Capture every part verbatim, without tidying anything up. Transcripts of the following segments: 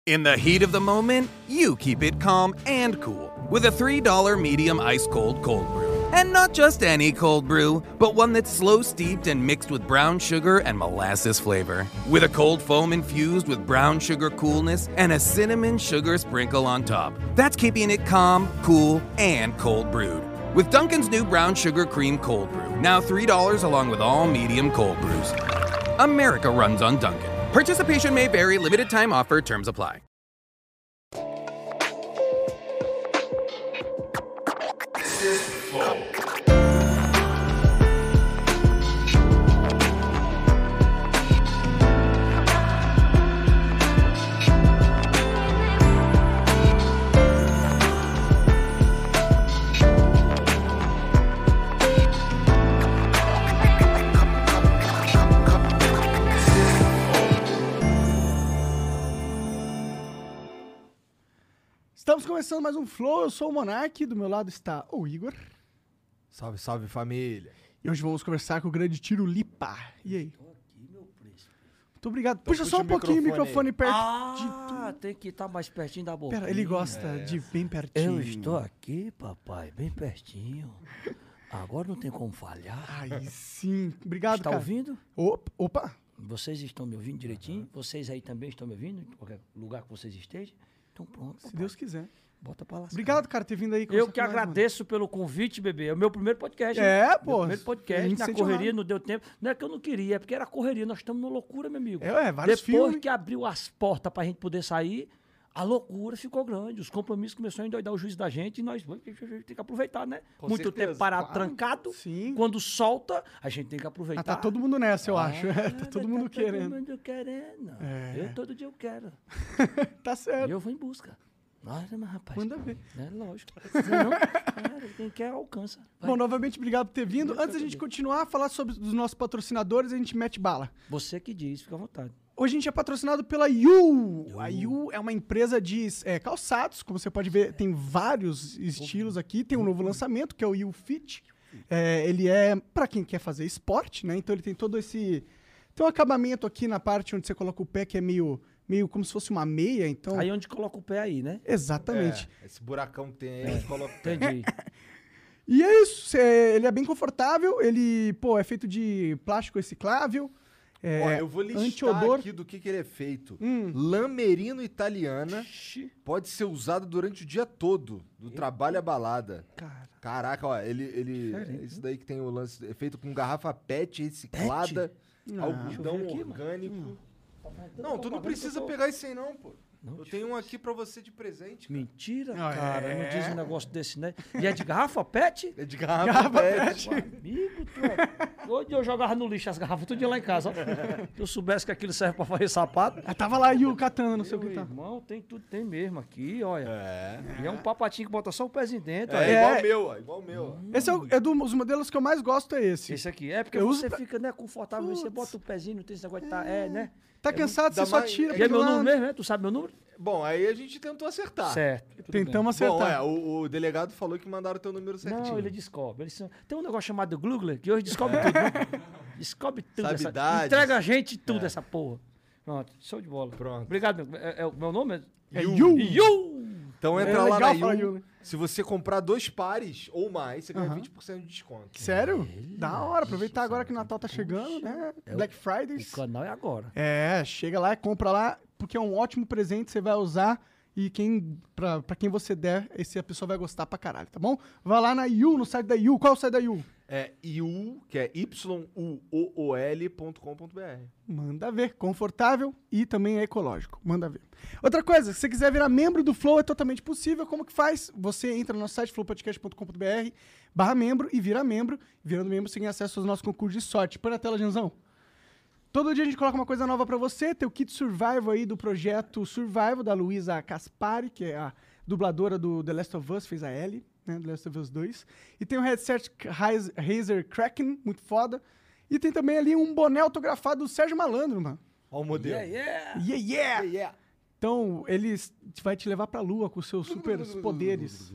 In the heat of the moment, you keep it calm and cool with a three dollar medium ice cold cold brew. And not just any cold brew, but one that's slow steeped and mixed with brown sugar and molasses flavor. With a cold foam infused with brown sugar coolness and a cinnamon sugar sprinkle on top. That's keeping it calm, cool, and cold brewed. With Dunkin's new brown sugar cream cold brew, now three dollars along with all medium cold brews. America runs on Dunkin'. Participation may vary, limited time offer, terms apply. Estamos começando mais um Flow, eu sou o Monark, do meu lado está o Igor. Salve, salve família. E hoje vamos conversar com o grande Tiro Lipa. E aí? Tô aqui, meu príncipe. Muito obrigado. Então puxa, puxa só um o pouquinho o microfone microfone perto Ah, de tu. tem que estar mais pertinho da boca. Pera, ele gosta É. de bem pertinho. Eu estou aqui, papai, bem pertinho. Agora não tem como falhar. Aí sim. Obrigado, Está cara. ouvindo? Opa, opa. Vocês estão me ouvindo direitinho? Vocês aí também estão me ouvindo? Em qualquer lugar que vocês estejam? Então pronto, Se papai. Deus quiser. Bota pra lá. Obrigado, cara, por ter vindo aí. Eu conversar que com nós, mano. agradeço pelo convite, bebê. É o meu primeiro podcast. hein? É, Meu pô. primeiro A podcast. gente Na sente correria, honrado. não deu tempo. Não é que eu não queria, é porque era correria. Nós estamos numa loucura, meu amigo. É, é, vários Depois filmes. que abriu as portas pra gente poder sair, a loucura ficou grande. Os compromissos começaram a endoidar o juiz da gente e nós vamos- tem que aproveitar, né? Com Muito certeza, tempo parado, claro. trancado. Sim. Quando solta, a gente tem que aproveitar. Ah, tá todo mundo nessa, eu Ah, acho. tá todo mundo querendo. Todo mundo querendo. É. Eu todo dia eu quero. Tá E certo. eu vou em busca. Nossa, mas rapaz. Manda ver. É lógico. Não, cara, quem quer alcança. Vai. Bom, novamente, obrigado por ter vindo. Eu que Antes da gente agradeço. continuar a falar sobre os nossos patrocinadores, a gente mete bala. Você que diz, fica à vontade. Hoje a gente é patrocinado pela Yu. A Yu é uma empresa de é, calçados, como você pode ver, tem vários estilos aqui. Tem um novo lançamento, que é o Yu Fit. É, ele é para quem quer fazer esporte, né? Então ele tem todo esse... Tem um acabamento aqui na parte onde você coloca o pé, que é meio, meio como se fosse uma meia, então... Aí onde coloca o pé aí, né? Exatamente. É, esse buracão que tem aí, a gente coloca o pé. Entendi. E é isso, cê- ele é bem confortável, ele, pô, é feito de plástico reciclável, é, Ó, eu vou listar anti-odor. aqui do que, que ele é feito. Hum. Lã merino italiana Ixi. pode ser usado durante o dia todo, do trabalho à balada. Cara, Caraca, ó, ele, ele Diferente, esse daí que tem o lance, é feito com garrafa pet reciclada, Não. algodão Deixa eu ver aqui, mano. orgânico. Não, tu não precisa pegar esse aí não, pô. Não, Eu tenho um aqui pra você de presente, cara. Mentira, Ah, cara. é? Não diz um negócio desse, né? E é de garrafa pet? É de garrafa, Garrafa pet. pet. Amigo, tu é... Hoje eu jogava no lixo as garrafas tudo lá em casa. ó. Se eu soubesse que aquilo serve pra fazer sapato. ah, tava lá a Yu catando, não sei o Meu que tá. irmão, tem tudo, tem mesmo aqui, olha. É. E é um papatinho que bota só o pezinho dentro. É, olha. É. igual o meu, ó, igual o meu, ó. Esse é, o, é dos modelos que eu mais gosto, é esse. Esse aqui. É porque Eu uso você pra- fica, né, confortável, você Putz. bota o pezinho, não tem esse negócio de tá, é, né? Tá cansado, você dá só mais- tira. é E é pro meu lado. número mesmo, né? Tu sabe meu número? Bom, aí a gente tentou acertar. Certo. tudo Tentamos bem. Bom, acertar. é, o, o delegado falou que mandaram teu número certinho. Não, ele descobre. Ele só- Tem um negócio chamado Googler, que hoje descobre tudo, né? Descobre tudo. Sabe Essa... idades. Entrega a gente tudo, essa porra. Pronto, show de bola. Pronto. Obrigado. meu- É, é o meu nome? É Yu. Yu. Yu! Então É entra lá legal na falar Yu. Yu, né? Se você comprar dois pares ou mais, você ganha Aham. vinte por cento de desconto. Sério? Da hora, aproveitar agora que o Natal tá chegando, né? É o- Black O Fridays. canal é agora. É, chega lá, compra lá, porque é um ótimo presente, você vai usar e quem, pra, pra quem você der, esse a pessoa vai gostar pra caralho, tá bom? Vai lá na Yu, no site da Yu. Qual é o site da Yu? É Yu, que é Y U O O L ponto com ponto B R. Manda ver, confortável e também é ecológico. Manda ver. Outra coisa, se você quiser virar membro do Flow, é totalmente possível. Como que faz? Você entra no nosso site, flow podcast ponto com ponto b r, barra membro e vira membro. Virando membro, você ganha acesso aos nossos concursos de sorte. Põe na tela, Janzão. Todo dia a gente coloca uma coisa nova pra você. Tem o kit Survival aí do projeto Survival, da Luísa Caspari, que é a dubladora do The Last of Us, fez a Ellie, né, The Last of Us dois. E tem o headset Raz- Razer Kraken, muito foda. E tem também ali um boné autografado do Sérgio Malandro, mano. Olha o modelo. Yeah, yeah! Yeah, yeah! Yeah, yeah. Então, ele s- vai te levar pra lua com seus super poderes.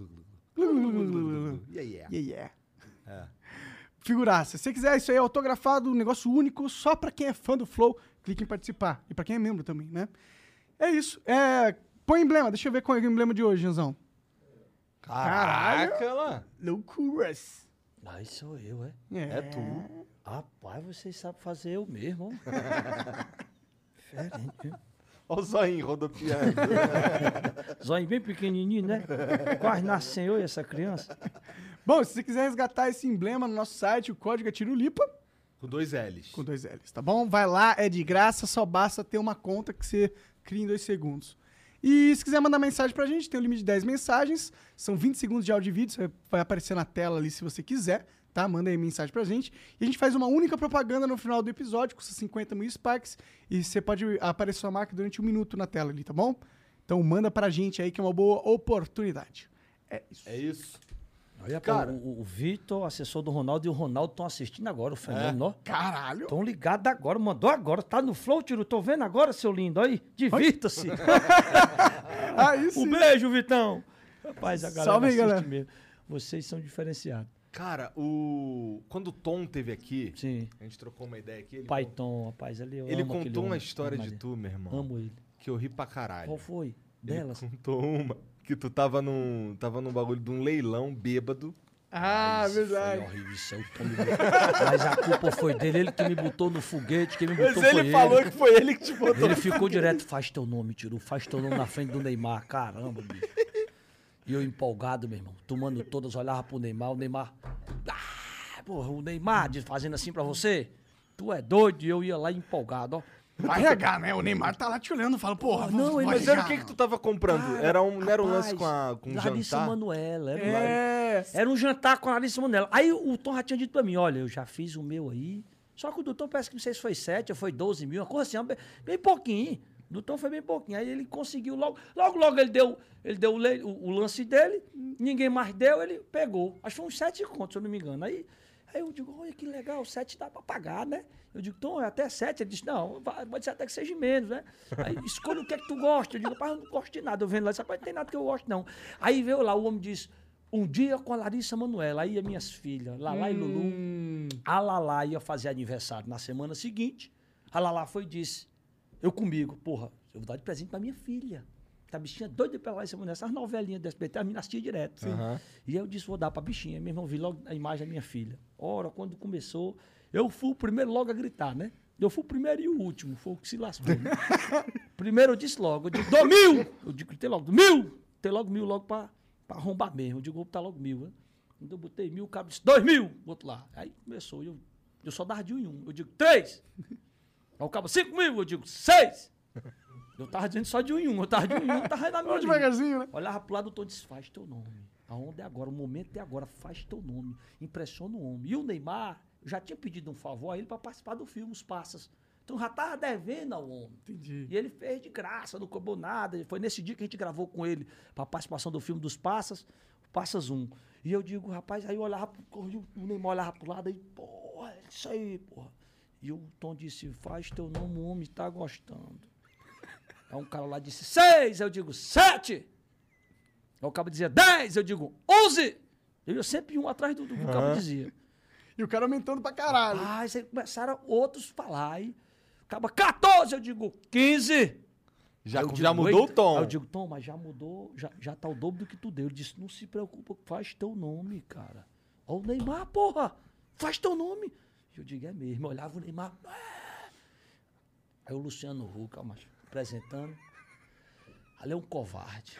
Yeah, yeah. Yeah, yeah. É. Figuraça. Se você quiser isso aí autografado, um negócio único, só pra quem é fã do Flow, clique em participar. E pra quem é membro também, né? É isso. É, põe emblema. Deixa eu ver qual é o emblema de hoje, Janzão. Caraca, lá. Loucuras. Aí sou eu, é? É, É tu. Rapaz, vocês sabem fazer eu mesmo, ó. Diferente, viu? Olha o zoinho rodopiando. Zóio bem pequenininho, né? Quase nasceu eu essa criança. Bom, se você quiser resgatar esse emblema no nosso site, o código é Tirulipa, Com dois L's. com dois L's, tá bom? Vai lá, é de graça, só basta ter uma conta que você cria em dois segundos. E se quiser mandar mensagem pra gente, tem um limite de dez mensagens, são vinte segundos de áudio e vídeo, você vai aparecer na tela ali se você quiser, tá? Manda aí mensagem pra gente. E a gente faz uma única propaganda no final do episódio, custa cinquenta mil Sparks, e você pode aparecer sua marca durante um minuto na tela ali, tá bom? Então manda pra gente aí que é uma boa oportunidade. É isso. É isso. Olha, Cara. cara, o, o Vitor, assessor do Ronaldo, e o Ronaldo estão assistindo agora o fenômeno, ó. Caralho! Estão ligados agora, mandou agora, tá no flow, Tiro, tô vendo agora, seu lindo, aí, divirta-se. Aí sim. Um beijo, Vitão. Rapaz, a galera Salve aí, assiste galera. mesmo. Vocês são diferenciados. Cara, o... quando o Tom teve aqui, Sim. a gente trocou uma ideia aqui, ele, Pai Tom, rapaz, ele eu ele amo aquele contou uma homem. história Amo de ele. tu, meu irmão, Amo ele. que eu ri pra caralho. Qual foi? Ele Delas? contou uma, que tu tava num, tava num bagulho de um leilão bêbado. Ah, Isso verdade. Foi horrível, isso é o Tom me botou. Mas a culpa foi dele, ele que me botou no foguete, quem me botou Mas foi ele falou ele. que foi ele que te botou. Ele ficou direto, faz teu nome, Tiro, faz teu nome na frente do Neymar, caramba, bicho. E eu empolgado, meu irmão, tomando todas, olhava pro Neymar, o Neymar... Ah, porra, o Neymar diz- fazendo assim pra você, tu é doido, e eu ia lá empolgado, ó. Vai regar, né? O Neymar tá lá te olhando, fala, porra, Não, vou ele- vai Mas era o regar, que que mano. tu tava comprando? Cara, era um, não era um lance rapaz, com, a, com um Larissa jantar? Manoela, era, um- É, era um jantar com a Larissa Manoela. Aí o Tom já tinha dito pra mim, olha, eu já fiz o meu aí, só que o do Tom parece que não sei se foi sete ou foi doze mil, uma coisa assim, bem, bem pouquinho. O do Tom foi bem pouquinho. Aí ele conseguiu logo, logo, logo ele deu, ele deu o, le- o- o lance dele, ninguém mais deu, ele pegou. Acho que foi uns sete contos, se eu não me engano. Aí, aí eu digo, olha que legal, sete dá pra pagar, né? Eu digo, Tom, é até sete. Ele disse, não, vai- pode ser até que seja menos, né? Aí escolha o que é que tu gosta. Eu digo, rapaz, eu não gosto de nada. Eu vendo lá, rapaz, não tem nada que eu gosto, não. Aí veio lá, o homem disse, um dia com a Larissa Manoela. Aí as minhas filhas, Lala e Lulu, Hum, a Lala ia fazer aniversário na semana seguinte. A Lala foi e disse, eu comigo, porra, eu vou dar de presente pra minha filha. A bichinha doida pra lá essa mulher, essas novelinhas do S B T, a menina assistia direto. Aham. E aí eu disse, vou dar pra bichinha. Meu irmão, vi logo a imagem da minha filha. Ora, quando começou, eu fui o primeiro logo a gritar, né? Eu fui o primeiro e o último, foi o que se lascou. Né? Primeiro eu disse logo, eu digo, dou mil! Eu digo, gritei logo, mil! Tem logo mil logo pra, pra arrombar mesmo. Eu digo, vou botar logo mil, né? Quando eu botei mil, o cara disse, dois mil! Boto lá. Aí começou, eu, eu só dava de um em um. Eu digo, três! Aí o cabo, cinco mil! Eu digo, seis! Eu tava dizendo só de um em um, eu tava de um em um, eu tava na minha Vamos linha. devagarzinho, né? Olhava pro lado, o Tom disse, faz teu nome. A onda é agora, o momento é agora, faz teu nome. Impressiona o homem. E o Neymar, eu já tinha pedido um favor a ele para participar do filme Os Passas. Então já tava devendo ao homem. Entendi. E ele fez de graça, não cobrou nada. Foi nesse dia que a gente gravou com ele para a participação do filme dos Passas, Passas um. E eu digo, rapaz, aí eu olhava, pro- o Neymar olhava pro lado, aí, porra, é isso aí, porra. E o Tom disse, faz teu nome, o homem tá gostando. Aí um cara lá disse, seis, eu digo, sete. Aí o cabo dizia, dez, eu digo, onze. Eu ia sempre um atrás do, do que o cabo dizia. E o cara aumentando pra caralho. Ah, aí começaram outros a falar, aí acaba quatorze, eu digo, quinze. Já, Aí eu já digo, mudou "Eita." o tom. Aí eu digo, Tom, mas já mudou, já, já tá o dobro do que tu deu. Ele disse, não se preocupa, faz teu nome, cara. Ó o Neymar, porra, faz teu nome. Eu digo, é mesmo. Eu olhava o Neymar. "Ah." Aí o Luciano Huck, ó, macho, apresentando. Ali é um covarde.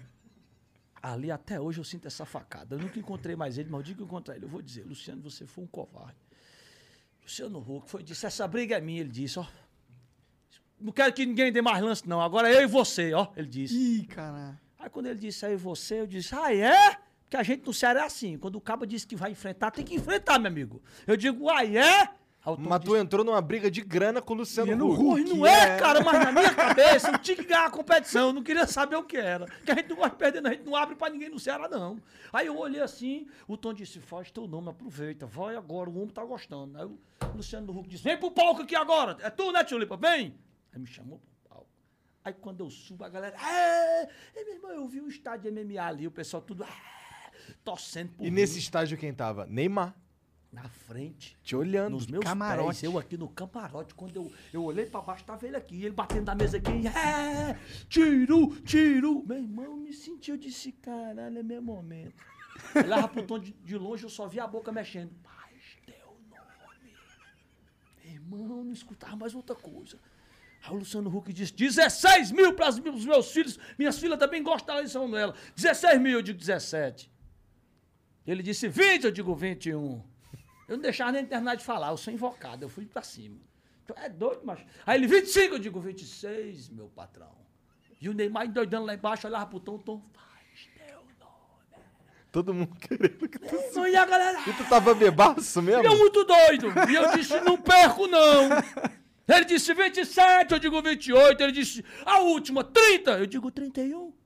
Ali até hoje eu sinto essa facada. Eu nunca encontrei mais ele, mas o dia que eu encontrar ele, eu vou dizer, Luciano, você foi um covarde. Luciano Huck foi, disse, essa briga é minha, ele disse, ó. Não quero que ninguém dê mais lance, não. Agora é eu e você, ó, ele disse. Ih, caralho. Aí quando ele disse, aí você, eu disse, ah, é? Porque a gente no Ceará é assim. Quando o cabo disse que vai enfrentar, tem que enfrentar, meu amigo. Eu digo, ah, é? Aí o Tom Mas tu disse, entrou numa briga de grana com o Luciano Luciano Huck. Porra, não é, cara, mas na minha cabeça eu tinha que ganhar a competição, eu não queria saber o que era. Porque a gente não gosta de perder, não, a gente não abre pra ninguém no Ceará, não. Aí eu olhei assim, o Tom disse, faz teu nome, aproveita, vai agora, o homem tá gostando. Aí o Luciano Huck disse, vem pro palco aqui agora, é tu, né, Tulipa, vem. Aí me chamou pro palco. Aí quando eu subo, a galera, é, e, meu irmão, eu vi o estádio de M M A ali, o pessoal tudo, é, torcendo por E mim. nesse estágio quem tava? Neymar. Na frente. Te olhando. Nos meus camarote. pés, eu aqui no camarote. Quando eu, eu olhei pra baixo, tava ele aqui. Ele batendo na mesa aqui. É, tiro, tiro. Meu irmão me sentiu, disse, caralho, é meu momento. Ele olhava pro tom de, de longe, eu só via a boca mexendo. Paz, teu nome. Meu irmão, não escutava mais outra coisa. Aí o Luciano Huck disse, dezesseis mil para os meus filhos. Minhas filhas também gostam de São Manuela. dezesseis mil, eu digo dezessete. Ele disse vinte, eu digo vinte e um. Eu não deixava nem terminar de falar, eu sou invocado, eu fui pra cima. Então, é doido, macho. Aí ele, vinte e cinco, eu digo vinte e seis, meu patrão. E o Neymar doidando lá embaixo, olhava pro Tom, Tom, faz teu nome. Todo mundo querendo que tu... Não, e a galera... E tu tava bebaço mesmo? Eu muito doido. E eu disse, não perco, não. Ele disse vinte e sete, eu digo vinte e oito. Ele disse, a última, trinta. Eu digo trinta e um.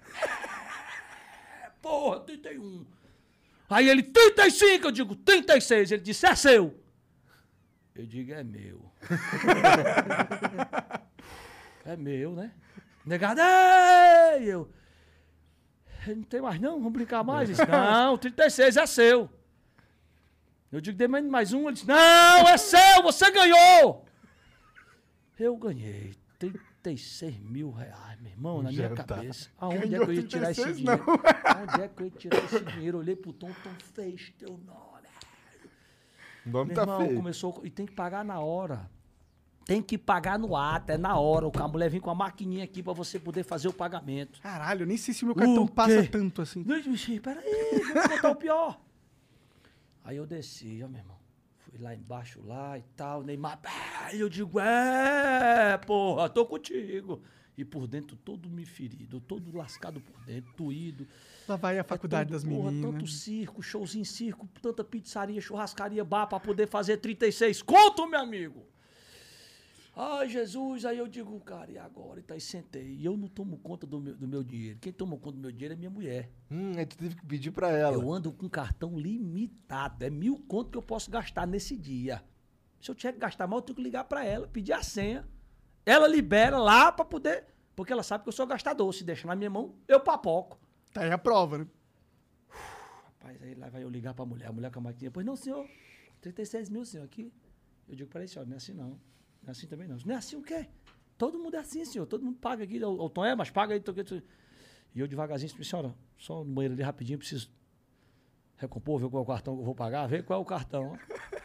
Porra, trinta e um. Aí ele, trinta e cinco, eu digo trinta e seis. Ele disse, é seu. Eu digo, é meu. É meu, né? Negado, ei! Eu, não tem mais não, vamos brincar mais? Ele disse, não, trinta e seis é seu. Eu digo, dê mais um. Ele disse, não, é seu, você ganhou. Eu ganhei trinta e seis mil reais, meu irmão, na minha cabeça. Aonde é que eu ia tirar esse dinheiro? Aonde é que eu ia tirar esse dinheiro? Eu olhei pro Tom, Tom fez teu nome. O nome Meu tá irmão, feio. começou... E tem que pagar na hora. Tem que pagar no ato, é na hora. A mulher vem com a maquininha aqui pra você poder fazer o pagamento. Caralho, eu nem sei se o meu cartão O passa quê? tanto assim. Não, bichinho, peraí, vamos contar o pior. Aí eu desci, ó, meu irmão. Fui lá embaixo, lá e tal, Neymar, pá, e eu digo, é, porra, tô contigo. E por dentro todo me ferido, todo lascado por dentro, doído. Lá vai a faculdade É das tanto, porra, meninas. tanto circo, showzinho em circo, tanta pizzaria, churrascaria, bar pra poder fazer trinta e seis conto, meu amigo. Ai, Jesus, aí eu digo, cara, e agora? E tá aí sentei. E eu não tomo conta do meu, do meu dinheiro. Quem toma conta do meu dinheiro é minha mulher. Hum, aí tu teve que pedir pra ela. Eu ando com cartão limitado. É mil conto que eu posso gastar nesse dia. Se eu tiver que gastar mal, eu tenho que ligar pra ela, pedir a senha. Ela libera lá pra poder... Porque ela sabe que eu sou gastador. Se deixa na minha mão, eu papoco. Tá aí a prova, né? Rapaz, aí lá vai eu ligar pra mulher. A mulher com a maquininha. Pois não, senhor. trinta e seis mil, senhor, aqui. Eu digo, peraí, senhor, não é assim não. Não é assim também não. Não é assim o quê? Todo mundo é assim, senhor. Todo mundo paga aqui. O, o Tom é, mas paga aí. Tô, tô. E eu devagarzinho disse, senhora, só no banheiro ali rapidinho, preciso recompor, ver qual é o cartão que eu vou pagar, ver qual é o cartão.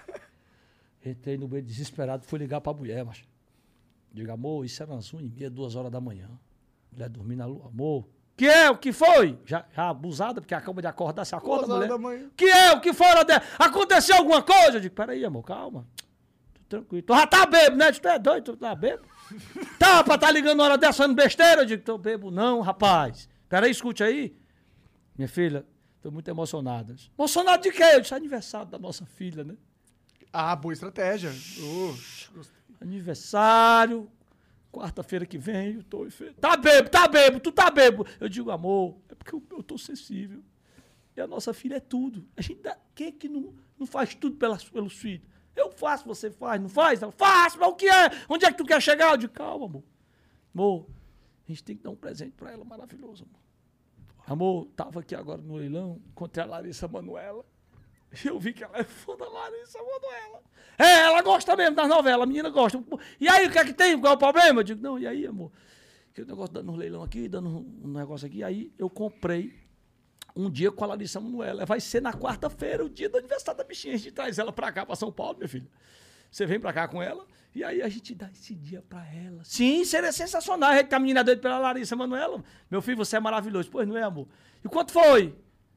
Entrei no banheiro desesperado, fui ligar pra mulher, mas... Digo, amor, isso era umas uma e meia, duas horas da manhã. Mulher dormindo na lua, amor. Que é? O que foi? Já, já abusada, porque acaba de acordar, você acorda, Duas horas mulher. da manhã. Que é? O que foi? Ela de... Aconteceu alguma coisa? Eu digo, peraí, amor, calma. Tô tranquilo. Tu já tá bebo, né? Tu é doido, tu tá bebo? Tá, pra tá ligando na hora dessa falando besteira? Eu digo, tô bebo não, rapaz. Peraí, escute aí. Minha filha, tô muito emocionada. Emocionado de quê? Eu disse, aniversário da nossa filha, né? Ah, boa estratégia. Oh, gostei. Aniversário, quarta-feira que vem, eu tô... Tá bebo, tá bebo, tu tá bebo. Eu digo, amor, é porque eu, eu tô sensível. E a nossa filha é tudo. A gente dá... Quem é que não, não faz tudo pelas, pelos filhos? Eu faço, você faz, não faz? Não, faço, mas o que é? Onde é que tu quer chegar? Eu digo, calma, amor. Amor, a gente tem que dar um presente pra ela maravilhoso, amor. Amor, tava aqui agora no leilão, encontrei a Larissa Manoela. Eu vi que ela é fã da Larissa Manoela. É, ela gosta mesmo das novelas, a menina gosta. E aí, o que é que tem? Qual é o problema? Eu digo, não, e aí, amor? Que o negócio dando um leilão aqui, dando um negócio aqui. Aí eu comprei um dia com a Larissa Manoela. Vai ser na quarta-feira, o dia do aniversário da bichinha. A gente traz ela pra cá, pra São Paulo, meu filho. Você vem pra cá com ela, e aí a gente dá esse dia pra ela. Sim, seria sensacional. A gente tá a menina doida pela Larissa Manoela. Meu filho, você é maravilhoso. Pois não é, amor? E quanto foi?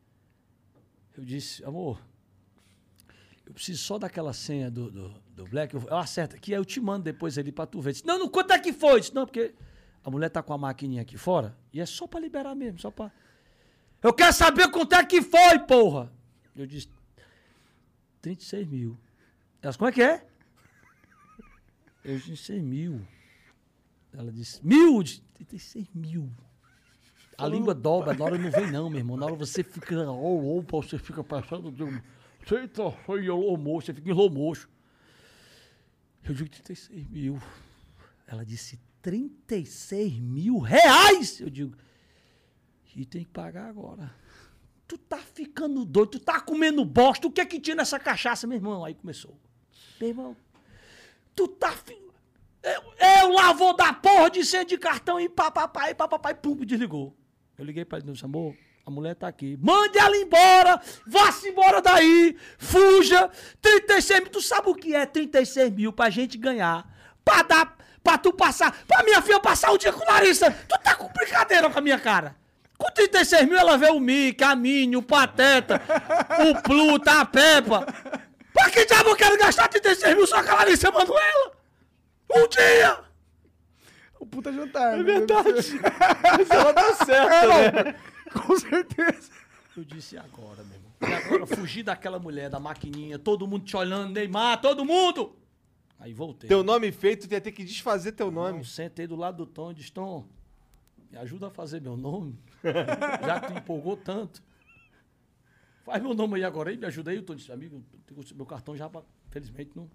Eu disse, amor... Eu preciso só daquela senha do, do, do Black, eu, eu acerto aqui, aí eu te mando depois ali pra tu ver. Disse, não, não, quanto é que foi? Disse, não, porque a mulher tá com a maquininha aqui fora e é só pra liberar mesmo, só pra... Eu quero saber quanto é que foi, porra! Eu disse, trinta e seis mil. Elas, como é que é? Eu disse, seis mil. Ela disse, mil? Eu disse, trinta e seis mil. A língua dobra, na hora não vem não, meu irmão. Na hora você fica, oh, opa, você fica passando de um... Eita, foi low motion, você fica em low motion. Eu digo trinta e seis mil. Ela disse trinta e seis mil reais? Eu digo, e tem que pagar agora. tu tá ficando doido, tu tá comendo bosta, o que é que tinha nessa cachaça, meu irmão? Aí começou. Meu irmão, tu tá... Fi... Eu, eu lá vou dar porra de senha de cartão e papapá, e papapá, e pum, desligou. Eu liguei pra ele, disse, amor, a mulher tá aqui. Mande ela embora, vá-se embora daí, fuja. trinta e seis mil, tu sabe o que é trinta e seis mil pra gente ganhar? Pra dar, pra tu passar, pra minha filha passar o dia com Larissa. Tu tá com brincadeira com a minha cara. Com trinta e seis mil ela vê o Mickey, a Minnie, o Pateta, o Pluta, a Peppa. Pra que diabo eu quero gastar trinta e seis mil só com a Larissa Manoela? Um dia! O puta jantar, É né? verdade. Mas ela dá certo, né? Com certeza. Eu disse, e agora, meu irmão? E agora fugir daquela mulher, da maquininha, todo mundo te olhando, Neymar, todo mundo! Aí voltei. Teu nome feito, tu ia ter que desfazer teu nome. Não, sentei do lado do Tom e disse, Tom, me ajuda a fazer meu nome, já que tu empolgou tanto. Faz meu nome aí agora aí, me ajuda aí. O Tom disse, amigo, meu cartão já, felizmente, não...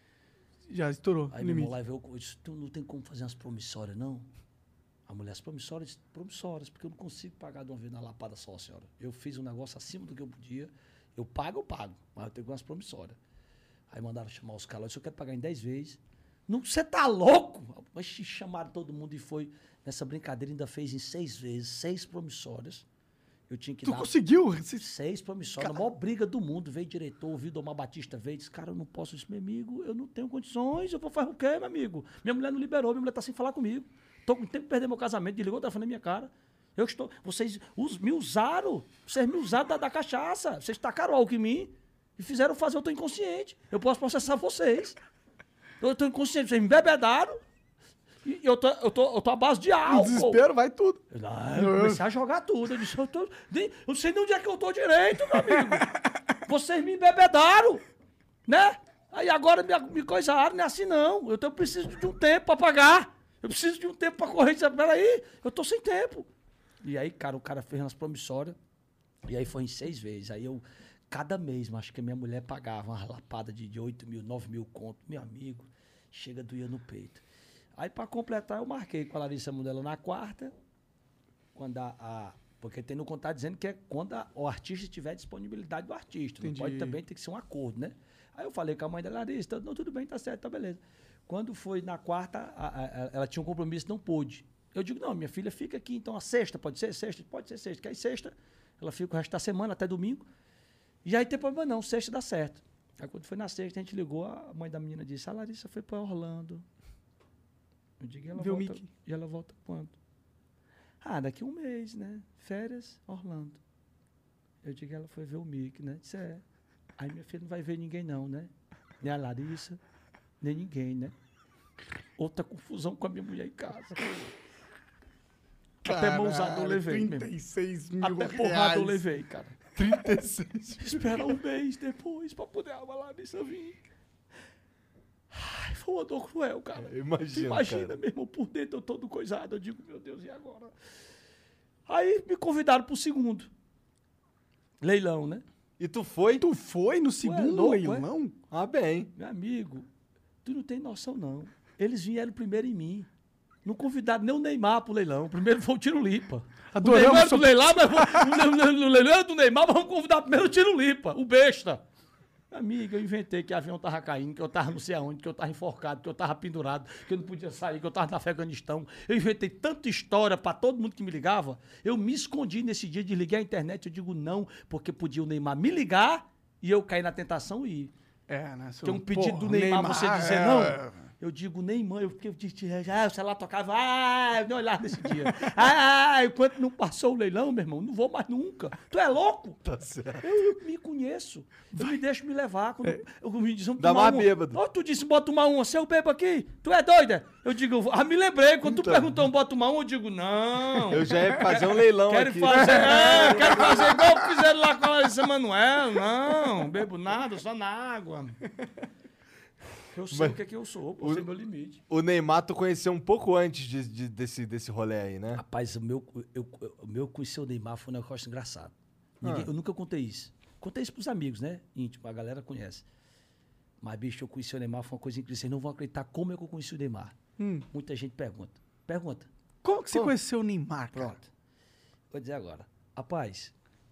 Já estourou. Aí meu irmão lá veio, eu disse, tu não tem como fazer umas promissórias, não? A mulher, as promissórias, promissórias, porque eu não consigo pagar de uma vez na lapada só, senhora. Eu fiz um negócio acima do que eu podia. Eu pago, eu pago, mas eu tenho umas promissórias. Aí mandaram chamar os caras, eu quero pagar em dez vezes. Não, você tá louco? Mas chamaram todo mundo e foi. Nessa brincadeira ainda fez em seis vezes, seis promissórias. Eu tinha que Tu dar conseguiu? seis promissórias. A maior briga do mundo. Veio diretor, viu Domar Batista, veio disse, cara, eu não posso. Eu disse, meu amigo, eu não tenho condições. Eu vou fazer o quê, meu amigo? Minha mulher não liberou, minha mulher tá sem falar comigo. Tô com tempo de perder meu casamento, desligou o telefone na minha cara. Eu estou. Vocês us, me usaram. Vocês me usaram da, da cachaça. Vocês tacaram álcool em mim e fizeram fazer, eu tô inconsciente. Eu posso processar vocês. Eu tô inconsciente, vocês me bebedaram. E eu tô, eu tô, eu tô à base de No álcool. desespero, vai tudo. Eu, ah, eu comecei a jogar tudo. Eu disse, eu, tô, nem, eu não sei nem onde é que eu tô direito, meu amigo. Vocês me embebedaram, né? Aí agora me, me coisaram, não é assim não. Eu, tô, eu preciso de um tempo pra pagar. Eu preciso de um tempo pra correr. Peraí, eu tô sem tempo. E aí, cara, o cara fez umas promissórias. E aí foi em seis vezes. Aí eu, cada mês, acho que a minha mulher pagava uma lapada de, de oito mil, nove mil conto. Meu amigo, chega doía no peito. Aí, para completar, eu marquei com a Larissa Manoela na quarta, quando a, a... Porque tem no contrato dizendo que é quando a, o artista tiver disponibilidade do artista. Entendi. Não pode também ter que ser um acordo, né? Aí eu falei com a mãe da Larissa, não, tudo bem, tá certo, tá beleza. Quando foi na quarta, a, a, a, ela tinha um compromisso, não pôde. Eu digo, não, minha filha fica aqui, então a sexta, pode ser sexta? Pode ser sexta. Que aí sexta, ela fica o resto da semana, até domingo. E aí tem problema não, sexta dá certo. Aí quando foi na sexta, a gente ligou, a mãe da menina disse, a Larissa foi para Orlando. Eu digo, e ela, Viu volta, Mickey? e ela volta quando? Ah, daqui um mês, né? Férias, Orlando. Eu digo, ela foi ver o Mickey, né? Disse, é. Aí minha filha não vai ver ninguém não, né? Nem a Larissa, nem ninguém, né? Outra confusão com a minha mulher em casa. Até mãozada eu levei trinta e seis mil Até reais. porrada eu levei, cara. trinta e seis. Espera um mês depois pra poder a Larissa vir. Ai, foi uma dor cruel, cara. Eu imagino, Imagina, cara. meu irmão, por dentro eu todo coisado. Eu digo, meu Deus, e agora? Aí me convidaram pro segundo. Leilão, né? E tu foi? Tu foi no segundo louco, leilão? Ah, bem. Meu amigo, tu não tem noção, não. Eles vieram primeiro em mim. Não convidaram nem o Neymar pro leilão. Primeiro foi o Tiro Lipa. Adoramos o Neymar é sua- do leilão, mas vamos- o leilão é do Neymar, mas vamos convidar primeiro o Tiro Lipa, o besta. Amigo, eu inventei que o avião tava caindo, que eu tava não sei aonde, que eu tava enforcado, que eu tava pendurado, que eu não podia sair, que eu tava no Afeganistão. Eu inventei tanta história pra todo mundo que me ligava. Eu me escondi nesse dia, desliguei a internet. Eu digo não, porque podia o Neymar me ligar e eu cair na tentação e ir. É, né? Que é um pedido do Neymar, você dizer é. não. Eu digo, Neymar, eu fiquei, eu disse, ah, o celular tocava, ah, eu nem olhava nesse dia. Ah, enquanto não passou o leilão, meu irmão, não vou mais nunca. Tu é louco? Tá certo. Eu, eu me conheço. Eu me deixo me levar. Quando eu me dizem, Dá tomar mais uma. bêbado. Ó, tu disse, bota uma uma, você eu bebo aqui? Tu é doida? Eu digo, ah, me lembrei. Quando tu Então. perguntou, bota uma uma, eu digo, não. Eu já ia fazer um leilão Quero aqui. fazer, é, quero fazer igual fizeram lá com a Larissa Manoela. Não, bebo nada, só na água. Eu sei Mas- o que é que eu sou, eu sei meu limite. O Neymar tu conheceu um pouco antes de, de- desse, desse rolê aí, né? Rapaz, o meu, eu, eu- o meu conhecer o Neymar foi um negócio engraçado. Ninguém- Ah. Eu nunca contei isso. Contei isso pros amigos, né? Íntimo, a galera conhece. Mas, bicho, eu conheci o Neymar, foi uma coisa incrível. Vocês não vão acreditar como é que eu conheci o Neymar. Hum. Muita gente pergunta. Pergunta. Como que você Como? conheceu o Neymar, cara? Pronto. Vou dizer agora. Rapaz,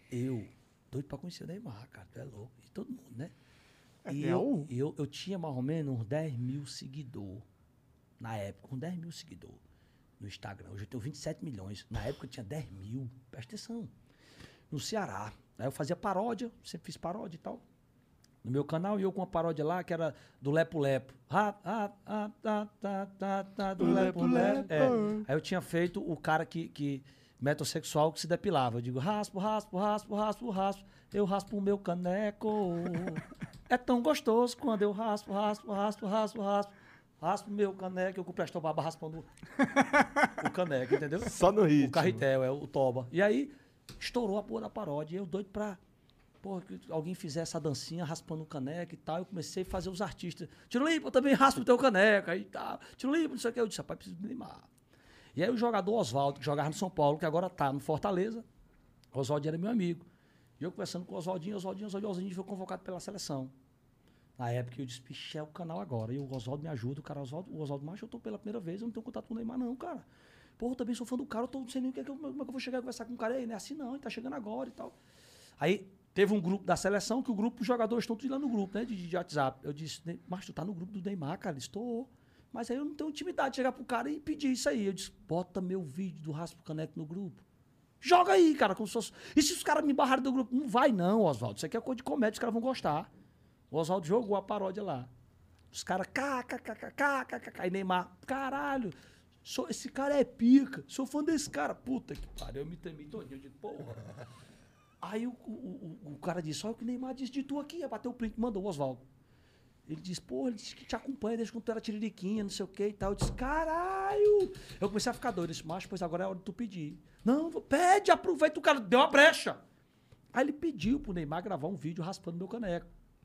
eu, doido pra conhecer o Neymar, cara, tu é louco. E todo mundo, né? É, E é eu, o- eu, eu tinha mais ou menos uns dez mil seguidores. Na época, uns dez mil seguidores no Instagram. Hoje eu tenho vinte e sete milhões. Na época eu tinha dez mil. Presta atenção. No Ceará. Aí eu fazia paródia, sempre fiz paródia e tal. No meu canal, e eu com uma paródia lá que era do Lepo Lepo. Ah, ah, ah, tá, tá, tá, tá, do Lepo Lepo. É. Aí eu tinha feito o cara que, que metrosexual que se depilava. Eu digo, raspo, raspo, raspo, raspo, raspo. Eu raspo o meu caneco. É tão gostoso quando eu raspo, raspo, raspo, raspo, raspo. Raspo o meu caneco. Eu com o Presto Barba raspando o caneco, entendeu? Só no ritmo. O carretel, é o toba. E aí, estourou a porra da paródia. E eu doido pra... Porra, que alguém fizer essa dancinha raspando o caneco e tal. Eu comecei a fazer os artistas. Tirulipa, eu também raspo o teu caneco. Aí tal. Tirulipa, não sei o que. Eu disse, rapaz, preciso me limar. E aí o jogador Oswaldo, que jogava no São Paulo, que agora tá no Fortaleza. O Oswaldo era meu amigo. E eu conversando com o Oswaldinho, Oswaldinho, Oswaldinho, Oswaldinho foi convocado pela seleção. Na época eu disse, pixe, é o canal agora. E o Oswaldo me ajuda, o cara Oswaldo, o Oswaldo, macho, eu tô pela primeira vez, eu não tenho contato com o Neymar, não, cara. Porra, eu também sou fã do cara, eu tô não sei nem o que é que eu, como é que eu vou chegar a conversar com o cara aí, não é assim não, ele tá chegando agora e tal. Aí teve um grupo da seleção, que o grupo, os jogadores estão tudo lá no grupo, né, de, de WhatsApp. Eu disse, mas tu tá no grupo do Neymar, cara? Ele estou. Mas aí eu não tenho intimidade de chegar pro cara e pedir isso aí. Eu disse, bota meu vídeo do Raspo Caneco no grupo. Joga aí, cara, como se fosse... E se os caras me barrarem do grupo? Não vai não, Oswaldo, isso aqui é coisa de comédia, os caras vão gostar. O Oswaldo jogou a paródia lá. Os caras, kkkkkkkk, aí Neymar, caralho, sou, esse cara é pica, sou fã desse cara. Puta que pariu, eu me tremi todinho, eu digo, porra. Aí o, o, o, o cara disse, olha o que o Neymar disse de tu aqui, ia bater o print, mandou o Oswaldo. Ele disse, porra, ele disse que te acompanha desde quando tu era tiririquinha, não sei o que e tal. Eu disse, caralho. Eu comecei a ficar doido, eu disse, macho, pois agora é hora de tu pedir. Não, pede, aproveita, o cara deu uma brecha. Aí ele pediu pro Neymar gravar um vídeo raspando meu caneco.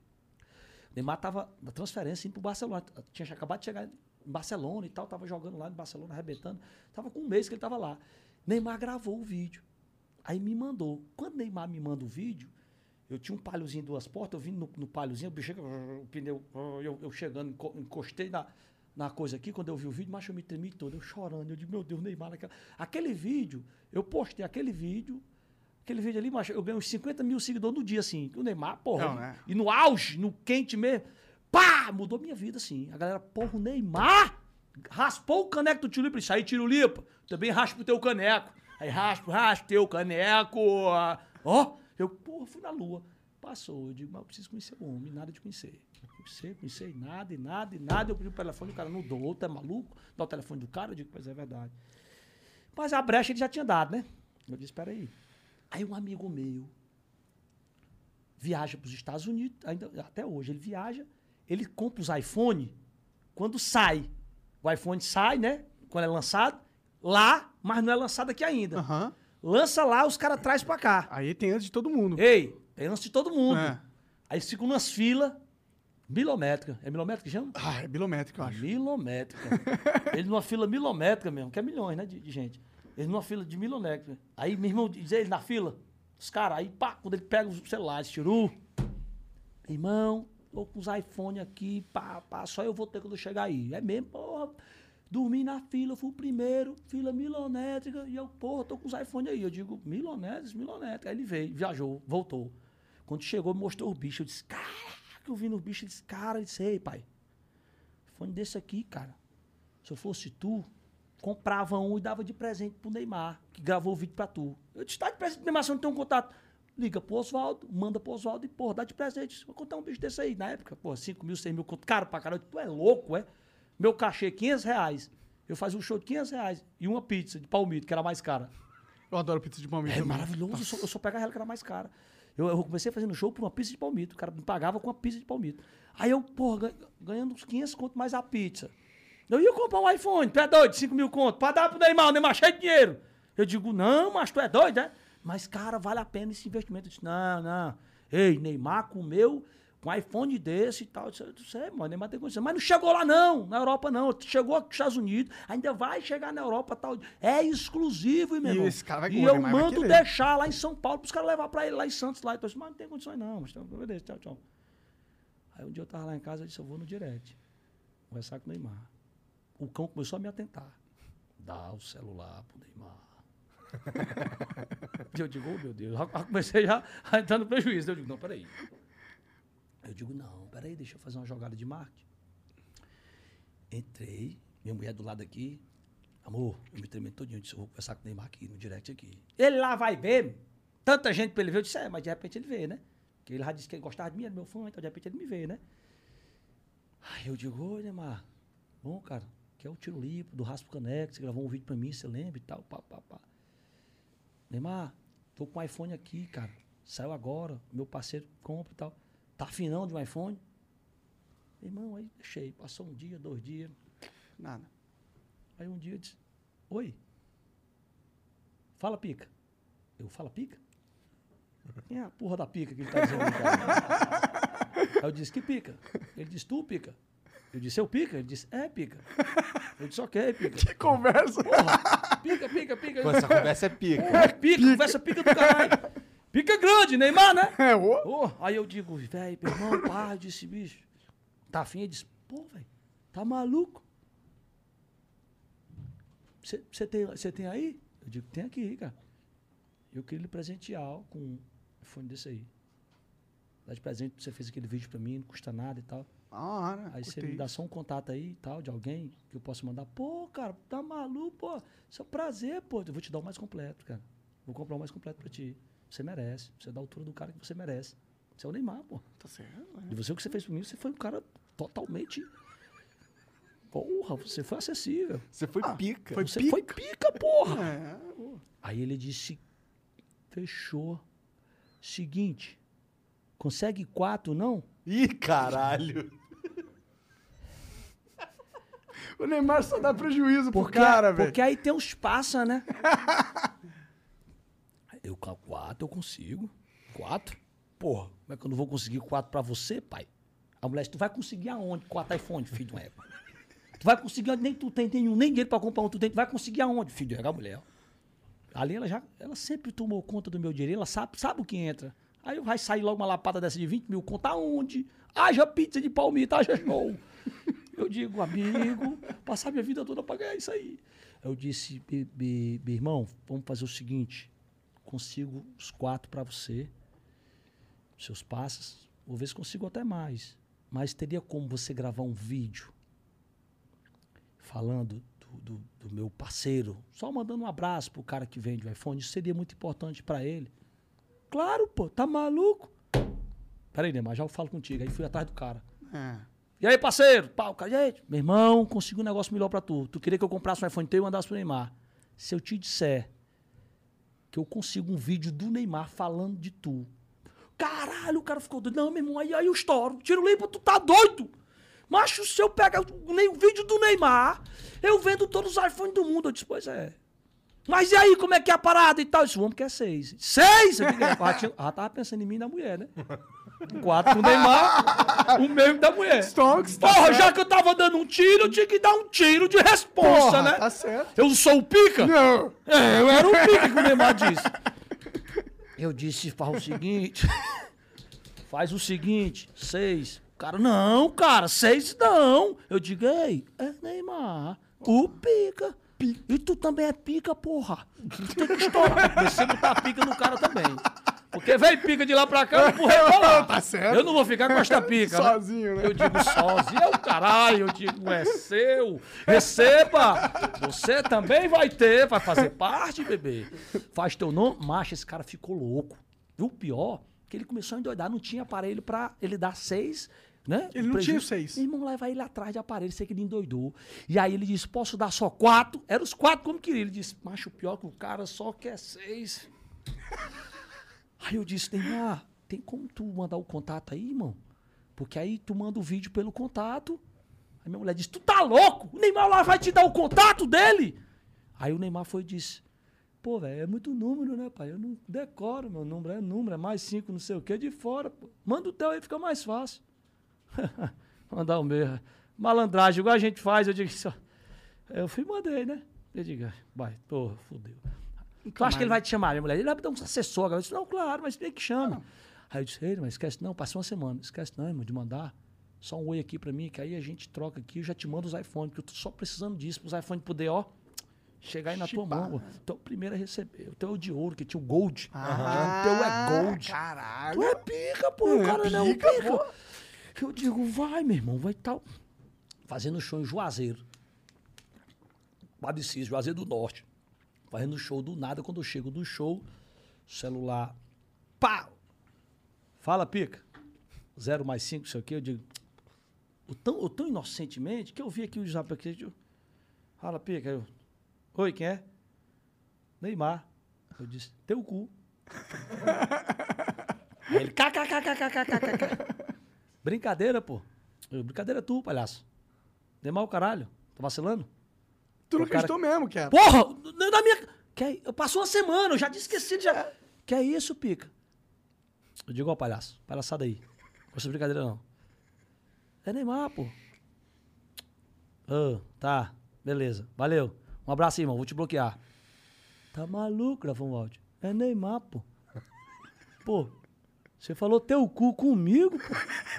O Neymar tava na transferência indo pro Barcelona. Tinha acabado de chegar em Barcelona e tal, tava jogando lá em Barcelona, arrebentando. Tava com um mês que ele tava lá. Neymar gravou o vídeo. Aí me mandou. Quando o Neymar me manda o vídeo, eu tinha um palhozinho duas portas, eu vim no, no palhozinho, o bicho, o pneu, eu, eu chegando, encostei na, na coisa aqui, quando eu vi o vídeo, mas eu me tremi todo, eu chorando. Eu digo, meu Deus, Neymar, naquela... aquele vídeo, eu postei aquele vídeo. Aquele vídeo ali, macho, eu ganhei uns cinquenta mil seguidores no dia, assim. O Neymar, porra. Não, né? E no auge, no quente mesmo. Pá! Mudou minha vida, assim. A galera, porra, o Neymar raspou o caneco do Tirulipa. Isso aí, Tirulipa, também raspa o teu caneco. Aí raspa, raspa o teu caneco. Ó, eu, porra, fui na lua. Passou, eu digo, mas eu preciso conhecer o homem, nada de conhecer. Conhecer, conhecer, nada, e nada, e nada. Eu pedi o telefone, o cara não dou, tu é maluco? Dá o telefone do cara, eu digo, pois é verdade. Mas a brecha ele já tinha dado, né? Eu disse, espera aí. Aí um amigo meu viaja para os Estados Unidos, ainda, até hoje ele viaja, ele compra os iPhone quando sai. O iPhone sai, né? Quando é lançado, lá, mas não é lançado aqui ainda. Aham. Lança lá, os caras trazem para cá. Aí tem antes de todo mundo. Ei, tem antes de todo mundo. É. Aí eles ficam nas filas milométricas. É milométrica que chama? Ah, é bilométrico, eu acho. Milométrica. Ele numa fila milométrica mesmo, que é milhões, né, de, de gente. Ele numa fila de milométrica. Aí meu irmão diz ele na fila, os caras, aí pá, quando ele pega os celulares, tirou. Irmão, tô com os iPhone aqui, pá, pá, só eu vou ter quando eu chegar aí. É mesmo, porra. Dormi na fila, fui o primeiro, fila milométrica, e eu, porra, tô com os iPhone aí. Eu digo, milométricos, milométricos. Aí ele veio, viajou, voltou. Quando chegou, mostrou o bicho. Eu disse, caraca, eu vi no bicho. Ele disse, cara, eu disse, ei, pai, iPhone desse aqui, cara, se eu fosse tu, comprava um e dava de presente pro Neymar, que gravou o vídeo pra tu. Eu disse, tá de presente pro Neymar, se eu não tenho um contato. Liga pro Oswaldo, manda pro Oswaldo e, porra, dá de presente. Vou contar um bicho desse aí. Na época, porra, cinco mil, seis mil, caro pra caralho. Tu é louco, é? Meu cachê, quinhentos reais. Eu fazia um show de quinhentos reais e uma pizza de palmito, que era mais cara. Eu adoro pizza de palmito. É também. maravilhoso, eu só, eu só pegava ela que era mais cara. Eu, eu comecei fazendo show por uma pizza de palmito. O cara me pagava com uma pizza de palmito. Aí eu, porra, ganhando uns quinhentos conto mais a pizza. Eu ia comprar um iPhone, tu é doido, cinco mil conto, pra dar pro Neymar, o Neymar cheio de dinheiro. Eu digo, não, mas tu é doido, né? Mas, cara, vale a pena esse investimento. Eu disse, não, não. Ei, Neymar comeu com um iPhone desse e tal. Eu disse, eu sei, mano, Neymar tem condição. Mas não chegou lá, não, na Europa, não. Chegou aqui nos Estados Unidos, ainda vai chegar na Europa e tal. É exclusivo, meu E irmão. esse cara vai E comer, eu Neymar vai mando querer. deixar lá em São Paulo pros caras levar pra ele lá em Santos. Lá. Então, eu disse, mas não tem condições, não. Mas então, beleza, tchau, tchau. Aí um dia eu tava lá em casa, eu disse, eu vou no direct. Conversar com o Neymar. O cão começou a me atentar. Dá o celular pro Neymar. Eu digo, oh, meu Deus, já comecei já a entrar no prejuízo. Eu digo, não, peraí. Eu digo, não, peraí, deixa eu fazer uma jogada de marketing. Entrei, minha mulher do lado aqui, amor, eu me tremendo todinho, eu disse, eu vou conversar com o Neymar aqui, no direct aqui. Ele lá vai ver, tanta gente pra ele ver, eu disse, é, mas de repente ele vê, né? Porque ele já disse que ele gostava de mim, era meu fã, então de repente ele me vê, né? Aí eu digo, oi, Neymar, bom, cara, que é o Tiro Lipo, do Raspo Caneco, você gravou um vídeo pra mim, você lembra e tal, pá, pá, pá. Neymar, tô com um iPhone aqui, cara, saiu agora, meu parceiro compra e tal. Tá afinão de um iPhone? Irmão, aí deixei, passou um dia, dois dias. Nada. Aí um dia eu disse, oi, fala pica. Eu, fala pica? Quem é a porra da pica que ele tá dizendo? Cara? Aí eu disse, que pica? Ele disse, tu pica? Eu disse, eu pica? Ele disse, é pica. Eu disse, ok, pica. Que conversa. Porra, pica, pica, pica. Pô, essa conversa é pica. Porra, pica, pica, conversa pica do caralho. Pica grande, Neymar, né? É, ô. Oh, aí eu digo, velho, meu irmão, pá, eu disse, bicho, tá afim? Ele disse, pô, velho, tá maluco? Você tem, tem aí? Eu digo, tem aqui, cara. Eu queria lhe presentear com um iPhone desse aí. Dá de presente, você fez aquele vídeo pra mim, não custa nada e tal. Ah, né? Aí você me dá só um contato aí e tal, de alguém que eu possa mandar. Pô, cara, tá maluco, pô. Isso é um prazer, pô. Eu vou te dar o mais completo, cara. Vou comprar o mais completo pra ti. Você merece. Você dá a altura do cara que você merece. Você é o Neymar, pô. Tá certo, né? E você, o que você fez por mim, você foi um cara totalmente... Porra, você foi acessível. Você foi pica. foi Você pica. foi pica, porra. É. Aí ele disse, fechou. Seguinte, consegue quatro, não? Ih, caralho. O Neymar só dá prejuízo pro Porque, cara, velho. porque aí tem uns passa, né? Eu, quatro, eu consigo. Quatro? Porra, como é que eu não vou conseguir quatro pra você, pai? A mulher, tu vai conseguir aonde? Quatro iPhone, filho de uma égua. Tu vai conseguir aonde? Nem tu tem nenhum, nem dinheiro pra comprar um, tu tem. Tu vai conseguir aonde, filho de uma égua, a mulher? Ali ela já, ela sempre tomou conta do meu dinheiro, ela sabe, sabe o que entra. Aí vai sair logo uma lapada dessa de vinte mil, conta aonde? Haja pizza de palmito, haja show. Eu digo, amigo, passar minha vida toda pra ganhar isso aí. Eu disse, be, be, be, irmão, vamos fazer o seguinte, consigo os quatro pra você, seus passos, vou ver se consigo até mais. Mas teria como você gravar um vídeo falando do, do, do meu parceiro, só mandando um abraço pro cara que vende o iPhone, isso seria muito importante pra ele. Claro, pô, tá maluco? Peraí, Neymar, já eu falo contigo. Aí fui atrás do cara. É. E aí, parceiro? Pau, cara, gente, meu irmão, consegui um negócio melhor pra tu. Tu queria que eu comprasse um iPhone teu e mandasse pro Neymar. Se eu te disser que eu consigo um vídeo do Neymar falando de tu. Caralho, o cara ficou doido. Não, meu irmão, aí, aí eu estouro. Tiro limpo, tu tá doido. Macho, se eu pegar o, o vídeo do Neymar, eu vendo todos os iPhones do mundo. Eu disse, pois é. Mas e aí, como é que é a parada e tal? Eu disse, o homem quer seis. Seis? Eu digo, ela, tinha, ela tava pensando em mim e na mulher, né? Quatro com o Neymar, o mesmo da mulher. Stonks, tá Porra, certo. já que eu tava dando um tiro, eu tinha que dar um tiro de responsa, Porra, né? tá certo. Eu sou o pica? Não. É, eu era o pica que o Neymar disse. Eu disse, faz o seguinte, faz o seguinte, seis. O cara, não, cara, seis não. Eu digo, ei, é Neymar, o pica. E tu também é pica, porra. Tu tem que estourar. Comecei a botar a pica no cara também. Porque veio pica de lá pra cá, eu empurrei pra lá. Tá certo. Eu não vou ficar com esta pica, né? Sozinho, né? Eu digo sozinho, é o caralho. Eu digo, é seu. Receba. Você também vai ter, vai fazer parte, bebê. Faz teu nome. Macho, esse cara ficou louco. E o pior, que ele começou a endoidar, não tinha aparelho pra ele dar seis, né? Ele não tinha seis. Meu irmão, leva ele atrás de aparelho, sei que ele endoidou. E aí ele disse, posso dar só quatro? Era os quatro como queria. Ele disse, macho, o pior é que o cara só quer seis. Aí eu disse, Neymar, tem como tu mandar o contato aí, irmão? Porque aí tu manda o vídeo pelo contato. Aí minha mulher disse, tu tá louco? O Neymar lá vai te dar o contato dele? Aí o Neymar foi e disse, pô, velho, é muito número, né, pai? Eu não decoro meu número, é número, é mais cinco, não sei o que, de fora, pô. Manda o teu aí, fica mais fácil. Mandar o meu. Malandragem, igual a gente faz, eu digo só. Eu fui e mandei, né? Eu digo, vai, porra, fudeu. Tu acha que ele vai te chamar, minha mulher? Ele vai dar um assessor agora. Eu disse, não, claro, mas tem que chama. Não. Aí eu disse, ei, mas esquece, não, passou uma semana. Esquece não, irmão, de mandar só um oi aqui pra mim, que aí a gente troca aqui, eu já te mando os iPhones, porque eu tô só precisando disso, pros iPhones poder, ó, chegar aí na tua Chipar, mão. né? Tu é o primeiro a receber. O teu é o de ouro, que tinha o gold. Ah, o teu é gold. Caralho. Tu é pica, pô. O É cara não é um pica, pica. pô. Eu digo, vai, meu irmão, vai tal. Fazendo show em Juazeiro. Padecido, Juazeiro do Norte. Fazendo show do nada. Quando eu chego do show, celular, pá! Fala, pica. Zero mais cinco, isso aqui. Eu digo, o tão, o tão inocentemente que eu vi aqui o zap aqui. Eu, fala, pica. Eu, oi, quem é? Neymar. Eu disse, teu cu. Aí ele, kkkkkkkk. Brincadeira, pô. Eu, brincadeira tu, palhaço. Neymar o caralho. Tá vacilando? Tu não O cara- acreditou mesmo, que era. Porra! Na minha. Que é... Eu passou uma semana, eu já tinha esquecido. Já... Que é isso, pica? Eu digo, ó, palhaço, palhaçada aí. Não gosto de brincadeira, não. É Neymar, pô. Ah, tá. Beleza. Valeu. Um abraço aí, irmão. Vou te bloquear. Tá maluco, gravou um áudio. É Neymar, pô. Pô, você falou teu cu comigo, pô.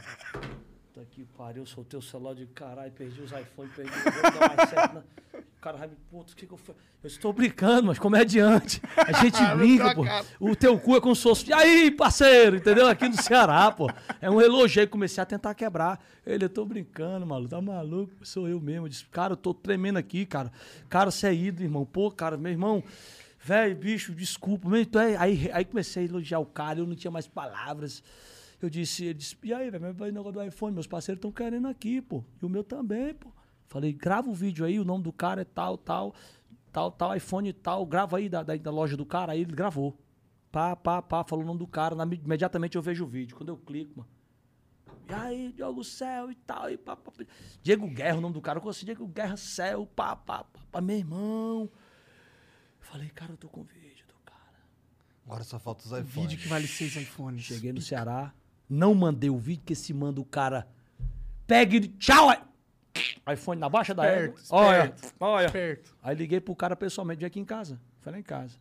Puta que pariu, soltei o celular de caralho, perdi os iPhones, perdi o vou dar mais certo, né? O cara vai me, puta, o que que eu faço? Eu estou brincando, mas comediante. A gente brinca, pô. O teu cu é como se fosse, e aí, parceiro, entendeu? Aqui no Ceará, pô. É um elogio aí, comecei a tentar quebrar. Ele, eu tô brincando, maluco, tá maluco? Sou eu mesmo. Eu disse, cara, eu tô tremendo aqui, cara. Cara, você é ídolo, irmão. Pô, cara, meu irmão, velho, bicho, desculpa. Meu, tu é... aí, aí comecei a elogiar o cara, eu não tinha mais palavras. Eu disse, ele disse, e aí, velho, vai negócio do iPhone, meus parceiros estão querendo aqui, pô. E o meu também, pô. Falei, grava o vídeo aí, o nome do cara é tal, tal, tal, tal, iPhone tal, grava aí da, da, da loja do cara. Aí ele gravou. Pá, pá, pá, falou o nome do cara. Na, imediatamente eu vejo o vídeo. Quando eu clico, mano. E aí, Diogo Céu e tal, e pá, pá, pá. Diego Guerra, o nome do cara. Eu conheci Diego Guerra Céu, pá, pá, pá, pá, meu irmão. Eu falei, cara, eu tô com o vídeo do cara. Agora só falta os iPhones. Vídeo que vale seis iPhones. Cheguei no Ceará, não mandei o vídeo, que se manda o cara pega e tchau! aí- iPhone na baixa da égua. Esperto, Olha, esperto, olha. Esperto. Aí liguei pro cara pessoalmente, veio aqui em casa. Foi lá em casa.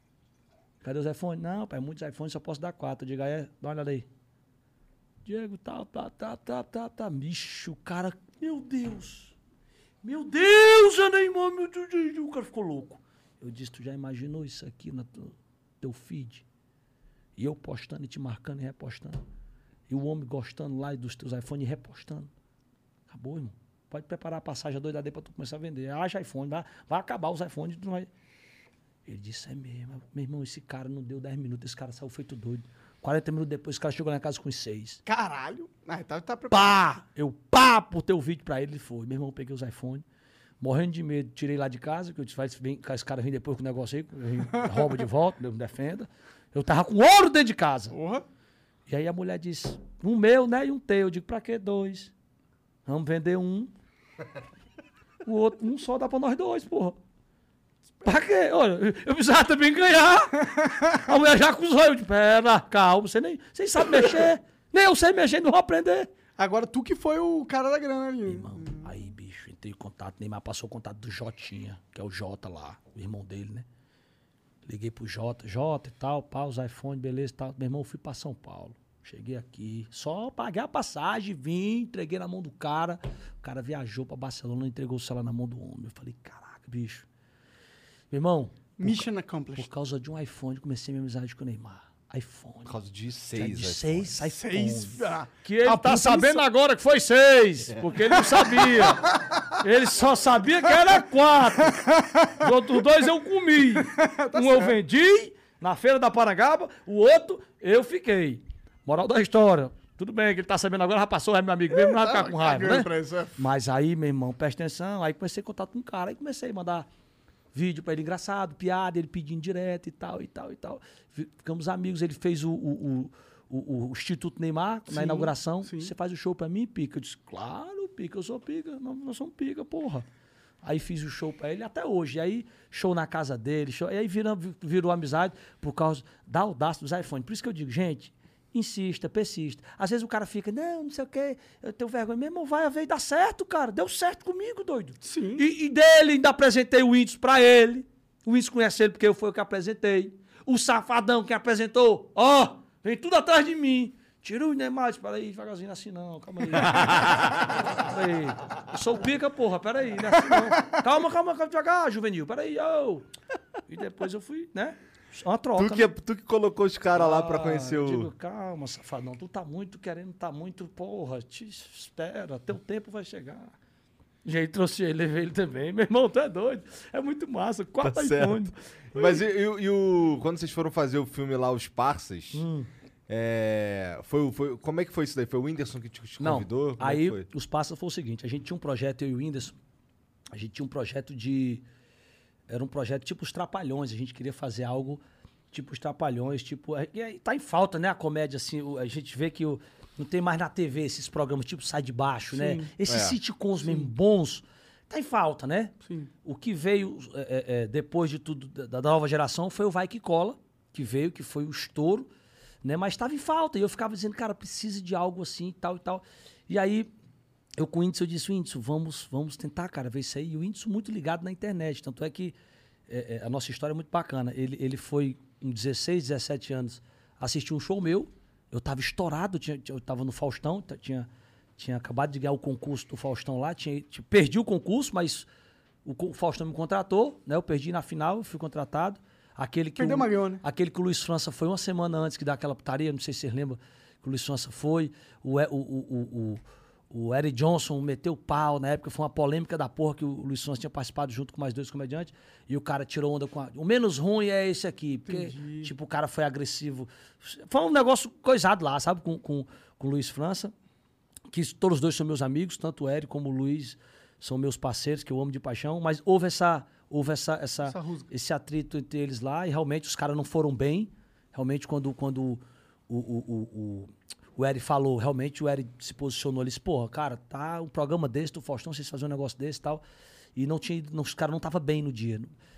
Cadê os iPhones? Não, pai, muitos iPhones só posso dar quatro. Eu digo, aí, é, dá uma olhada aí. Diego, tá, tá, tá, tá, tá, tá. Bicho, o cara, meu Deus. Meu Deus, Neymar, meu Deus. O cara ficou louco. Eu disse, tu já imaginou isso aqui no teu feed? E eu postando e te marcando e repostando. E o homem gostando lá dos teus iPhones e repostando. Acabou, irmão. Pode preparar a passagem doida pra tu começar a vender. Acha iPhone, vai, vai acabar os iPhones. Tu não vai... Ele disse, é mesmo. Meu irmão, esse cara não deu dez minutos, esse cara saiu feito doido. quarenta minutos depois, esse cara chegou na casa com os seis. Caralho. Ah, tá, tá preparado. Pá! Eu pá por teu vídeo pra ele, ele foi. Meu irmão, eu peguei os iPhones, morrendo de medo, tirei lá de casa, que eu disse, vai, vem, esse cara vem depois com o negócio aí, rouba de volta, Deus me defenda. Eu tava com ouro dentro de casa. Porra. E aí a mulher disse, um meu, né, e um teu. Eu digo, pra que dois? Vamos vender um. O outro, um só dá pra nós dois, porra. Pra quê? Olha, eu precisava também ganhar. A mulher já acusou. Eu disse, pera, calma, você nem, você sabe mexer. Nem eu sei mexer, não vou aprender. Agora tu que foi o cara da grana ali. Irmão, aí, bicho, entrei em contato. Neymar passou o contato do Jotinha, que é o Jota lá, o irmão dele, né? Liguei pro Jota, Jota e tal, pá, os iPhones, beleza e tal. Meu irmão, eu fui pra São Paulo. Cheguei aqui, só paguei a passagem, vim, entreguei na mão do cara. O cara viajou pra Barcelona, entregou o celular na mão do homem. Eu falei, caraca, bicho. Meu irmão, Mission por accomplished. causa de um iPhone, comecei minha amizade com o Neymar. iPhone. Por causa de Já seis de iPhones. seis iPhones. Seis. Ah, Que ele a tá puta sabendo lição. agora que foi seis, porque ele não sabia. Ele só sabia que era quatro. Os outros dois eu comi. Um eu vendi na feira da Parangaba, o outro eu fiquei. Moral da história. Tudo bem que ele tá sabendo agora, já passou, é meu amigo mesmo, não vai ficar com raiva, Cagando né? pra isso, é. Mas aí, meu irmão, presta atenção. Aí comecei a contato com o cara, aí comecei a mandar vídeo pra ele engraçado, piada, ele pedindo direto e tal, e tal, e tal. Fi- Ficamos amigos, ele fez o, o, o, o, o Instituto Neymar na Sim, inauguração. sim. Você faz o show pra mim, Pica? Eu disse, claro, Pica, eu sou Pica. Nós, nós somos Pica, porra. Aí fiz o show pra ele até hoje. E aí, show na casa dele, show, e aí virou, virou amizade por causa da audácia dos iPhones. Por isso que eu digo, gente, insista, persista. Às vezes o cara fica, não, não sei o quê, eu tenho vergonha. Meu irmão, vai haver e dá certo, cara. Deu certo comigo, doido. Sim. E, e dele, ainda apresentei o Whindersson pra ele. O Whindersson conhece ele porque eu fui o que apresentei. O Safadão que apresentou, ó, vem tudo atrás de mim. Tira o Neymar, espera aí, devagarzinho, assim não, calma aí. Pera aí. Eu sou o pica, porra, pera aí, não é assim não. Calma, calma, calma, devagar, juvenil, pera aí, ô. E depois eu fui, né? Uma troca. Tu que, né? tu que colocou os caras lá pra Ah, conhecer eu o... digo, calma, safadão, tu tá muito querendo, tá muito, porra, te espera, teu tempo vai chegar. E aí trouxe ele, levei ele também. Meu irmão, tu é doido? É muito massa, quatro Tá iPhones. certo. Mas e, e- e o... Quando vocês foram fazer o filme lá, Os Parças, Hum. é, foi, o- foi, como é que foi isso daí? Foi o Whindersson que te, te Não, convidou? Como é aí que foi? os passos foi o seguinte, a gente tinha um projeto, eu e o Whindersson, a gente tinha um projeto de... Era um projeto tipo os Trapalhões, a gente queria fazer algo tipo os Trapalhões, tipo... E aí tá em falta, né, a comédia, assim, o- a gente vê que o, não tem mais na T V esses programas tipo Sai de Baixo, né? Esses É. sitcoms mesmo bons, tá em falta, né? Sim. O que veio é, é, é, depois de tudo, da, da nova geração, foi o Vai Que Cola, que veio, que foi o estouro, né? Mas estava em falta. E eu ficava dizendo, cara, precisa de algo assim e tal e tal. E aí, eu com o Whindersson, eu disse, Whindersson, vamos, vamos tentar, cara, ver isso aí. E o Whindersson muito ligado na internet. Tanto é que é, é, a nossa história é muito bacana. Ele, ele foi, com dezesseis, dezessete anos, assistir um show meu. Eu tava estourado, tinha, eu tava no Faustão, t- tinha, tinha acabado de ganhar o concurso do Faustão lá. Tinha, tinha- perdi o concurso, mas o, co- o Faustão me contratou, né? Eu perdi na final, eu fui contratado. Aquele que Perdeu, o, mas ganhou, né? Aquele que o Luiz França foi uma semana antes que dá aquela putaria, não sei se vocês lembram que o Luiz França foi. O, E- o, o, o, o, o Eric Johnson meteu pau, na época foi uma polêmica da porra que o Luiz França tinha participado junto com mais dois comediantes, e o cara tirou onda com a... O menos ruim é esse aqui, porque, Entendi. tipo, o cara foi agressivo. Foi um negócio coisado lá, sabe, com, com, com o Luiz França, que todos os dois são meus amigos, tanto o Eric como o Luiz são meus parceiros, que eu amo de paixão, mas houve essa... Houve essa, essa, Essa rusga. esse atrito entre eles lá, e realmente os caras não foram bem. Realmente, quando, quando o, o, o, o, o Eric falou, realmente o Eric se posicionou, ele disse, porra, cara, tá um programa desse do Faustão, vocês fazem um negócio desse e tal. E não tinha, não, os caras não estavam bem no dia.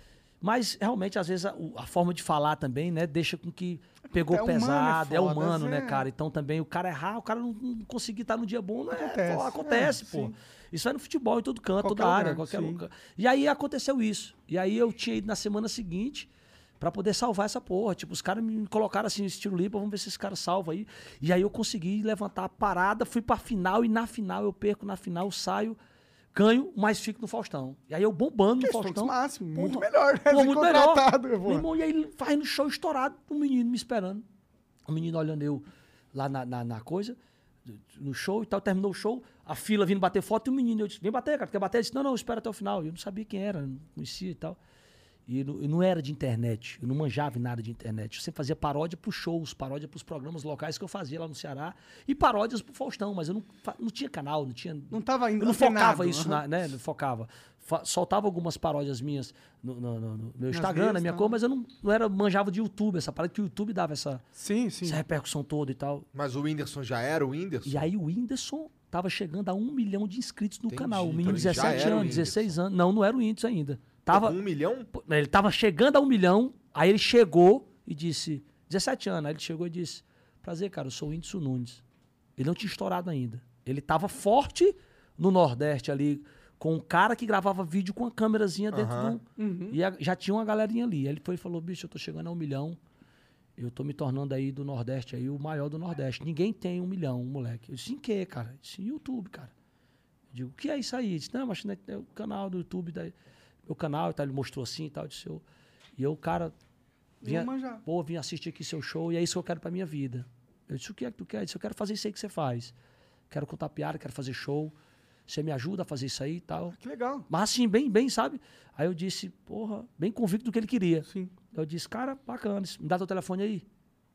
Mas, realmente, às vezes, a, o- a forma de falar também, né, deixa com que pegou É humano, é pesado, é, foda, humano, né, é. cara? Então, também, o cara errar, o cara não, não conseguir estar no dia bom, não é, Acontece. pô, acontece, É, pô. sim. Isso é no futebol, em todo canto, Qualquer toda área, lugar, qualquer sim. lugar. E aí aconteceu isso. E aí eu tinha ido na semana seguinte pra poder salvar essa porra. Tipo, os caras me colocaram assim, estilo limpo, vamos ver se esse cara salva aí. E aí eu consegui levantar a parada, fui pra final, e na final eu perco, na final eu saio, ganho, mas fico no Faustão. E aí eu bombando no Que Faustão. Faustão máximo, Porra, muito melhor, né? pô, Ser muito contratado, melhor. pô. Meu irmão, e aí faz no show estourado, o menino me esperando. O menino olhando eu lá na, na, na coisa, no show e tal, terminou o show, a fila vindo bater foto, e o menino, eu disse, vem bater, cara, quer bater? Ele disse, não, não, espera até o final. E eu não sabia quem era, não conhecia e tal. E não, eu não era de internet, eu não manjava em nada de internet. Eu sempre fazia paródia pros shows, paródia pros programas locais que eu fazia lá no Ceará, e paródias pro Faustão, mas eu não, fa- não tinha canal, não tinha... Não tava ainda Eu não antenado, focava isso, aham. na, né? Não focava. Fa- soltava algumas paródias minhas no, no- no- no meu Nas Instagram, redes, na minha tá. cor, mas eu não, não era manjava de YouTube, essa parada que o YouTube dava essa, Sim, sim. essa repercussão toda e tal. Mas o Whindersson já era o Whindersson? E aí o Whindersson tava chegando a um milhão de inscritos no Entendi, canal. O então menino ele já dezessete era o anos, dezesseis anos. Não, não era o Whindersson ainda. Tava, Um milhão? Pô, ele tava chegando a um milhão, aí ele chegou e disse, dezessete anos, aí ele chegou e disse, prazer, cara, eu sou o Whindersson Nunes. Ele não tinha estourado ainda. Ele tava forte no Nordeste ali, com um cara que gravava vídeo com uma câmerazinha dentro Aham. de um... E a- já tinha uma galerinha ali. Aí ele foi e falou, bicho, eu tô chegando a um milhão, eu tô me tornando aí do Nordeste, aí o maior do Nordeste. Ninguém tem um milhão, moleque. Eu disse, em quê, cara? Eu disse, em YouTube, cara. Eu digo, o que é isso aí? Ele disse, não, mas né, é o canal do YouTube, da, meu canal e tal. Ele mostrou assim e tal. Eu disse, eu, e eu, cara, vinha, Vou manjar. pô, vim assistir aqui seu show e é isso que eu quero pra minha vida. Eu disse, o que é que tu quer? Ele disse, eu quero fazer isso aí que você faz. Quero contar piada, quero fazer show. Você me ajuda a fazer isso aí e tal. Que legal. Mas assim, bem, bem, sabe? Aí eu disse, porra, bem convicto do que ele queria. Sim. Eu disse, cara, bacana, disse, me dá teu telefone aí.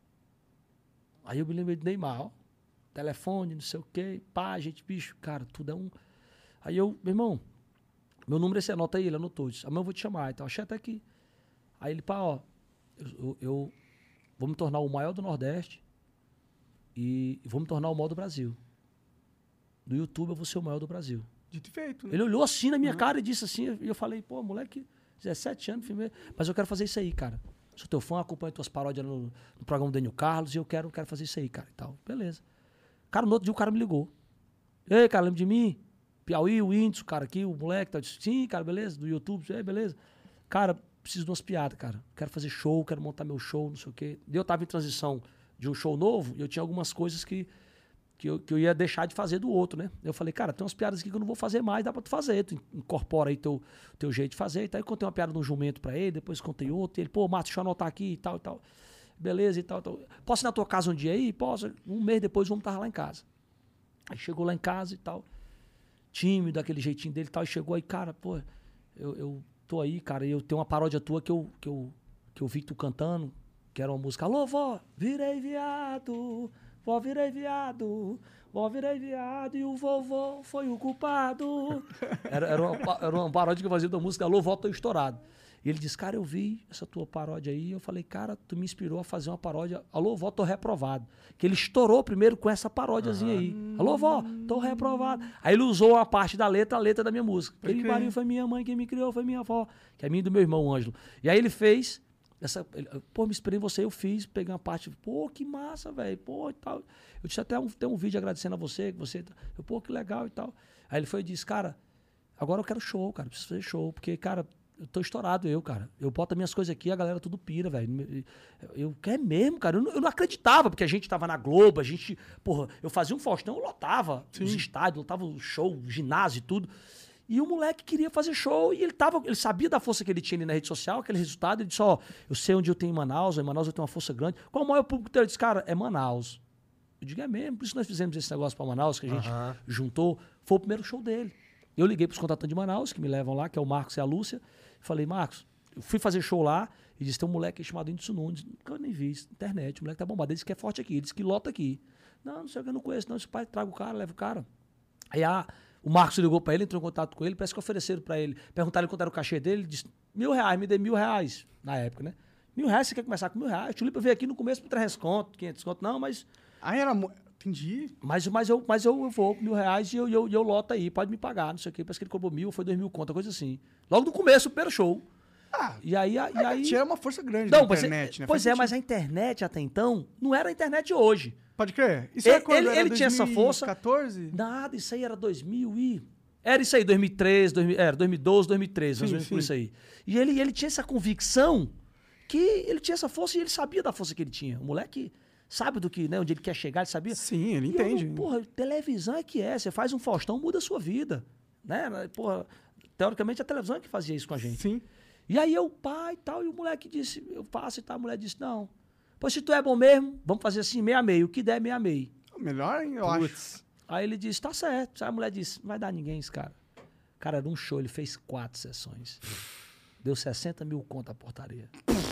Aí eu me lembrei do Neymar, ó. Telefone, não sei o quê, pá, gente, bicho, cara, tudo é um... Aí eu, meu irmão, meu número é esse, anota aí, ele anotou. Disse, amanhã eu vou te chamar, então achei até aqui. Aí ele, pá, ó, eu, eu, eu vou me tornar o maior do Nordeste e vou me tornar o maior do Brasil. No YouTube eu vou ser o maior do Brasil. Dito e feito, né? Ele olhou assim na minha cara e disse assim, e eu falei, pô, moleque, dezessete anos, filme, mas eu quero fazer isso aí, cara. Sou teu fã, acompanho tuas paródias no, no programa do Daniel Carlos e eu quero, quero fazer isso aí, cara, e tal. Beleza. Cara, no outro dia o cara me ligou. Ei, cara, lembra de mim? Piauí, o Whindersson, cara, aqui, o moleque, tá? Eu disse, sim, cara, beleza, do YouTube, ei, beleza. Cara, preciso de umas piadas, cara. Quero fazer show, quero montar meu show, não sei o quê. E eu tava em transição de um show novo, eu tinha algumas coisas que, que, eu, que eu ia deixar de fazer do outro, né? Eu falei, cara, tem umas piadas aqui que eu não vou fazer mais, dá pra tu fazer. Tu incorpora aí teu, teu jeito de fazer. Então, eu contei uma piada de um jumento pra ele, depois contei outra. E ele, pô, Márcio, deixa eu anotar aqui e tal e tal. Beleza e tal, tal. Posso ir na tua casa um dia aí? Posso. Um mês depois, vamos estar lá em casa. Aí chegou lá em casa e tal. Tímido, daquele jeitinho dele e tal. E chegou aí, cara, pô, eu, eu tô aí, cara, e eu tenho uma paródia tua que eu, que eu, que eu vi tu cantando, que era uma música, alô, vó, virei viado, vó, virei viado, vó, virei viado, e o vovô foi o culpado. Era, era, uma, era uma paródia que eu fazia da música, alô, vó, tô estourado. E ele disse, cara, eu vi essa tua paródia aí, eu falei, cara, tu me inspirou a fazer uma paródia, alô, vó, tô reprovado. Que ele estourou primeiro com essa paródiazinha aí. Alô, vó, tô reprovado. Aí ele usou a parte da letra, a letra da minha música. Ele pariu, foi minha mãe, quem me criou foi minha avó, que é minha e do meu irmão, o Ângelo. E aí ele fez, essa, ele, pô, me inspirei em você, eu fiz, peguei uma parte, pô, que massa, velho, pô, e tal. Eu disse até, um, tem um vídeo agradecendo a você, que você, eu, pô, que legal e tal. Aí ele foi e disse, cara, agora eu quero show, cara, preciso fazer show, porque, cara, eu tô estourado, eu, cara. Eu boto as minhas coisas aqui, a galera tudo pira, velho. Eu quer mesmo, cara. Eu não, eu não acreditava, porque a gente tava na Globo, a gente, porra, eu fazia um Faustão, eu lotava Sim. os estádios, lotava o show, o ginásio e tudo. E o moleque queria fazer show e ele tava, ele sabia da força que ele tinha ali na rede social, aquele resultado. Ele disse, ó, eu sei onde eu tenho em Manaus, em Manaus eu tenho uma força grande. Qual o maior público dele? Ele disse, cara, é Manaus. Eu digo, é mesmo, por isso nós fizemos esse negócio pra Manaus, que a gente uh-huh. juntou. Foi o primeiro show dele. Eu liguei pros contratantes de Manaus, que me levam lá, que é o Marcos e a Lúcia. Falei, Marcos, eu fui fazer show lá e disse, tem um moleque chamado Índice Nunes, que eu nem vi, internet, o moleque tá bombado. Ele disse que é forte aqui, ele disse que lota aqui. Não, não sei o que, eu não conheço, não. Esse pai traga o cara, leva o cara. Aí a, o Marcos ligou pra ele, entrou em contato com ele, parece que ofereceram pra ele. Perguntaram quanto era o cachê dele, ele disse, mil reais, me dê mil reais, na época, né? Mil reais, você quer começar com mil reais? Tulipa veio aqui no começo por trezentos conto, quinhentos conto, não, mas... Aí era... Entendi. Mas, mas, eu, mas eu, eu vou com mil reais e eu, eu, eu loto aí, pode me pagar, não sei o quê. Parece que ele cobrou mil, foi dois mil conto, coisa assim. Logo no começo, o primeiro show. Ah, e aí... A, e aí tinha uma força grande não, na internet, é, né? Pois Faz é, mas a internet até então não era a internet de hoje. Pode crer. Isso ele, é quando ele, era ele tinha essa força... dois mil e quatorze? Nada, isso aí era dois mil e... Era isso aí, dois mil e treze, dois mil, era dois mil e doze, dois mil e treze, mais ou menos por isso aí. E ele, ele tinha essa convicção que ele tinha essa força e ele sabia da força que ele tinha. O moleque... Sabe do que, né? Onde ele quer chegar, ele sabia? Sim, ele e entende. Eu, porra, televisão é que é. Você faz um Faustão, muda a sua vida. Né? Porra, teoricamente, a televisão é que fazia isso com a gente. Sim. E aí eu, pai e tal, e o moleque disse, eu faço e tal. A mulher disse, não. Pois se tu é bom mesmo, vamos fazer assim, meia meio. O que der, meia meio. Melhor, hein? Eu Puts. acho. Aí ele disse, tá certo. Aí a mulher disse, não vai dar ninguém esse cara. Cara, era um show, ele fez quatro sessões. Deu sessenta mil conto a portaria.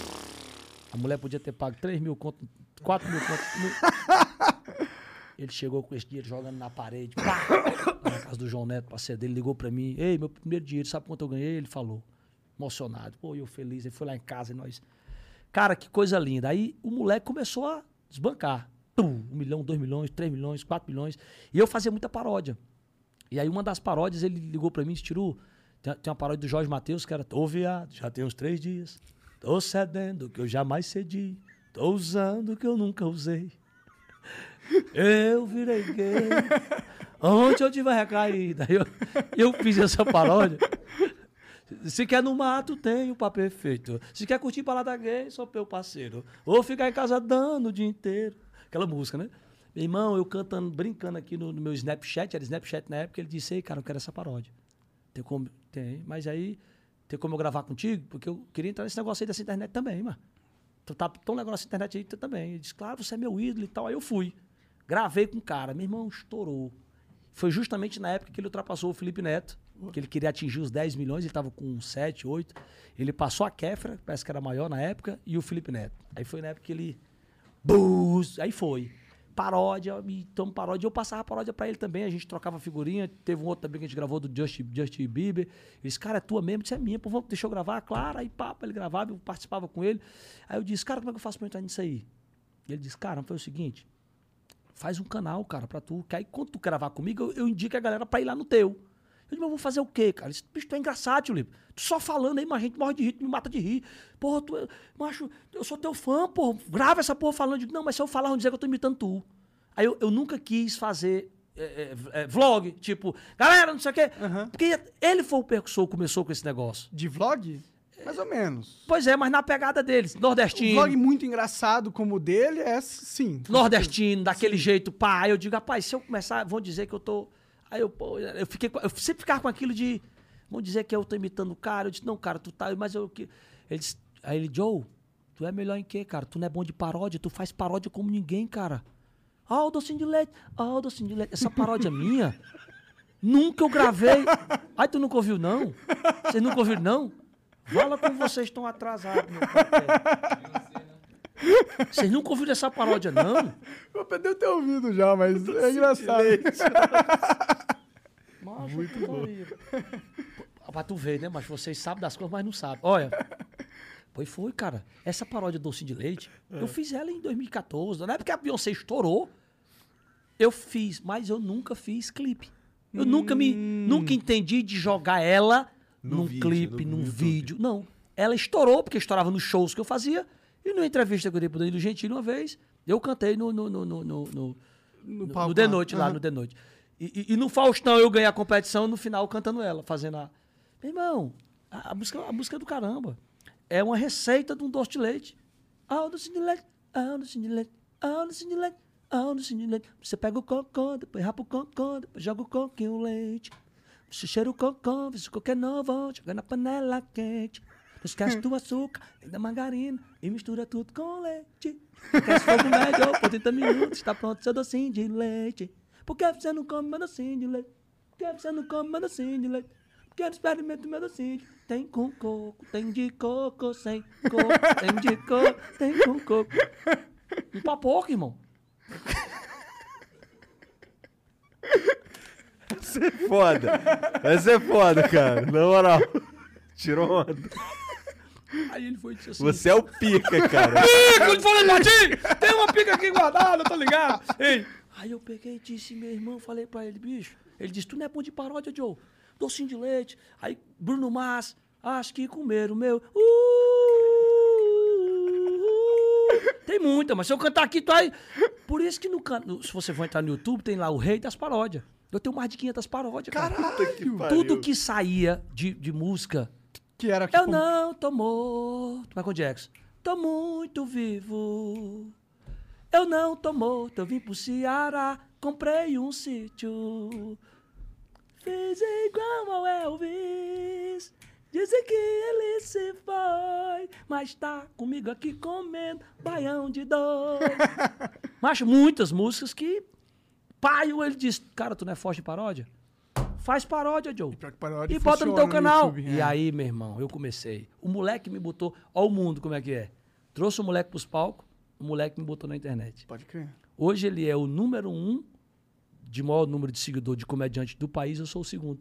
A mulher podia ter pago três mil conto, quatro mil conto. Mil. Ele chegou com esse dinheiro jogando na parede. Pá! Na casa do João Neto, parceiro dele, ligou pra mim. Ei, meu primeiro dinheiro, sabe quanto eu ganhei? Ele falou. Emocionado. Pô, eu feliz. Ele foi lá em casa e nós... Cara, que coisa linda. Aí o moleque começou a desbancar. Pum, um milhão, dois milhões, três milhões, quatro milhões. E eu fazia muita paródia. E aí uma das paródias, ele ligou pra mim e disse, Tiru, tem, tem uma paródia do Jorge Mateus que era, tô viado, já tem uns três dias. Tô cedendo que eu jamais cedi. Tô usando que eu nunca usei. Eu virei gay. Onde eu tiver recaída. Eu, eu fiz essa paródia. Se quer no mato, tem o pá perfeito. Se quer curtir balada gay, sou teu parceiro. Ou ficar em casa dando o dia inteiro. Aquela música, né? Meu irmão, eu cantando, brincando aqui no, no meu Snapchat, era Snapchat na época, ele disse, ei, cara, eu quero essa paródia. Tem como? Tem, mas aí... Tem como eu gravar contigo? Porque eu queria entrar nesse negócio aí dessa internet também, mano. Tu tá tão legal nessa internet aí tu também. Ele disse, claro, você é meu ídolo e tal. Aí eu fui. Gravei com o cara. Meu irmão estourou. Foi justamente na época que ele ultrapassou o Felipe Neto, que ele queria atingir os dez milhões, ele tava com sete, oito. Ele passou a Kéfera, parece que era maior na época, e o Felipe Neto. Aí foi na época que ele... Buzz! Aí foi. Paródia, então paródia. Eu passava paródia pra ele também, a gente trocava figurinha. Teve um outro também que a gente gravou do Justin, Justin Bieber. Ele disse, cara, é tua mesmo? Isso é minha, pô, deixa eu gravar. Claro, aí papo, ele gravava, eu participava com ele. Aí eu disse, cara, como é que eu faço pra entrar nisso aí? E ele disse, cara, foi o seguinte, faz um canal, cara, pra tu, que aí quando tu gravar comigo, eu, eu indico a galera pra ir lá no teu. Eu disse, mas eu vou fazer o quê, cara? Ele disse, bicho, tu é engraçado, tio Lipe. Tu só falando aí, mas a gente morre de rir, tu me mata de rir. Porra, tu, macho, eu sou teu fã, porra, grava essa porra falando. Eu digo, não, mas se eu falar, vão dizer que eu tô imitando tu. Aí eu, eu nunca quis fazer é, é, é, vlog, tipo, galera, não sei o quê. Uhum. Porque ele foi o percussor que começou com esse negócio. De vlog? Mais ou menos. Pois é, mas na pegada deles. Nordestino. Um vlog muito engraçado como o dele é sim. Nordestino, daquele sim. jeito, pá. Aí eu digo, rapaz, se eu começar, vão dizer que eu tô... Aí eu, pô, eu, fiquei, eu sempre ficava com aquilo de... Vão dizer que eu tô imitando o cara. Eu disse, não, cara, tu tá... Mas eu... Ele disse, aí ele, Joe, tu é melhor em quê, cara? Tu não é bom de paródia, tu faz paródia como ninguém, cara. Ah, o docinho de leite. Ah, o docinho de leite. Essa paródia minha, nunca eu gravei. Ai, tu nunca ouviu, não? Vocês nunca ouviram, não? Fala como vocês estão atrasados, meu pai. Vocês nunca ouviram essa paródia, não? Eu poderia ter ouvido já, mas é engraçado. Macho, muito bom. Pra tu ver, né? Mas vocês sabem das coisas, mas não sabem. Olha. Pois foi, cara. Essa paródia docinho de leite, é. eu fiz ela em dois mil e quatorze. Na época que a Beyoncé estourou, eu fiz, mas eu nunca fiz clipe. Eu hum. nunca me, nunca entendi de jogar ela no num vídeo, clipe, no, num no vídeo. Não. Ela estourou, porque estourava nos shows que eu fazia. E numa entrevista que eu dei pro Danilo Gentili uma vez, eu cantei no, no, no, no, no, no, no, no The Noite, lá uhum. no The Noite. E, e, e no Faustão eu ganhei a competição, no final cantando ela, fazendo a... Meu irmão, a, a, música, a música é do caramba. É uma receita de um doce de leite. Ah, o doce de leite, ah, o doce de leite, ah, o doce de leite, ah, o doce de leite. Você pega o cocô, depois rapa o cocô, depois joga o coco e o leite. Você cheira o cocô, vê se o coco é novo, joga na panela quente. Não esquece do açúcar, nem da margarina e mistura tudo com leite. Esquece fogo médio por trinta minutos, está pronto seu docinho de leite. Por que você não come meu docinho de leite? Por que você não come meu docinho de leite? Porque eu experimento meu docinho. Tem com coco, tem de coco, sem coco, tem de coco, tem com coco. Um papoco, irmão. Essa é foda. Essa é foda, cara. Na moral. Tirou onda. Aí ele foi e disse assim... Você é o pica, cara. Pica! Eu te falei, Martinho! Tem uma pica aqui guardada, tá ligado? Ei. Aí eu peguei e disse, meu irmão, falei pra ele, bicho. Ele disse, tu não é bom de paródia, Joe. Docinho de leite. Aí Bruno Mars, acho que comeram o meu. Uh, uh, uh. Tem muita, mas se eu cantar aqui, tu aí... Por isso que no canto, se você for entrar no YouTube, tem lá o Rei das Paródias. Eu tenho mais de quinhentas paródias, cara. Caralho! Que Tudo que saía de, de música... Que era, eu não tô morto. Michael Jackson. Tô muito vivo. Eu não tô morto. Eu vim pro Ceará. Comprei um sítio. Fiz igual ao Elvis. Dizem que ele se foi. Mas tá comigo aqui comendo baião de dois. Macho, muitas músicas que... Pai, ele disse, cara, tu não é forte de paródia? Faz paródia, Joe. E, paródia e bota no teu canal. No YouTube, e é. aí, meu irmão, eu comecei. O moleque me botou... Ó o mundo como é que é. Trouxe o moleque pros palcos, o moleque me botou na internet. Pode crer. Hoje ele é o número um de maior número de seguidor de comediante do país, eu sou o segundo.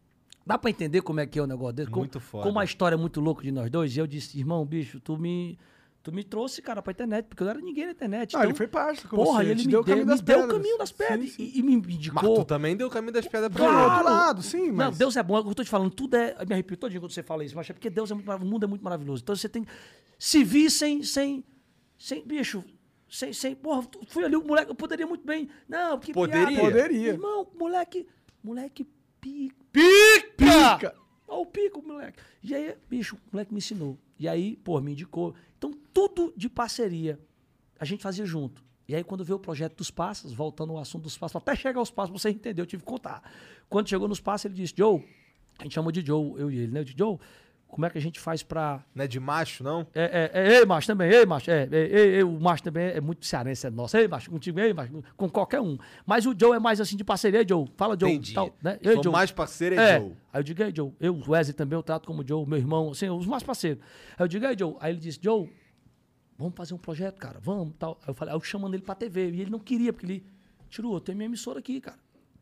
Dá pra entender como é que é o negócio dele? Muito como, foda. Como a história é muito louca de nós dois. E eu disse, irmão, bicho, tu me... Tu me trouxe, cara, pra internet, porque eu não era ninguém na internet. Ah, então, ele foi parte com porra, você. ele me me deu, deu, o me deu o caminho das pedras. Sim, sim. E, e me indicou... Mas tu também deu o caminho das pedras pra Claro, ele. do outro lado, sim, mas... Não, Deus é bom. Eu tô te falando, tudo é... Eu me arrepio todinho quando você fala isso, mas é porque Deus é muito maravilhoso. O mundo é muito maravilhoso. Então você tem... Se vir sem... sem, sem bicho... Sem, sem... Porra, fui ali, o moleque... Eu poderia muito bem... Não, que Poderia. piada. Poderia. Irmão, moleque... Moleque pica. Pica! Pica! Olha o pico, moleque. E aí, bicho, o moleque me ensinou. E aí, pô, me indicou. Então, tudo de parceria, a gente fazia junto. E aí, quando veio o projeto dos passos, voltando ao assunto dos passos, até chegar aos passos, você entendeu, eu tive que contar. Quando chegou nos passos, ele disse, Joe, a gente chamou de Joe, eu e ele, né? Eu disse, Joe, como é que a gente faz pra... Não é de macho, não? É, é, é, ei, macho também, ei, macho, é, é, é, é, o macho também é muito cearense, é nosso, ei, macho, contigo, ei, macho, com qualquer um. Mas o Joe é mais assim de parceria, ei, Joe, fala, Joe, Entendi. tal, né? Ei, Joe. mais parceiro é, é Joe. Aí eu digo, ei, Joe, eu, o Wesley também, eu trato como Joe, meu irmão, assim, os mais parceiros. Aí eu digo, ei, Joe, aí ele disse, Joe, vamos fazer um projeto, cara, vamos, tal. Aí eu falei, aí eu chamando ele pra T V, e ele não queria, porque ele, tirou, eu tenho minha emissora aqui, cara.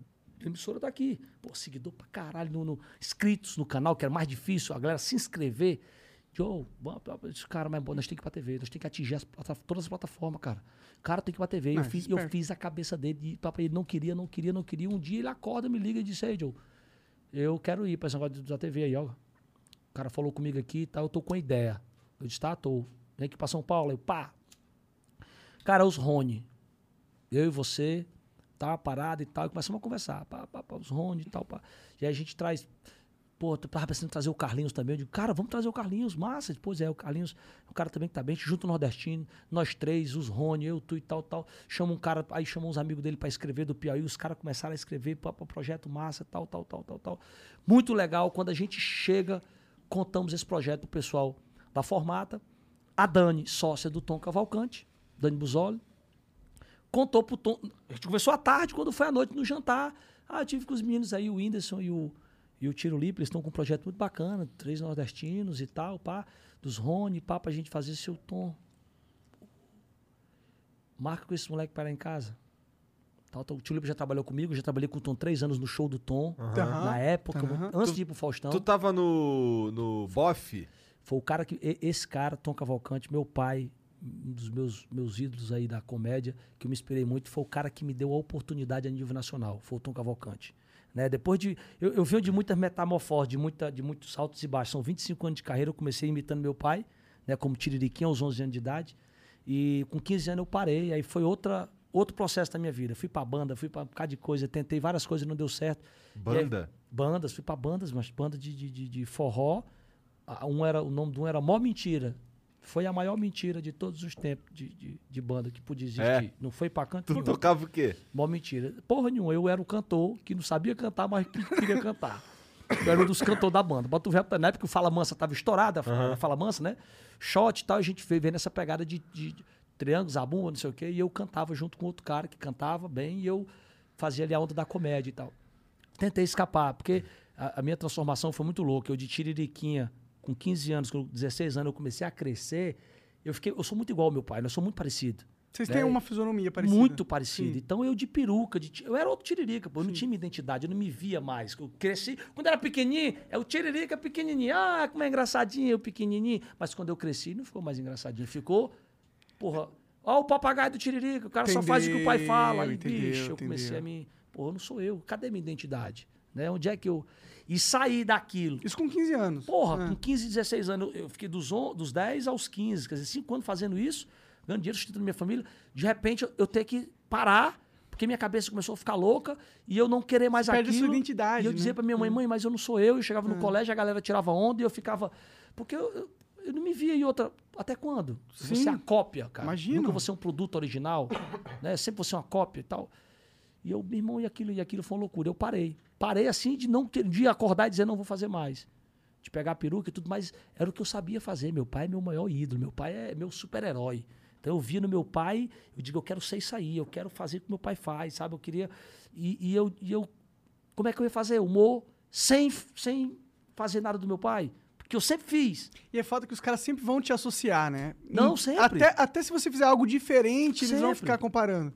A emissora tá aqui. Pô, seguidor pra caralho, no, no, inscritos no canal, que era mais difícil, a galera se inscrever. Joe, esse cara, mas nós temos que ir pra T V, nós temos que atingir as, todas as plataformas, cara. O cara tem que ir pra T V. Eu fiz, eu fiz a cabeça dele, e ele não queria, não queria, não queria. Um dia ele acorda, me liga e disse, ei, Joe, eu quero ir pra esse negócio da T V aí, ó. O cara falou comigo aqui e tá, eu tô com a ideia. Eu disse, tá, tô. Vem aqui pra São Paulo, aí, pá. Cara, os Rony, eu e você, tá, parado e tal, e começamos a conversar, pá, pá, pá, os Rony e tal, pá. E aí a gente traz Pô, tu tava pensando em trazer o Carlinhos também. Eu digo, cara, vamos trazer o Carlinhos, massa. Pois é, o Carlinhos, o cara também que tá bem, junto o nordestino, nós três, os Rony, eu, tu e tal, tal. Chama um cara, aí chama uns amigos dele pra escrever do Piauí, os caras começaram a escrever para projeto massa, tal, tal, tal, tal, tal. Muito legal. Quando a gente chega, contamos esse projeto pro pessoal da Formata. A Dani, sócia do Tom Cavalcante, Dani Busoli, contou pro Tom. A gente conversou à tarde, quando foi à noite no jantar. Ah, eu tive com os meninos aí, o Whindersson e o. E o Tiro Lipa, eles estão com um projeto muito bacana, três nordestinos e tal, pá, dos Rony, pá, pra gente fazer seu Tom. Marca com esse moleque para lá em casa. Tal, tal. O Tiro Lipa já trabalhou comigo, já trabalhei com o Tom três anos no show do Tom, Uhum. na época, Uhum. antes Tu- de ir pro Faustão. Tu tava no, no B O F? Foi o cara que. e- Esse cara, Tom Cavalcante, meu pai, um dos meus, meus ídolos aí da comédia, que eu me inspirei muito, foi o cara que me deu a oportunidade a nível nacional. Foi o Tom Cavalcante. Né? Depois de. Eu, eu venho de muitas metamorfoses, de, muita, de muitos altos e baixos. São vinte e cinco anos de carreira, eu comecei imitando meu pai, né? Como Tiririquinha, aos onze anos de idade. E com quinze anos eu parei. Aí foi outra, outro processo da minha vida. Fui pra banda, fui pra um bocado de coisa, tentei várias coisas, não deu certo. Banda? E aí, bandas, fui pra bandas, mas banda de, de, de, de forró. Ah, Um era, o nome de um era Mó Mentira. Foi a maior mentira de todos os tempos de, de, de banda que podia existir. É? Não foi pra canto Tu nenhum. tocava o quê? Mó mentira. Porra nenhuma. Eu era o cantor que não sabia cantar, mas que queria cantar. Eu era um dos cantores da banda. Bota o velho na época que o Fala Mansa tava estourada, a Fala- a Fala Mansa, né? Shot e tal. A gente veio vendo essa pegada de, de, de triângulos, zabumba, não sei o quê. E eu cantava junto com outro cara que cantava bem. E eu fazia ali a onda da comédia e tal. Tentei escapar, porque a, a minha transformação foi muito louca. Eu de tiririquinha, com quinze anos, com dezesseis anos, eu comecei a crescer. Eu, fiquei, eu sou muito igual ao meu pai, nós somos muito parecidos. Vocês É, têm uma fisionomia parecida. Muito parecido. Sim. Então eu de peruca, de ti- eu era outro tiririca, pô. Eu não tinha minha identidade, eu não me via mais. Eu cresci, quando era pequenininho, é o tiririca pequenininho. Ah, como é engraçadinho, eu pequenininho. Mas quando eu cresci, não ficou mais engraçadinho. Ficou, porra, ó o papagaio do tiririca, o cara só faz o que o pai fala. Aí, Entendeu, bicho, eu comecei entendeu. a me... Porra, não sou eu. Cadê minha identidade? Né? Onde é que eu... E sair daquilo. Isso com quinze anos. Porra, É. com quinze, dezesseis anos, eu fiquei dos, on, dos dez aos quinze, quer dizer, cinco anos fazendo isso, ganhando dinheiro, sustentando minha família. De repente, eu, eu ter que parar, porque minha cabeça começou a ficar louca e eu não querer mais Você perde a aquilo. sua identidade, E eu né? dizia pra minha mãe, mãe, mas eu não sou eu. Eu chegava no colégio, a galera tirava onda e eu ficava... Porque eu, eu, eu não me via em outra... Até quando? Sim. Você é a cópia, cara. Imagino. Nunca você é um produto original, né? Sempre você é uma cópia e tal. E eu, meu irmão, e aquilo, e aquilo foi uma loucura. Eu parei. Parei assim de não ter, de acordar e dizer, não vou fazer mais. De pegar a peruca e tudo mais. Era o que eu sabia fazer. Meu pai é meu maior ídolo. Meu pai é meu super-herói. Então eu via no meu pai, eu digo, eu quero ser isso aí, eu quero fazer o que meu pai faz, sabe? Eu queria. E, e eu, e eu. Como é que eu ia fazer? Humor sem, sem fazer nada do meu pai? Porque eu sempre fiz. E é foda que os caras sempre vão te associar, né? Não, Em- sempre. Até, até se você fizer algo diferente, eles vão Sempre. ficar comparando.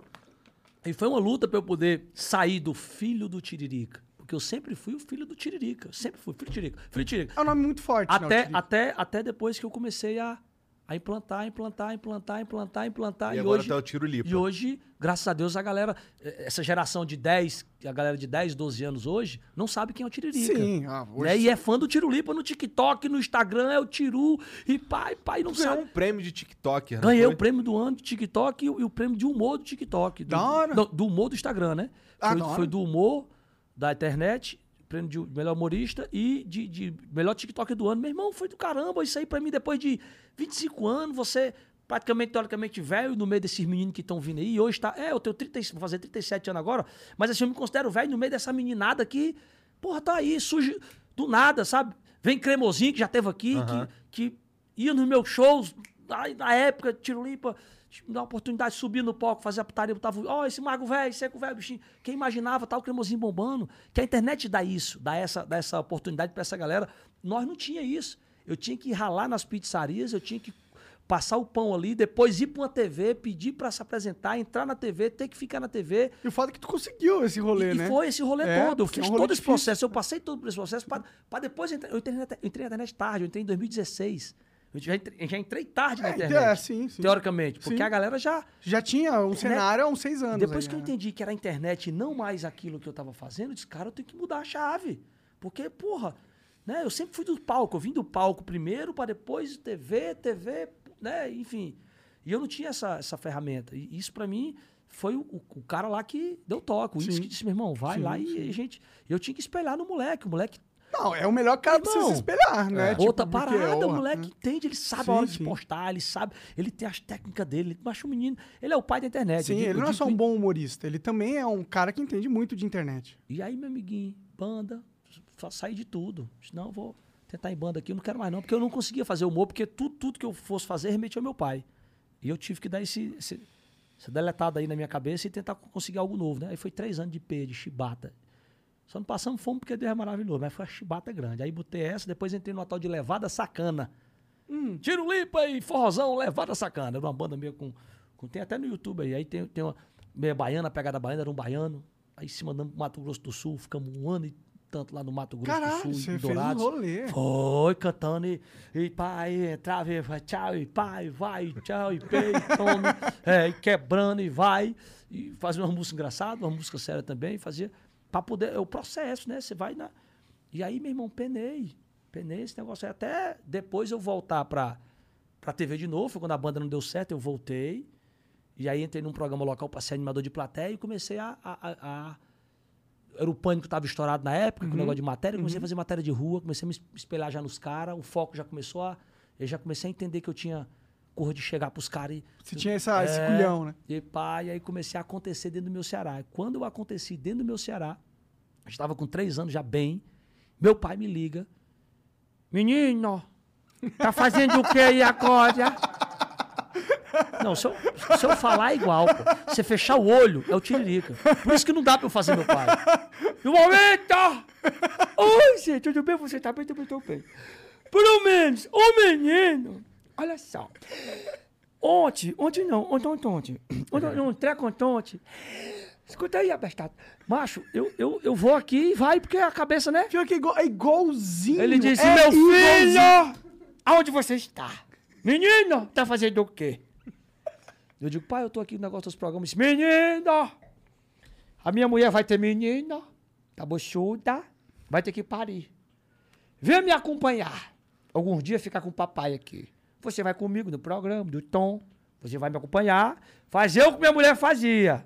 E foi uma luta para eu poder sair do filho do Tiririca. Porque eu sempre fui o filho do Tiririca. Eu sempre fui filho do Tiririca. Filho do Tiririca. É um nome muito forte, né? o Até, Tiririca. até, até depois que eu comecei a, a implantar, implantar, implantar, implantar, implantar. E E, agora hoje, tá o Tiro Lipa. e hoje, graças a Deus, a galera, eh, essa geração de dez, a galera de dez, doze anos hoje, não sabe quem é o Tiririca. Sim, ah, hoje Né? E é fã do Tiro Lipa no TikTok, no Instagram, é o Tiru, e pai, pai, não Tu ganhou sabe. um prêmio de TikToker, não Ganhei foi? o prêmio do ano de TikTok e o, e o prêmio de humor do TikTok. Do, Da hora. Não, do humor do Instagram, né? Ah, foi, da hora. foi do humor da internet, prêmio de melhor humorista e de, de melhor TikTok do ano. Meu irmão, foi do caramba. Isso aí pra mim, depois de vinte e cinco anos, você praticamente, teoricamente, velho no meio desses meninos que estão vindo aí. E hoje tá... É, eu tenho trinta, vou fazer trinta e sete anos agora, mas assim, eu me considero velho no meio dessa meninada que, porra, tá aí, surge do nada, sabe? Vem Cremosinho, que já teve aqui, Aham. que, que ia nos meus shows, na, na época, Tiro Limpa, me dá uma oportunidade de subir no palco, fazer a putaria, botava, ó, esse mago velho, seco velho, bichinho. Quem imaginava, tá o Cremosinho bombando, que a internet dá isso, dá essa, dá essa oportunidade pra essa galera. Nós não tinha isso. Eu tinha que ralar nas pizzarias, eu tinha que passar o pão ali, depois ir pra uma T V, pedir pra se apresentar, entrar na T V, ter que ficar na T V. E o foda é que tu conseguiu esse rolê, E, né? e foi esse rolê É, todo. Eu porque é fiz um rolê todo esse difícil. processo. Eu passei todo por esse processo pra, pra depois entrar. Eu entrei, na, eu entrei na internet tarde, eu entrei em dois mil e dezesseis. Eu já entrei, já entrei tarde na É, internet. é, sim, sim. Teoricamente. Porque Sim. a galera já. Já tinha um cenário há uns seis anos. Depois aí, que eu né? entendi que era a internet e não mais aquilo que eu tava fazendo, eu disse, cara, eu tenho que mudar a chave. Porque, porra, né? Eu sempre fui do palco. Eu vim do palco primeiro, pra depois T V, T V, né? Enfim. E eu não tinha essa, essa ferramenta. E isso, pra mim, foi o, o cara lá que deu toque. O Whindersson Sim. que disse, meu irmão, vai Sim, lá e sim. a gente... Eu tinha que espelhar no moleque. O moleque Não, é o melhor cara pra você Irmão, se espelhar, né? É. Tipo, Outra porque, parada, o ó, moleque né? entende, ele sabe Sim, a hora sim. de postar, ele sabe, ele tem as técnicas dele, ele acha um menino, ele é o pai da internet. Sim, eu digo- ele eu não é digo só um que- bom humorista, ele também é um cara que entende muito de internet. E aí, meu amiguinho, banda, fa- saí de tudo. Não, vou tentar em banda aqui, eu não quero mais não, porque eu não conseguia fazer humor, porque tudo, tudo que eu fosse fazer remetia ao meu pai. E eu tive que dar esse, esse, essa deletada aí na minha cabeça e tentar conseguir algo novo, né? Aí foi três anos de P, de chibata. Só não passamos fome porque Deus é maravilhoso, mas foi a chibata grande. Aí botei essa, depois entrei no tal de Levada Sacana. Hum, Tiro Lipa e Forrozão, Levada Sacana. Era uma banda meio com, com... Tem até no YouTube aí. Aí tem, tem uma meia baiana, pegada baiana, era um baiano. Aí se mandamos pro Mato Grosso do Sul, ficamos um ano e tanto lá no Mato Grosso Caralho, do Sul, você em fez um Dourados. rolê. Foi, cantando e, e pai, entrava e vai, tchau, e pai, vai, tchau, e pei, tome, é, e quebrando e vai. E fazia uma música engraçada, uma música séria também, fazia... Pra poder, é o processo, né? Você vai na... E aí, meu irmão, penei. Penei esse negócio aí. Até depois eu voltar pra, pra T V de novo. Foi quando a banda não deu certo, eu voltei. E aí entrei num programa local pra ser animador de plateia e comecei a... a, a, a... Era o Pânico que tava estourado na época, com o negócio de matéria. Comecei a fazer matéria de rua, comecei a me espelhar já nos caras. O foco já começou a... Eu já comecei a entender que eu tinha cor de chegar pros caras e... Você tinha essa, esse culhão, né? E pá, e aí comecei a acontecer dentro do meu Ceará. E quando eu aconteci dentro do meu Ceará, eu estava com três anos já bem, meu pai me liga. Menino, tá fazendo o que aí agora? Não, se eu, se eu falar igual, pô, você fechar o olho, é o tiririca. Por isso que não dá pra eu fazer meu pai. E o momento! Oi, gente, tudo bem? Você tá bem? Tudo bem, tudo bem. Pelo menos, o menino... Olha só. Ontem, ontem não, ontem, ontem, ontem. Ontem, não, treco ontem, ontem. Escuta aí, abestado. Macho, eu, eu, eu vou aqui e vai, porque a cabeça, né? Pior que é, igual, é igualzinho. Ele disse, é meu igualzinho. filho, aonde você está? Menino, tá fazendo o quê? Eu digo, pai, eu tô aqui no negócio dos programas. Menino, a minha mulher vai ter menina, tá bochuda, vai ter que parir. Vem me acompanhar. Alguns dias ficar com o papai aqui. Você vai comigo no programa do Tom. Você vai me acompanhar. Fazer o que minha mulher fazia.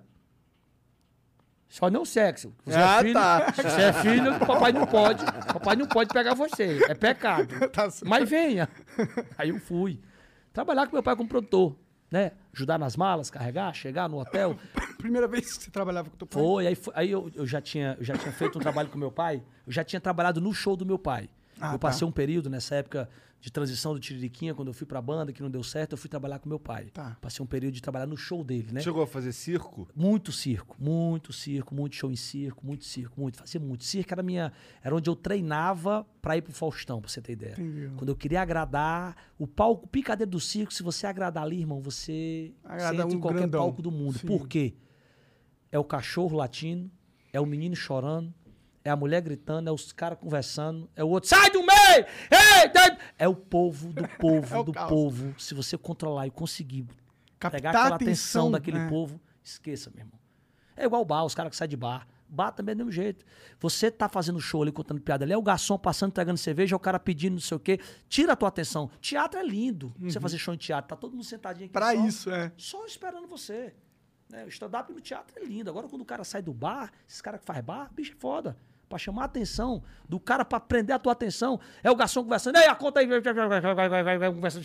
Só não sexo. Você Ah, é filho, tá. Você é filho, papai não pode. Papai não pode pegar você. É pecado. Tá certo. Mas venha. Aí eu fui. Trabalhar com meu pai como produtor. Né? Ajudar nas malas, carregar, chegar no hotel. Primeira vez que você trabalhava com teu pai? Foi. Aí, foi- aí eu, eu já tinha, eu já tinha feito um trabalho com meu pai. Eu já tinha trabalhado no show do meu pai. Ah, eu passei tá. um período nessa época de transição do Tiririquinha, quando eu fui pra banda, que não deu certo, eu fui trabalhar com meu pai. Tá. Passei um período de trabalhar no show dele, né? Chegou a fazer circo? Muito circo, muito circo, muito show em circo, muito circo, muito. Fazia muito. Circo era, minha, era onde eu treinava pra ir pro Faustão, pra você ter ideia. Entendi. Quando eu queria agradar, o palco, o picadeiro do circo, se você agradar ali, irmão, você, Agrada você entra um em qualquer grandão. palco do mundo. Sim. Por quê? É o cachorro latindo, é o menino chorando, é a mulher gritando, é os caras conversando, é o outro, sai do meio! Ei, tá-" É o povo do povo, É o do caos. povo. Se você controlar e conseguir Captar pegar aquela a atenção, atenção daquele né? povo, esqueça, meu irmão. É igual bar, os caras que saem de bar. Bar também é do mesmo jeito. Você tá fazendo show ali, contando piada ali, é o garçom passando, entregando cerveja, é o cara pedindo não sei o quê. Tira a tua atenção. Teatro é lindo. Você fazer show em teatro, tá todo mundo sentadinho aqui. Uhum. Pra só, isso, é. Só esperando você. Né? O stand-up no teatro é lindo. Agora, quando o cara sai do bar, esses caras que faz bar, bicho, é foda. Pra chamar a atenção do cara, pra prender a tua atenção. É o garçom conversando. Ei, a conta aí. Vai, vai, vai, vai, vai, vai, vai, conversando.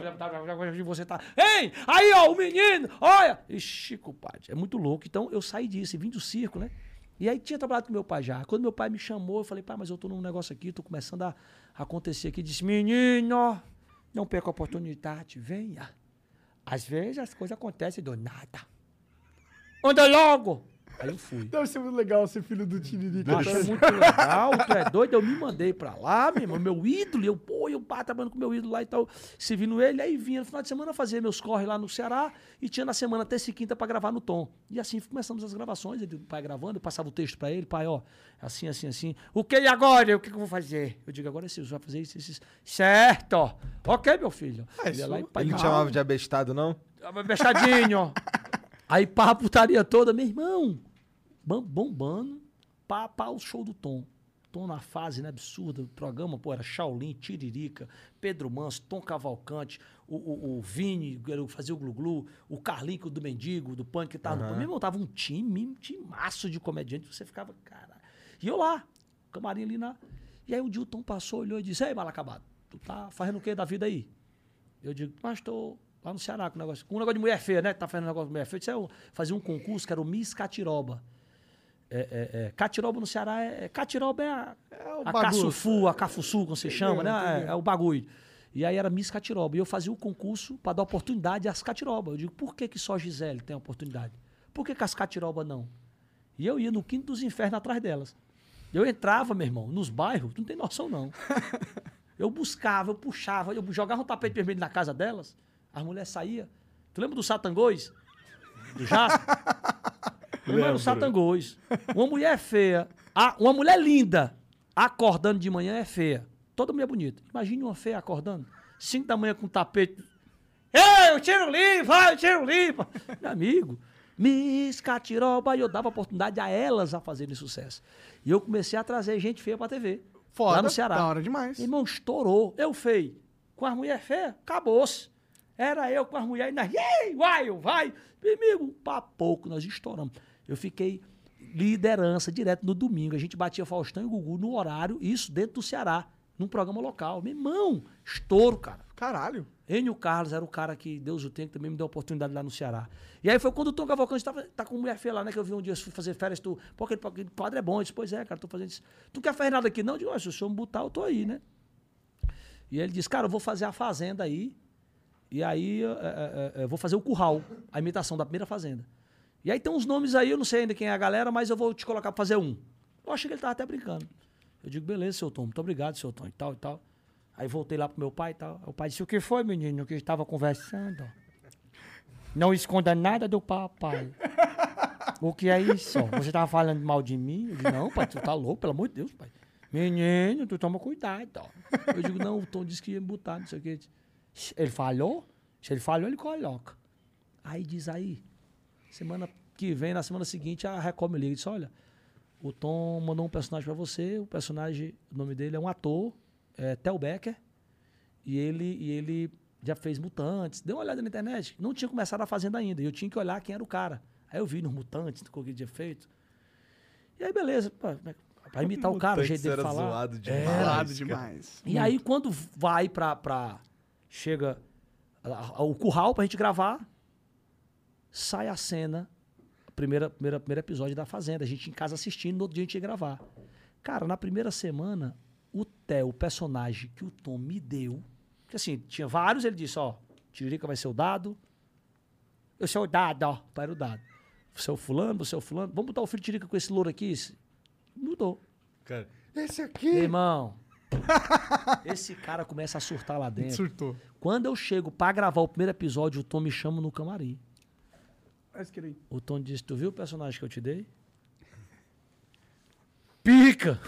E você tá. Ei, aí, ó, o menino. Olha. Ixi, compadre. É muito louco. Então, eu saí disso e vim do circo, né? E aí, tinha trabalhado com meu pai já. Quando meu pai me chamou, eu falei, pai, mas eu tô num negócio aqui, tô começando a acontecer aqui. Disse, menino, não perca a oportunidade, venha. Às vezes as coisas acontecem do nada. Anda logo! Aí eu fui. Deve ser muito legal ser filho do Tiririca. Eu achei muito legal, tu é doido, eu me mandei pra lá, meu irmão, meu ídolo, e eu, pô, eu pá, trabalhando com meu ídolo lá e tal, servindo ele, aí vinha no final de semana fazer meus corre lá no Ceará, e tinha na semana terça e quinta pra gravar no Tom. E assim começamos as gravações, ele, o pai gravando, eu passava o texto pra ele, pai, ó, assim, assim, assim, o que e agora? O que, que eu vou fazer? Eu digo, agora você vai fazer isso, isso, isso. Certo! Ok, meu filho. É, Ele ia lá e, pai, Ele não te calma. chamava de abestado, não? Mexadinho. Aí pá, a putaria toda, meu irmão, bam- bombando, pá, pá, o show do Tom. Tom na fase, né, absurda, o programa, pô, era Shaolin, Tiririca, Pedro Manso, Tom Cavalcante, o, o, o Vini, que fazia o Glu-Glu, o Carlinho do Mendigo, do Punk, que tava no... Meu irmão, tava um time, um timaço de comediante, você ficava, cara... E eu lá, camarim ali na... E aí um dia o Tom passou, olhou e disse, ei, mal acabado, tu tá fazendo o que da vida aí? Eu digo, mas tô lá no Ceará com um negócio, com um negócio de mulher feia, né? Tá fazendo um negócio de mulher feia. Eu disse, eu fazia um concurso que era o Miss Catiroba. É, é, é, Catiroba no Ceará, é, Catiroba é a, É o a bagulho. Caçufu, a Cafuçu, como se chama, né? entendeu. É, é o bagulho. E aí era Miss Catiroba. E eu fazia o concurso para dar oportunidade às Catirobas. Eu digo, por que, que só a Gisele tem oportunidade? Por que, que as Catirobas não? E eu ia no quinto dos infernos atrás delas. Eu entrava, meu irmão, nos bairros, tu não tem noção, não. Eu buscava, eu puxava, eu jogava um tapete vermelho na casa delas, as mulheres saíam. Tu lembra do Satangôs? Do Jasper? Lembra do Satangôs? Uma mulher feia, a- uma mulher linda, acordando de manhã é feia. Toda mulher bonita. Imagine uma feia acordando, cinco da manhã com tapete. Ei, eu tiro limpo, vai, eu tiro limpo. Meu amigo, Miss Catiroba, e eu dava oportunidade a elas a fazerem sucesso. E eu comecei a trazer gente feia pra T V. Foda, lá no Ceará. da hora demais. Irmão, estourou. Eu fei. Com as mulheres feias, acabou-se. Era eu com as mulheres, nós, ei, vai, eu, vai. Meu amigo, pra pouco nós estouramos. Eu fiquei liderança direto no domingo. A gente batia Faustão e Gugu no horário, isso dentro do Ceará, num programa local. Meu irmão, estouro, cara. Caralho. Enio Carlos era o cara que Deus o tem, que também me deu oportunidade lá no Ceará. E aí foi quando o Tom Cavalcante tava, tá com mulher feia lá, né? Que eu vi um dia, eu fui fazer férias, tu, pô, aquele, aquele quadro é bom. Eu disse, pois é, cara, tô fazendo isso. Tu não quer fazer nada aqui, não? Eu digo, se o senhor me botar, eu tô aí, né? E ele disse, cara, eu vou fazer a Fazenda aí, e aí é, é, é, eu vou fazer o Curral, a imitação da primeira Fazenda. E aí tem uns nomes aí, eu não sei ainda quem é a galera, mas eu vou te colocar pra fazer um. Eu achei que ele tava até brincando. Eu digo, beleza, seu Tom, muito obrigado, seu Tom, e tal, e tal. Aí voltei lá pro meu pai e tal. O pai disse, o que foi, menino, que estava conversando? Não esconda nada do papai. O que é isso? Você tava falando mal de mim? Eu digo, não, pai, tu tá louco, pelo amor de Deus, pai. Menino, tu toma cuidado. Eu digo, não, o Tom disse que ia me botar, não sei o que. Ele falhou? Se ele falhou, ele coloca. Aí diz aí, semana que vem, na semana seguinte, a Record me liga e disse, olha, o Tom mandou um personagem pra você, o personagem, o nome dele é um ator, é Tel Becker, e ele, e ele já fez Mutantes. Deu uma olhada na internet, não tinha começado a Fazenda ainda, e eu tinha que olhar quem era o cara. Aí eu vi nos Mutantes, no que ele tinha feito. E aí, beleza, pra, pra imitar o cara, o jeito dele era falar. zoado demais. É. Zoado cara. demais. E aí, quando vai pra. pra chega a- a- o curral pra gente gravar, sai a cena, primeira, primeira, primeiro episódio da Fazenda. A gente em casa assistindo, no outro dia a gente ia gravar. Cara, na primeira semana, o Theo, o personagem que o Tom me deu, que assim, tinha vários, ele disse, ó, Tiririca vai ser o dado, eu sou o dado, ó, pai era o dado. Você é o fulano, você é o fulano, vamos botar o filho de Tiririca com esse louro aqui? Esse- Mudou. Cara, esse Meu aqui. irmão, esse cara começa a surtar lá dentro. Surtou. Quando eu chego pra gravar o primeiro episódio, o Tom me chama no camarim. Mas que aí. O Tom disse, tu viu o personagem que eu te dei? Pica!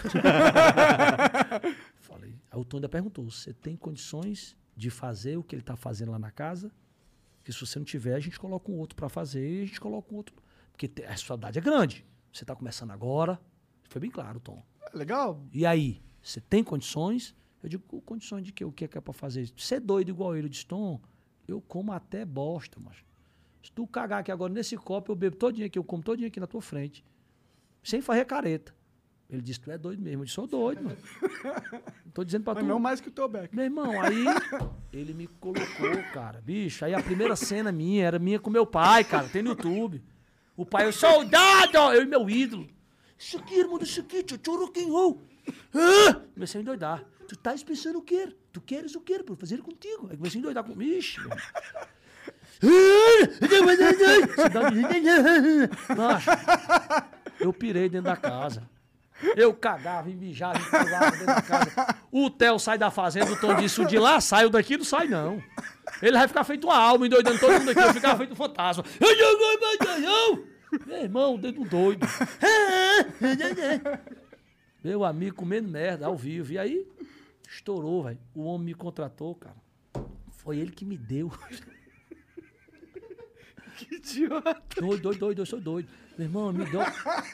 Falei. Aí o Tom ainda perguntou, você tem condições de fazer o que ele tá fazendo lá na casa? Que se você não tiver, a gente coloca um outro pra fazer e a gente coloca um outro. Porque te- a responsabilidade é grande. Você tá começando agora. Foi bem claro, Tom. Legal? E aí, você tem condições? Eu digo, condições de quê? O que é que é pra fazer? Você é doido igual ele, disse, Tom, eu como até bosta, mas se tu cagar aqui agora nesse copo, eu bebo todinho aqui, eu como todinho aqui na tua frente, sem fazer careta. Ele disse, tu é doido mesmo. Eu disse, sou doido, mano. Não tô dizendo pra Mas tu. não mais que o teu Beck. Meu irmão, aí ele me colocou, cara, bicho. Aí a primeira cena minha era minha com meu pai, cara, tem no YouTube. O pai, eu soldado, eu e meu ídolo. Isso aqui, irmão, isso aqui, tchutchu rock and roll. Ah! Comecei a endoidar. Tu tá pensando o quê? Tu queres o quê? Por fazer contigo. Aí comecei a endoidar com... Ixi, meu. Macho, eu pirei dentro da casa. Eu cagava e mijava e pulava dentro da casa. O Theo sai da fazenda, o Tom disse, o de lá saiu daqui, não sai não. Ele vai ficar feito uma alma, endoidando todo mundo aqui, eu ficava feito um fantasma. Meu irmão, dedo doido. Meu amigo comendo merda, ao vivo. E aí, estourou, velho. O homem me contratou, cara. Foi ele que me deu. Que idiota. Doido, doido, doido, eu sou doido. Meu irmão, me deu...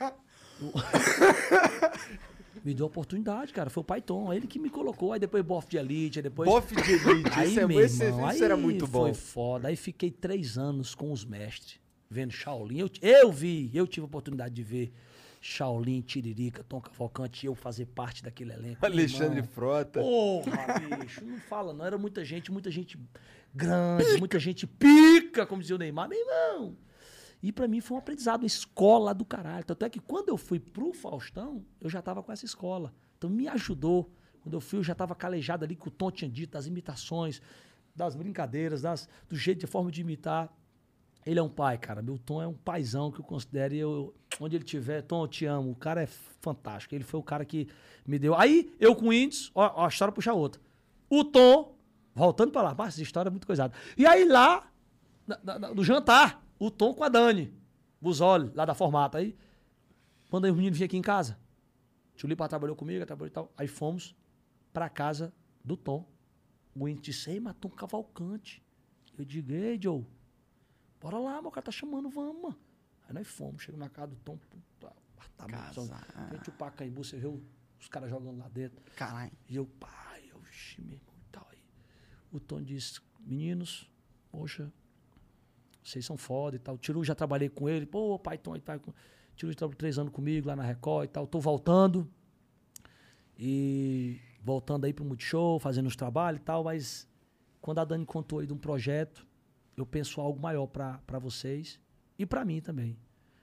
me deu oportunidade, cara. Foi o Pai Tom, ele que me colocou. Aí depois Boff de Elite, aí depois... Boff de Elite, Aí, esse, é, meu esse, irmão, esse aí era muito bom. Foi foda. Aí fiquei três anos com os mestres, vendo Shaolin. Eu, eu vi, eu tive a oportunidade de ver Shaolin, Tiririca, Tom Cavalcante, eu fazer parte daquele elenco. Alexandre irmão. Frota. Porra, bicho, não fala não. Era muita gente, muita gente grande, pica. muita gente pica, como dizia o Neymar. Meu irmão. E pra mim foi um aprendizado, uma escola do caralho. Tanto é que quando eu fui pro Faustão, eu já tava com essa escola. Então me ajudou. Quando eu fui, eu já tava calejado ali, que o Tom tinha dito, das imitações, das brincadeiras, das, do jeito, de forma de imitar. Ele é um pai, cara. Meu Tom é um paizão que eu considero. E eu, onde ele estiver, Tom, eu te amo. O cara é fantástico. Ele foi o cara que me deu. Aí, eu com o Índios, ó, ó, a história puxa a outra. O Tom, voltando pra lá, essa história é muito coisada. E aí lá, na, na, no jantar, o Tom com a Dani, Busoli, lá da Formata. Aí, quando o menino vinha aqui em casa, Tio Lipa trabalhou comigo, trabalhou e tal. Aí fomos pra casa do Tom. O Índio disse, ei, mas Tom Cavalcante. Eu digo, ei, Joe. Bora lá, meu cara tá chamando, vamos, mano. Aí nós fomos, chegamos na casa do Tom, puta, apartamento, frente o Pacaembu, você vê os caras jogando lá dentro. Caralho. E eu, pai, eu, xi, meu irmão, e tal. Aí o Tom disse, meninos, poxa, vocês são foda e tal. O Tiru, já trabalhei com ele, pô, pai, Tom, pai, Tiru trabalhou três anos comigo lá na Record e tal. Tô voltando, e voltando aí pro Multishow, fazendo os trabalhos e tal, mas quando a Dani contou aí de um projeto, eu penso algo maior para vocês e para mim também.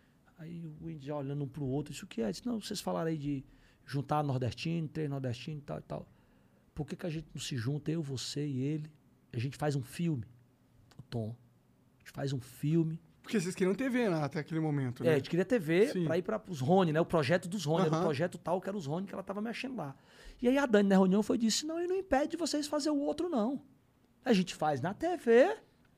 Aí o Índio já olhando um pro outro, isso o que é? Disse, não, vocês falaram aí de juntar nordestino, três nordestinos e tal e tal. Por que que a gente não se junta, eu, você e ele? A gente faz um filme, o Tom. A gente faz um filme. Porque vocês queriam T V, né, até aquele momento, né? É, a gente queria T V Sim. para ir para os Rony, né? O projeto dos Rony, Uhum. era o projeto tal que era os Rony que ela tava mexendo lá. E aí a Dani na reunião foi e disse, não, ele não impede de vocês fazer o outro, não. A gente faz na T V...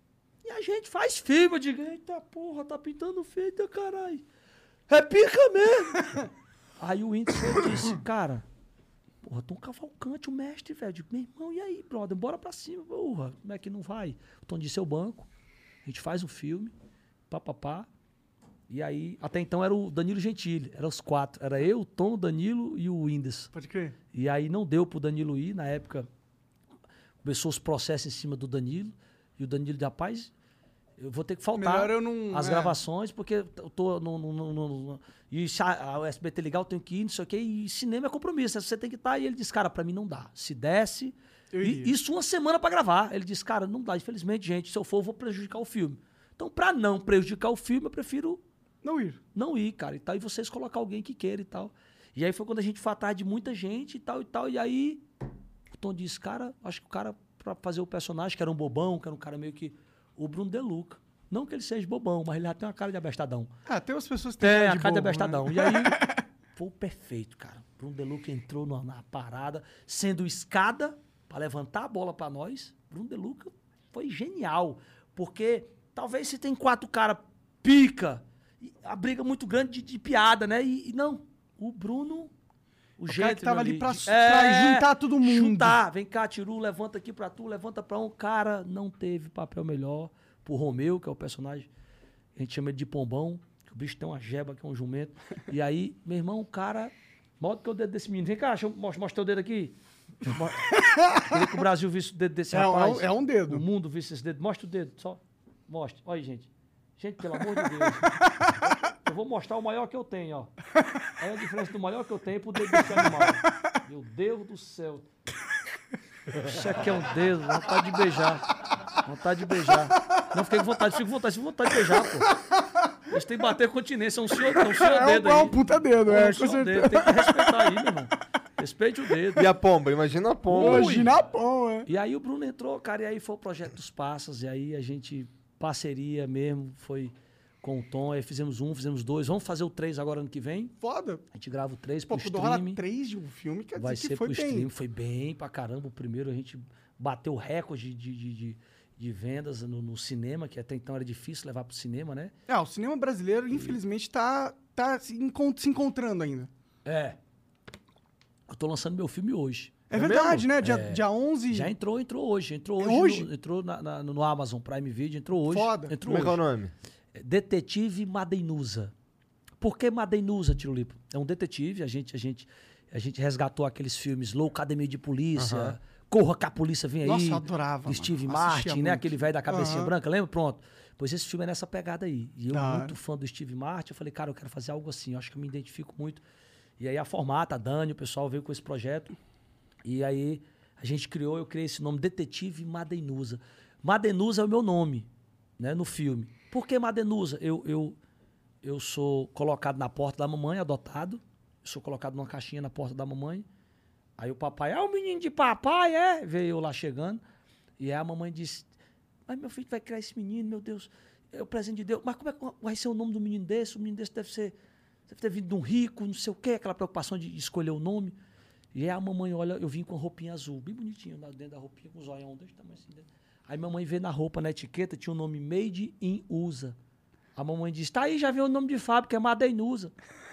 E a gente faz filme. Eu digo, eita porra, tá pintando feita, caralho. É pica mesmo. Aí o Whindersson disse, cara, porra, Tom Cavalcante, o mestre, velho. Eu digo, meu irmão, e aí, brother? Bora pra cima, porra. Como é que não vai? O Tom disse, é o banco. A gente faz um filme, papapá. E aí, até então era o Danilo Gentili. Era os quatro. Era eu, o Tom, o Danilo e o Whindersson. Pode crer. E aí não deu pro Danilo ir. Na época, começou os processos em cima do Danilo. E o Danilo de rapaz, eu vou ter que faltar Melhor eu não, as é. gravações, porque eu tô no, no, no, no, no e se a, a S B T ligar, eu tenho que ir, não sei o quê, e cinema é compromisso, você tem que estar. E ele disse, cara, pra mim não dá. Se desse, Eu e, iria. isso uma semana pra gravar. Ele disse, cara, não dá, infelizmente, gente, se eu for, eu vou prejudicar o filme. Então, pra não prejudicar o filme, eu prefiro Não ir. não ir, cara, e tal, e vocês colocar alguém que queira e tal. E aí foi quando a gente foi atrás de muita gente e tal e tal, e aí o Tom disse, cara, acho que o cara, pra fazer o personagem, que era um bobão, que era um cara meio que... O Bruno De Luca. Não que ele seja bobão, mas ele já tem uma cara de abestadão. Ah, tem umas pessoas que Tem têm a cara de bobo, abestadão. né? E aí, foi o perfeito, cara. O Bruno De Luca entrou na, na parada, sendo escada pra levantar a bola pra nós. Bruno De Luca foi genial. Porque talvez se tem quatro caras pica, e a briga muito grande de, de piada, né? E, e não, o Bruno... O, O jeito cara que tava ali pra, de- pra juntar todo mundo. Juntar, vem cá, Tiru, levanta aqui pra tu, levanta pra um. Cara, não teve papel melhor pro Romeu, que é o personagem, a gente chama ele de Pombão, que o bicho tem uma jeba, que é um jumento. E aí, meu irmão, o cara, mostra que é o dedo desse menino. Vem cá, deixa eu mostrar, mostra teu dedo aqui. Mo- Queria que o Brasil visse o dedo desse É, é um- rapaz. é um dedo. O mundo visse esse dedo. Mostra o dedo, só. Mostra. Olha aí, gente. Gente, pelo amor de Deus. Eu vou mostrar o maior que eu tenho, ó. Olha a diferença do maior que eu tenho pro dedo desse animal. Meu Deus do céu. Isso aqui é um dedo, vontade de beijar. Vontade de beijar. Não, fiquei com vontade, fico com vontade, fico com vontade de beijar, pô. Eles têm que bater continência, é um senhor, é um senhor É um, dedo é aí. um puta dedo, Pô, é, um com senhor certeza. dedo. Tem que respeitar aí, meu irmão. Respeite o dedo. E a pomba? Imagina a pomba. Hoje na pão, é. E aí o Bruno entrou, cara, e aí foi o Projeto dos Passas, e aí a gente, parceria mesmo, foi com o Tom, aí fizemos um, fizemos dois, vamos fazer o três agora ano que vem, Foda. a gente grava o três Pô, pro quando rola streaming, três de um filme, quer vai dizer ser que foi pro bem. streaming, foi bem pra caramba, o primeiro a gente bateu recorde de, de, de, de vendas no, no cinema, que até então era difícil levar pro cinema, né? É, o cinema brasileiro, infelizmente, tá, tá se, encont- se encontrando ainda. É. Eu tô lançando meu filme hoje. É, É verdade, mesmo? né? Dia, dia onze. Já entrou, entrou hoje, entrou É hoje, hoje? No, entrou na- na- no Amazon Prime Video, entrou hoje. Foda. Entrou Como é que é o hoje. nome? Detetive Madeinusa. Por que Madeinusa, Tirulipo? É um detetive, a gente, a gente, a gente resgatou aqueles filmes Loucademia de Polícia, Aham. Corra que a polícia vem aí. Nossa, eu adorava, Do Steve mano. Assistia Martin, né? muito. Aquele velho da cabecinha Aham. branca, lembra? Pronto. Pois esse filme é nessa pegada aí. E eu, Da hora. muito fã do Steve Martin, eu falei, cara, eu quero fazer algo assim. Eu acho que eu me identifico muito. E aí a Formata, a Dani, o pessoal veio com esse projeto. E aí a gente criou, eu criei esse nome, Detetive Madenusa. Madenusa é o meu nome, né, no filme. Por que Madenusa? Eu, eu, eu sou colocado na porta da mamãe, adotado. Eu sou colocado numa caixinha na porta da mamãe. Aí o papai, ah, o menino de papai, é? Veio eu lá chegando. E aí a mamãe disse, mas meu filho vai criar esse menino, meu Deus, é o presente de Deus. Mas como é que vai ser o nome do menino desse? O menino desse deve ser, deve ter vindo de um rico, não sei o quê, aquela preocupação de escolher o nome. E aí a mamãe olha, eu vim com a roupinha azul, bem bonitinho, lá dentro da roupinha, com o zoião desse tamanho assim dentro. Aí mamãe vê na roupa, na etiqueta, tinha o nome Made in U S A. A mamãe disse, tá aí, já viu o nome de fábrica, é Madenusa.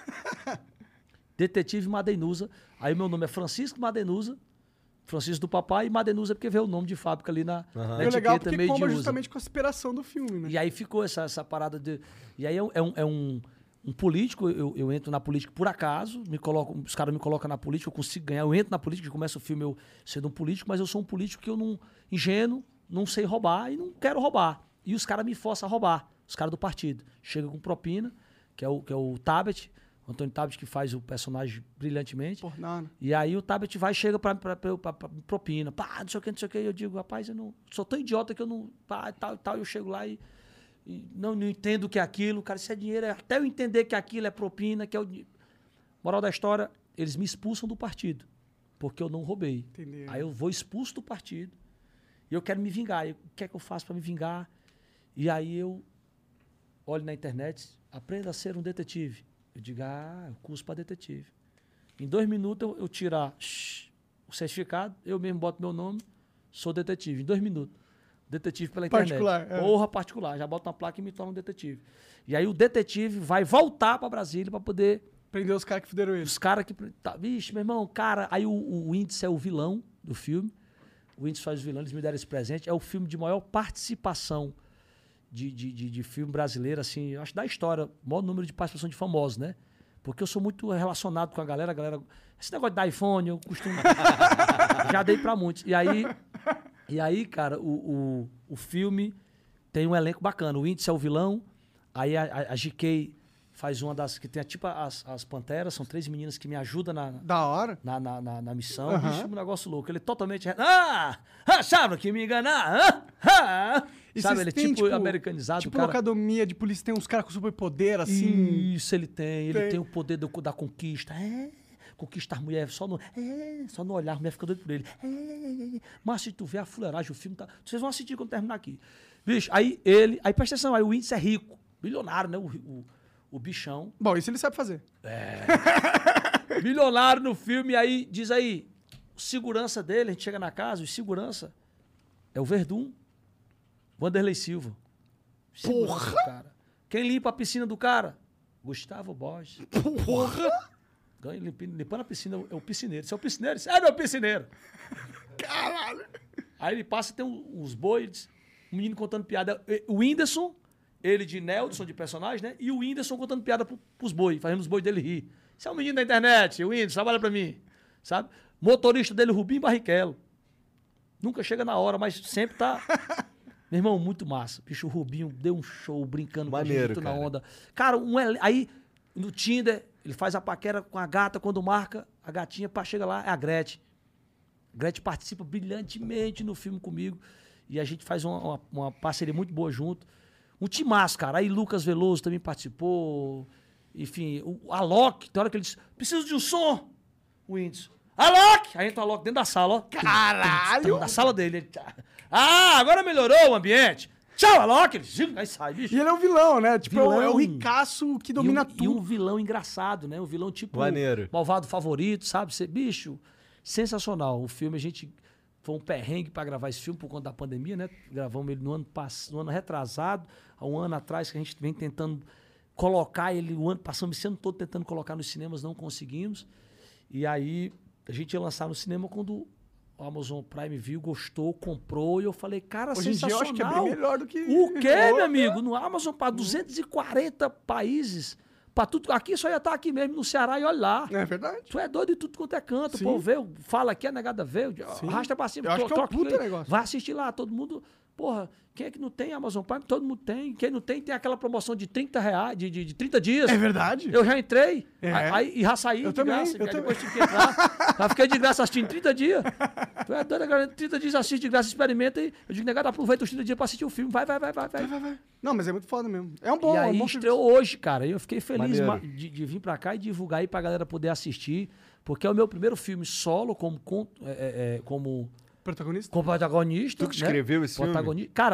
Detetive Madenusa. Aí meu nome é Francisco Madenusa, Francisco do papai, e Madenusa porque veio o nome de fábrica ali na, Aham. na É legal etiqueta porque Made comba in U S A. justamente com a inspiração do filme, né? E aí ficou essa, essa parada de... E aí é um, é um, é um, um político, eu, eu entro na política por acaso, me coloco, os caras me colocam na política, eu consigo ganhar, eu entro na política, começa o filme eu sendo um político, mas eu sou um político que eu não, ingênuo, não sei roubar e não quero roubar. E os caras me forçam a roubar, os caras do partido. Chega com propina, que é o, que é o Tabet, o Antônio Tabet que faz o personagem brilhantemente. Por nada. E aí o Tabet vai e chega pra, pra, pra, pra, pra propina. Pá, não sei o que, não sei o que. Eu digo, rapaz, eu não sou tão idiota que eu não... Pá, tal, tal. Eu chego lá e, e não, não entendo o que é aquilo. Cara, isso é dinheiro. É até eu entender que aquilo é propina, que é o... di- Moral da história, eles me expulsam do partido. Porque eu não roubei. Entendeu. Aí eu vou expulso do partido. E eu quero me vingar. E o que é que eu faço pra me vingar? E aí eu olho na internet, aprenda a ser um detetive. Eu digo, ah, eu curso para detetive. Em dois minutos eu, eu tirar shh, o certificado, eu mesmo boto meu nome, sou detetive. Em dois minutos. Detetive pela internet. Particular, é. Porra, particular. Já boto uma placa e me torno um detetive. E aí o detetive vai voltar para Brasília para poder... Prendeu os caras que fuderam ele. Os caras que... Tá, vixe, meu irmão, cara... Aí o, o Whindersson é o vilão do filme. O Whindersson faz o vilão, eles me deram esse presente. É o filme de maior participação de, de, de, de filme brasileiro, assim, eu acho da história, o maior número de participação de famosos, né? Porque eu sou muito relacionado com a galera, a galera... Esse negócio de iPhone, eu costumo... Já dei pra muitos. E aí, e aí cara, o, o, o filme tem um elenco bacana. O Whindersson é o vilão, aí a, a, a G K faz uma das... que tem tipo as, as Panteras, são três meninas que me ajudam na... Da hora. Na, na, na, na missão, Aham. bicho, um negócio louco. Ele é totalmente... Ah! Acharam que me enganar? Ah! Ah! E Sabe, vocês ele é têm, tipo, americanizado. Tipo cara... locademia de polícia, tem uns caras com superpoder, assim. Isso, ele tem. Ele Tem. tem, o poder do- da conquista. É, conquistar a mulher só no, é, só no olhar, a mulher fica doida por ele. É, mas se tu vê a fuleiragem, o filme tá... Vocês vão assistir quando terminar aqui. Bicho, aí ele... Aí presta atenção, aí o Whindersson é rico. Bilionário, né? O, o, o bichão. Bom, isso ele sabe fazer. Milionário no filme, aí diz aí, o segurança dele, a gente chega na casa, o segurança é o Verdun, Vanderlei Silva. Segurança, cara. Quem limpa a piscina do cara? Gustavo Borges. Porra! Ganha, limpando, limpando a piscina, é o piscineiro. Você é o piscineiro? Você é meu piscineiro. Caralho! Aí ele passa, tem um- uns bois, um menino contando piada. O Whindersson, ele de Nelson, de personagem, né? E o Whindersson contando piada pro, pros bois, fazendo os bois dele rir. Você é um menino da internet, o Whindersson, trabalha pra mim. Sabe? Motorista dele, Rubinho Barrichello. Nunca chega na hora, mas sempre tá... Meu irmão, muito massa. Bicho, o Rubinho deu um show brincando Maneiro, com a gente, na cara. onda. Cara, um, ele- aí no Tinder, ele faz a paquera com a gata, quando marca, a gatinha pá, chega lá, é a Gretchen. Gretchen participa brilhantemente no filme comigo. E a gente faz uma, uma, uma parceria muito boa junto. Um timaço, cara. Aí Lucas Veloso também participou. Enfim, o Alok, tem hora que ele diz, preciso de um som. O Whindersson. Alok! Aí entra o Alok dentro da sala, ó. Caralho! Da sala dele. Ele, tá- ah, agora melhorou o ambiente. Tchau, Alok! Ele, zim, aí sai, bicho. E ele é o vilão, né? Tipo, é o- é o Vilão. ricaço que domina e um, tudo. E um vilão engraçado, né? Um vilão tipo Maneiro. malvado favorito, sabe? Cê, bicho, sensacional. O filme, a gente... Foi um perrengue pra gravar esse filme por conta da pandemia, né? Gravamos ele no ano, pass... no ano retrasado, há um ano atrás, que a gente vem tentando colocar ele, o ano, passamos esse ano todo tentando colocar nos cinemas, não conseguimos. E aí, a gente ia lançar no cinema quando o Amazon Prime viu, gostou, comprou, e eu falei, cara, Hoje em dia eu sensacional. acho que é bem melhor do que... O quê, Porra. meu amigo? No Amazon, para duzentos e quarenta países, Pra tudo, aqui só ia estar aqui mesmo, no Ceará, e olha lá. É verdade. Tu é doido de tudo quanto é canto. Sim. O povo vê, fala aqui, a negada vê, Sim. arrasta pra cima. Eu acho que é um troca puta play, negócio. vai assistir lá, todo mundo... Porra, quem é que não tem Amazon Prime? Todo mundo tem. Quem não tem, tem aquela promoção de trinta reais, de, de, de trinta dias. É verdade. Eu já entrei, É. aí, e já saí Eu de também, graça. eu cara, também. depois tive que entrar. Já fiquei de graça assistindo trinta dias. Tu é doido, cara, trinta dias assiste de graça, experimenta aí. Eu digo, negado, aproveita os trinta dias pra assistir o filme. Vai, vai, vai, vai. vai. Vai, vai. Não, mas é muito foda mesmo. É um bom, E é um aí bom estreou hoje, cara. E eu fiquei feliz Maneiro. ma- de, de vir pra cá e divulgar aí pra galera poder assistir. Porque é o meu primeiro filme solo como, con- é, é, é, como, protagonista. como protagonista. Tu que escreveu né? esse filme? Protagonista. Cara,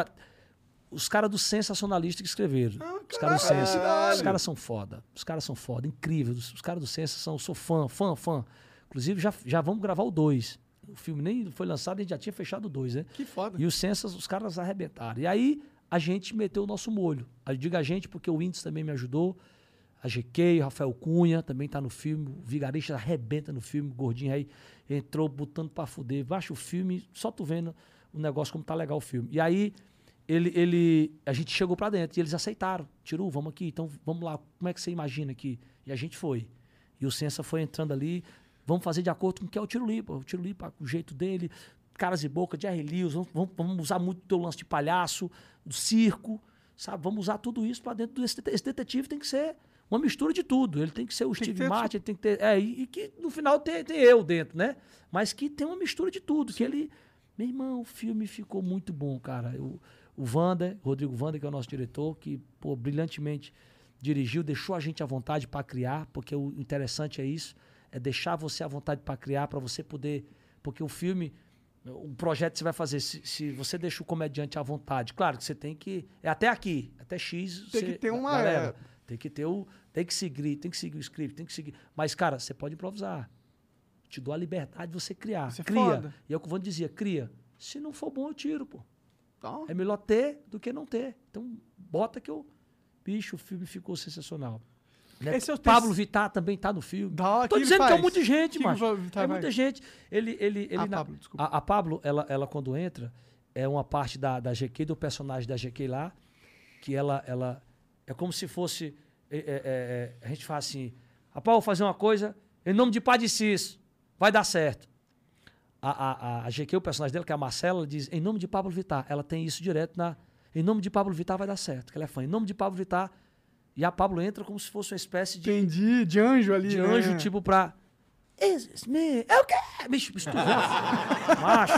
os caras do Sensacionalista que escreveram. Ah, os caras do Sensa. caralho. Os caras são foda. Os caras são foda. Incrível. Os, os caras do Sensa são. Eu sou fã, fã, fã. Inclusive, já, já vamos gravar o dois. O filme nem foi lançado, a gente já tinha fechado o dois, né? Que foda. E os Sensas, os caras arrebentaram. E aí, a gente meteu o nosso molho. Eu digo a gente porque o Índice também me ajudou. A G K, o Rafael Cunha também tá no filme. O Vigarista arrebenta no filme. O Gordinho aí entrou botando pra fuder. Baixa o filme, só tu vendo o negócio como tá legal o filme. E aí, ele, ele, a gente chegou pra dentro e eles aceitaram. Tiru, vamos aqui, então vamos lá. Como é que você imagina aqui? E a gente foi. E o Sensa foi entrando ali. Vamos fazer de acordo com o que é o Tiro Lipa. O Tiro Lipa, o jeito dele, caras e boca, Jerry Lewis. Vamos, vamos, vamos usar muito o teu lance de palhaço, do circo, sabe? Vamos usar tudo isso pra dentro desse esse detetive. Tem que ser uma mistura de tudo. Ele tem que ser o que Steve ter Martin, ele tem que ter... É, e, e que no final tem, tem eu dentro, né? Mas que tem uma mistura de tudo. Que ele... Meu irmão, o filme ficou muito bom, cara. Eu, o Vander, Rodrigo Vander, que é o nosso diretor, que, pô, brilhantemente dirigiu, deixou a gente à vontade para criar, porque o interessante é isso, é deixar você à vontade para criar, para você poder... Porque o filme, o projeto que você vai fazer, se, se você deixa o comediante à vontade, claro que você tem que... É até aqui, até X... Tem você, que ter uma- galera, tem que ter o... Tem que seguir, tem que seguir o script, tem que seguir... Mas, cara, você pode improvisar. Te dou a liberdade de você criar. Isso é Cria. foda. E é o que o Vando dizia, cria. Se não for bom, eu tiro, pô. Então, É melhor ter do que não ter. Então, bota que eu... Bicho, o filme ficou sensacional. Né? Esse é o Pablo terceiro- Vittar também tá no filme. Da hora, Tô que ele dizendo que é faz? muita gente, Que que mas o Pablo Vittar é faz? muita gente. Ele, ele, ele Ah, na- Pablo, desculpa. A, a Pablo, ela, ela quando entra, é uma parte da, da G Q, do personagem da G Q lá, que ela, ela é como se fosse... é, é, é, a gente fala assim, rapaz, vou fazer uma coisa, em nome de Pai de Cis, vai dar certo. A, a, a G Q, o personagem dela, que é a Marcela, ela diz, em nome de Pablo Vittar. Ela tem isso direto na... Em nome de Pablo Vittar vai dar certo, que ela é fã. Em nome de Pablo Vittar. E a Pablo entra como se fosse uma espécie de, entendi, de anjo ali, de né? anjo, tipo, pra... Is me? É o quê? Bicho, bicho, tu é uma... Macho.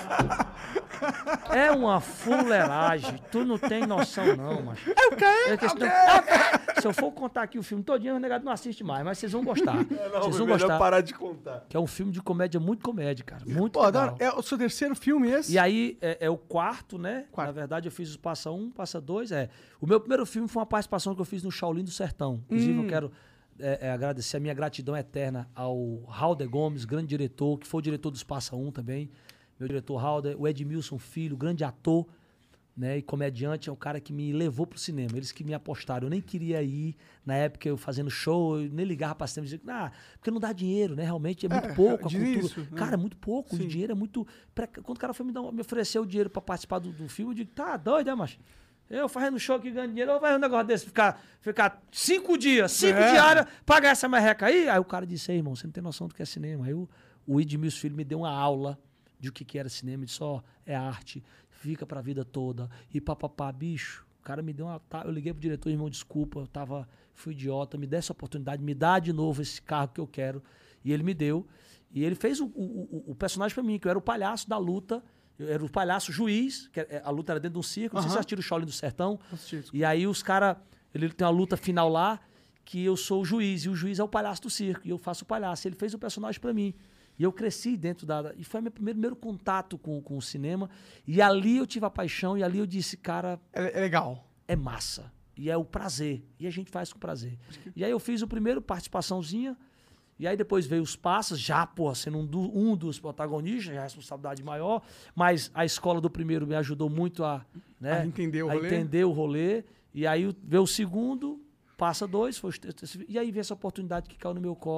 É uma fuleiragem. Tu não tem noção, não, macho. É o quê? É questão... É o quê? Se eu for contar aqui o filme todinho, o negado não assiste mais, mas vocês vão gostar. Não, vocês vão é melhor gostar. parar de contar. Que é um filme de comédia, muito comédia, cara. Muito Pô, da legal. hora. É o seu terceiro filme esse? E aí, é, é o quarto, né? Quarto. Na verdade, eu fiz os Passa um, Passa dois. É. O meu primeiro filme foi uma participação que eu fiz no Shaolin do Sertão. Inclusive, Hum. eu quero é, é, agradecer a minha gratidão eterna ao Halder Gomes, grande diretor, que foi o diretor dos Passa um também. Meu diretor Halder, o Edmilson Filho, grande ator, né, e comediante, é o cara que me levou pro cinema. Eles que me apostaram. Eu nem queria ir, na época eu fazendo show, eu nem ligava pra cinema. Dizia, ah, porque não dá dinheiro, né? Realmente é muito É, pouco a diz cultura. isso, né? Cara, é muito pouco. Sim. O dinheiro é muito... Quando o cara foi me, dar, me oferecer o dinheiro pra participar do, do filme, eu digo, tá doido, né, macho? Eu fazendo show aqui ganhando dinheiro, eu vou fazer um negócio desse, ficar, ficar cinco dias, cinco É. diárias, pagar essa merreca aí. Aí o cara disse, ei, irmão, você não tem noção do que é cinema. Aí o, o Edmilson Filho me deu uma aula de o que, que era cinema, de só é arte, fica pra vida toda, e papapá, bicho, o cara me deu uma... Tá, eu liguei pro diretor, irmão, desculpa, eu tava, fui idiota, me dê essa oportunidade, me dá de novo esse carro que eu quero, e ele me deu, e ele fez o, o, o, o personagem pra mim, que eu era o palhaço da luta, eu era o palhaço juiz, que a luta era dentro de um circo, não sei se Aham. vocês assistiram o Shaolin do Sertão, Assisti, desculpa. e aí os caras, ele tem uma luta final lá, que eu sou o juiz, e o juiz é o palhaço do circo, e eu faço o palhaço, ele fez o personagem pra mim. E eu cresci dentro da... E foi meu primeiro, primeiro contato com, com o cinema. E ali eu tive a paixão, e ali eu disse, cara, É, é legal. é massa. E é o prazer. E a gente faz com prazer. E aí eu fiz o primeiro participaçãozinha, e aí depois veio os passos, já, pô, sendo um, do, um dos protagonistas, já responsabilidade maior, mas a escola do primeiro me ajudou muito a... Né, A entender o a rolê. entender o rolê. E aí veio o segundo, passa dois, foi os te- te- e aí veio essa oportunidade que caiu no meu colo,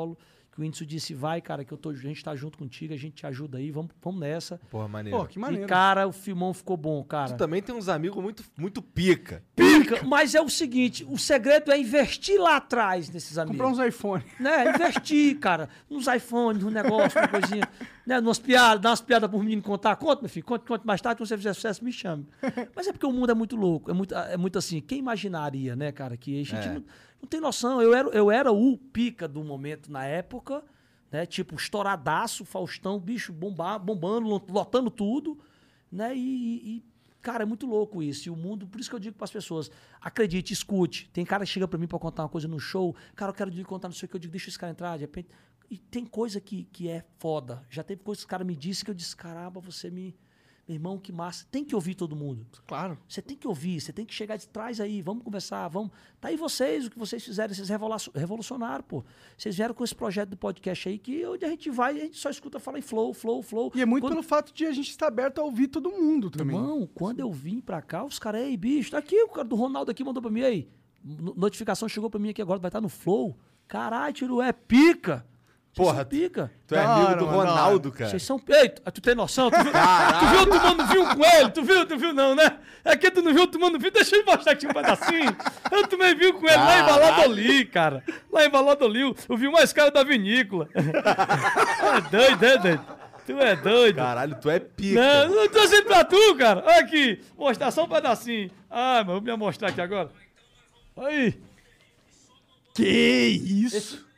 que o Whindersson disse, vai, cara, que eu tô, a gente tá junto contigo, a gente te ajuda aí, vamos, vamos nessa. Porra, maneiro. Pô, que maneiro. E, cara, o filmão ficou bom, cara. Tu também tem uns amigos muito, muito pica. Pica! Mas é o seguinte, o segredo é investir lá atrás nesses amigos. Comprar uns iPhone. Né? Investir, cara, nos iPhones, no negócio, uma coisinha, né? Nas piadas, dar umas piadas pro menino contar. Conta, meu filho, conta, conta mais tarde, quando você fizer sucesso, me chame. Mas é porque o mundo é muito louco, é muito, é muito assim, quem imaginaria, né, cara, que a gente É. não, não tem noção. Eu era, eu era o pica do momento na época, né? Tipo, estouradaço, Faustão, bicho bombar, bombando, lotando tudo, né? E, e, cara, é muito louco isso. E o mundo, por isso que eu digo para as pessoas, acredite, escute. Tem cara que chega para mim para contar uma coisa no show, cara, eu quero contar não sei o que, eu digo, deixa esse cara entrar, de repente. E tem coisa que, que é foda. Já teve coisa que os caras me disse que eu disse, caramba, você me... Meu irmão, que massa. Tem que ouvir todo mundo. Claro. Você tem que ouvir, você tem que chegar de trás aí, vamos conversar, vamos... Tá aí vocês, o que vocês fizeram, vocês revolu- revolucionaram, pô. Vocês vieram com esse projeto do podcast aí, que onde a gente vai, a gente só escuta falar em flow, flow, flow. E é muito Quando... pelo fato de a gente estar aberto a ouvir todo mundo também. Irmão, quando eu vim pra cá, os caras, ei, bicho, tá aqui, o cara do Ronaldo aqui mandou pra mim, aí, notificação chegou pra mim aqui agora, vai estar no flow. Caralho, tiro, é pica. Vocês Porra, são pica. Tu é Da amigo hora, do mano, da Ronaldo, hora. cara. Vocês são... Eita, tu tem noção? Tu viu, tu viu tomando vinho com ele? Tu viu? Tu viu não, né? É que tu não viu tomando vinho? Deixa eu mostrar aqui um pedacinho. Eu tomei vinho com ele lá em Valladolid, cara. Lá em Valladolid, o vinho mais caro da vinícola. É doido, é doido. Tu é doido. Caralho, tu é pica. Não, eu tô sempre pra tu, cara. Olha aqui, mostrar só um pedacinho. Ah, mas vou me mostrar aqui agora. Aí. Que isso? Esse...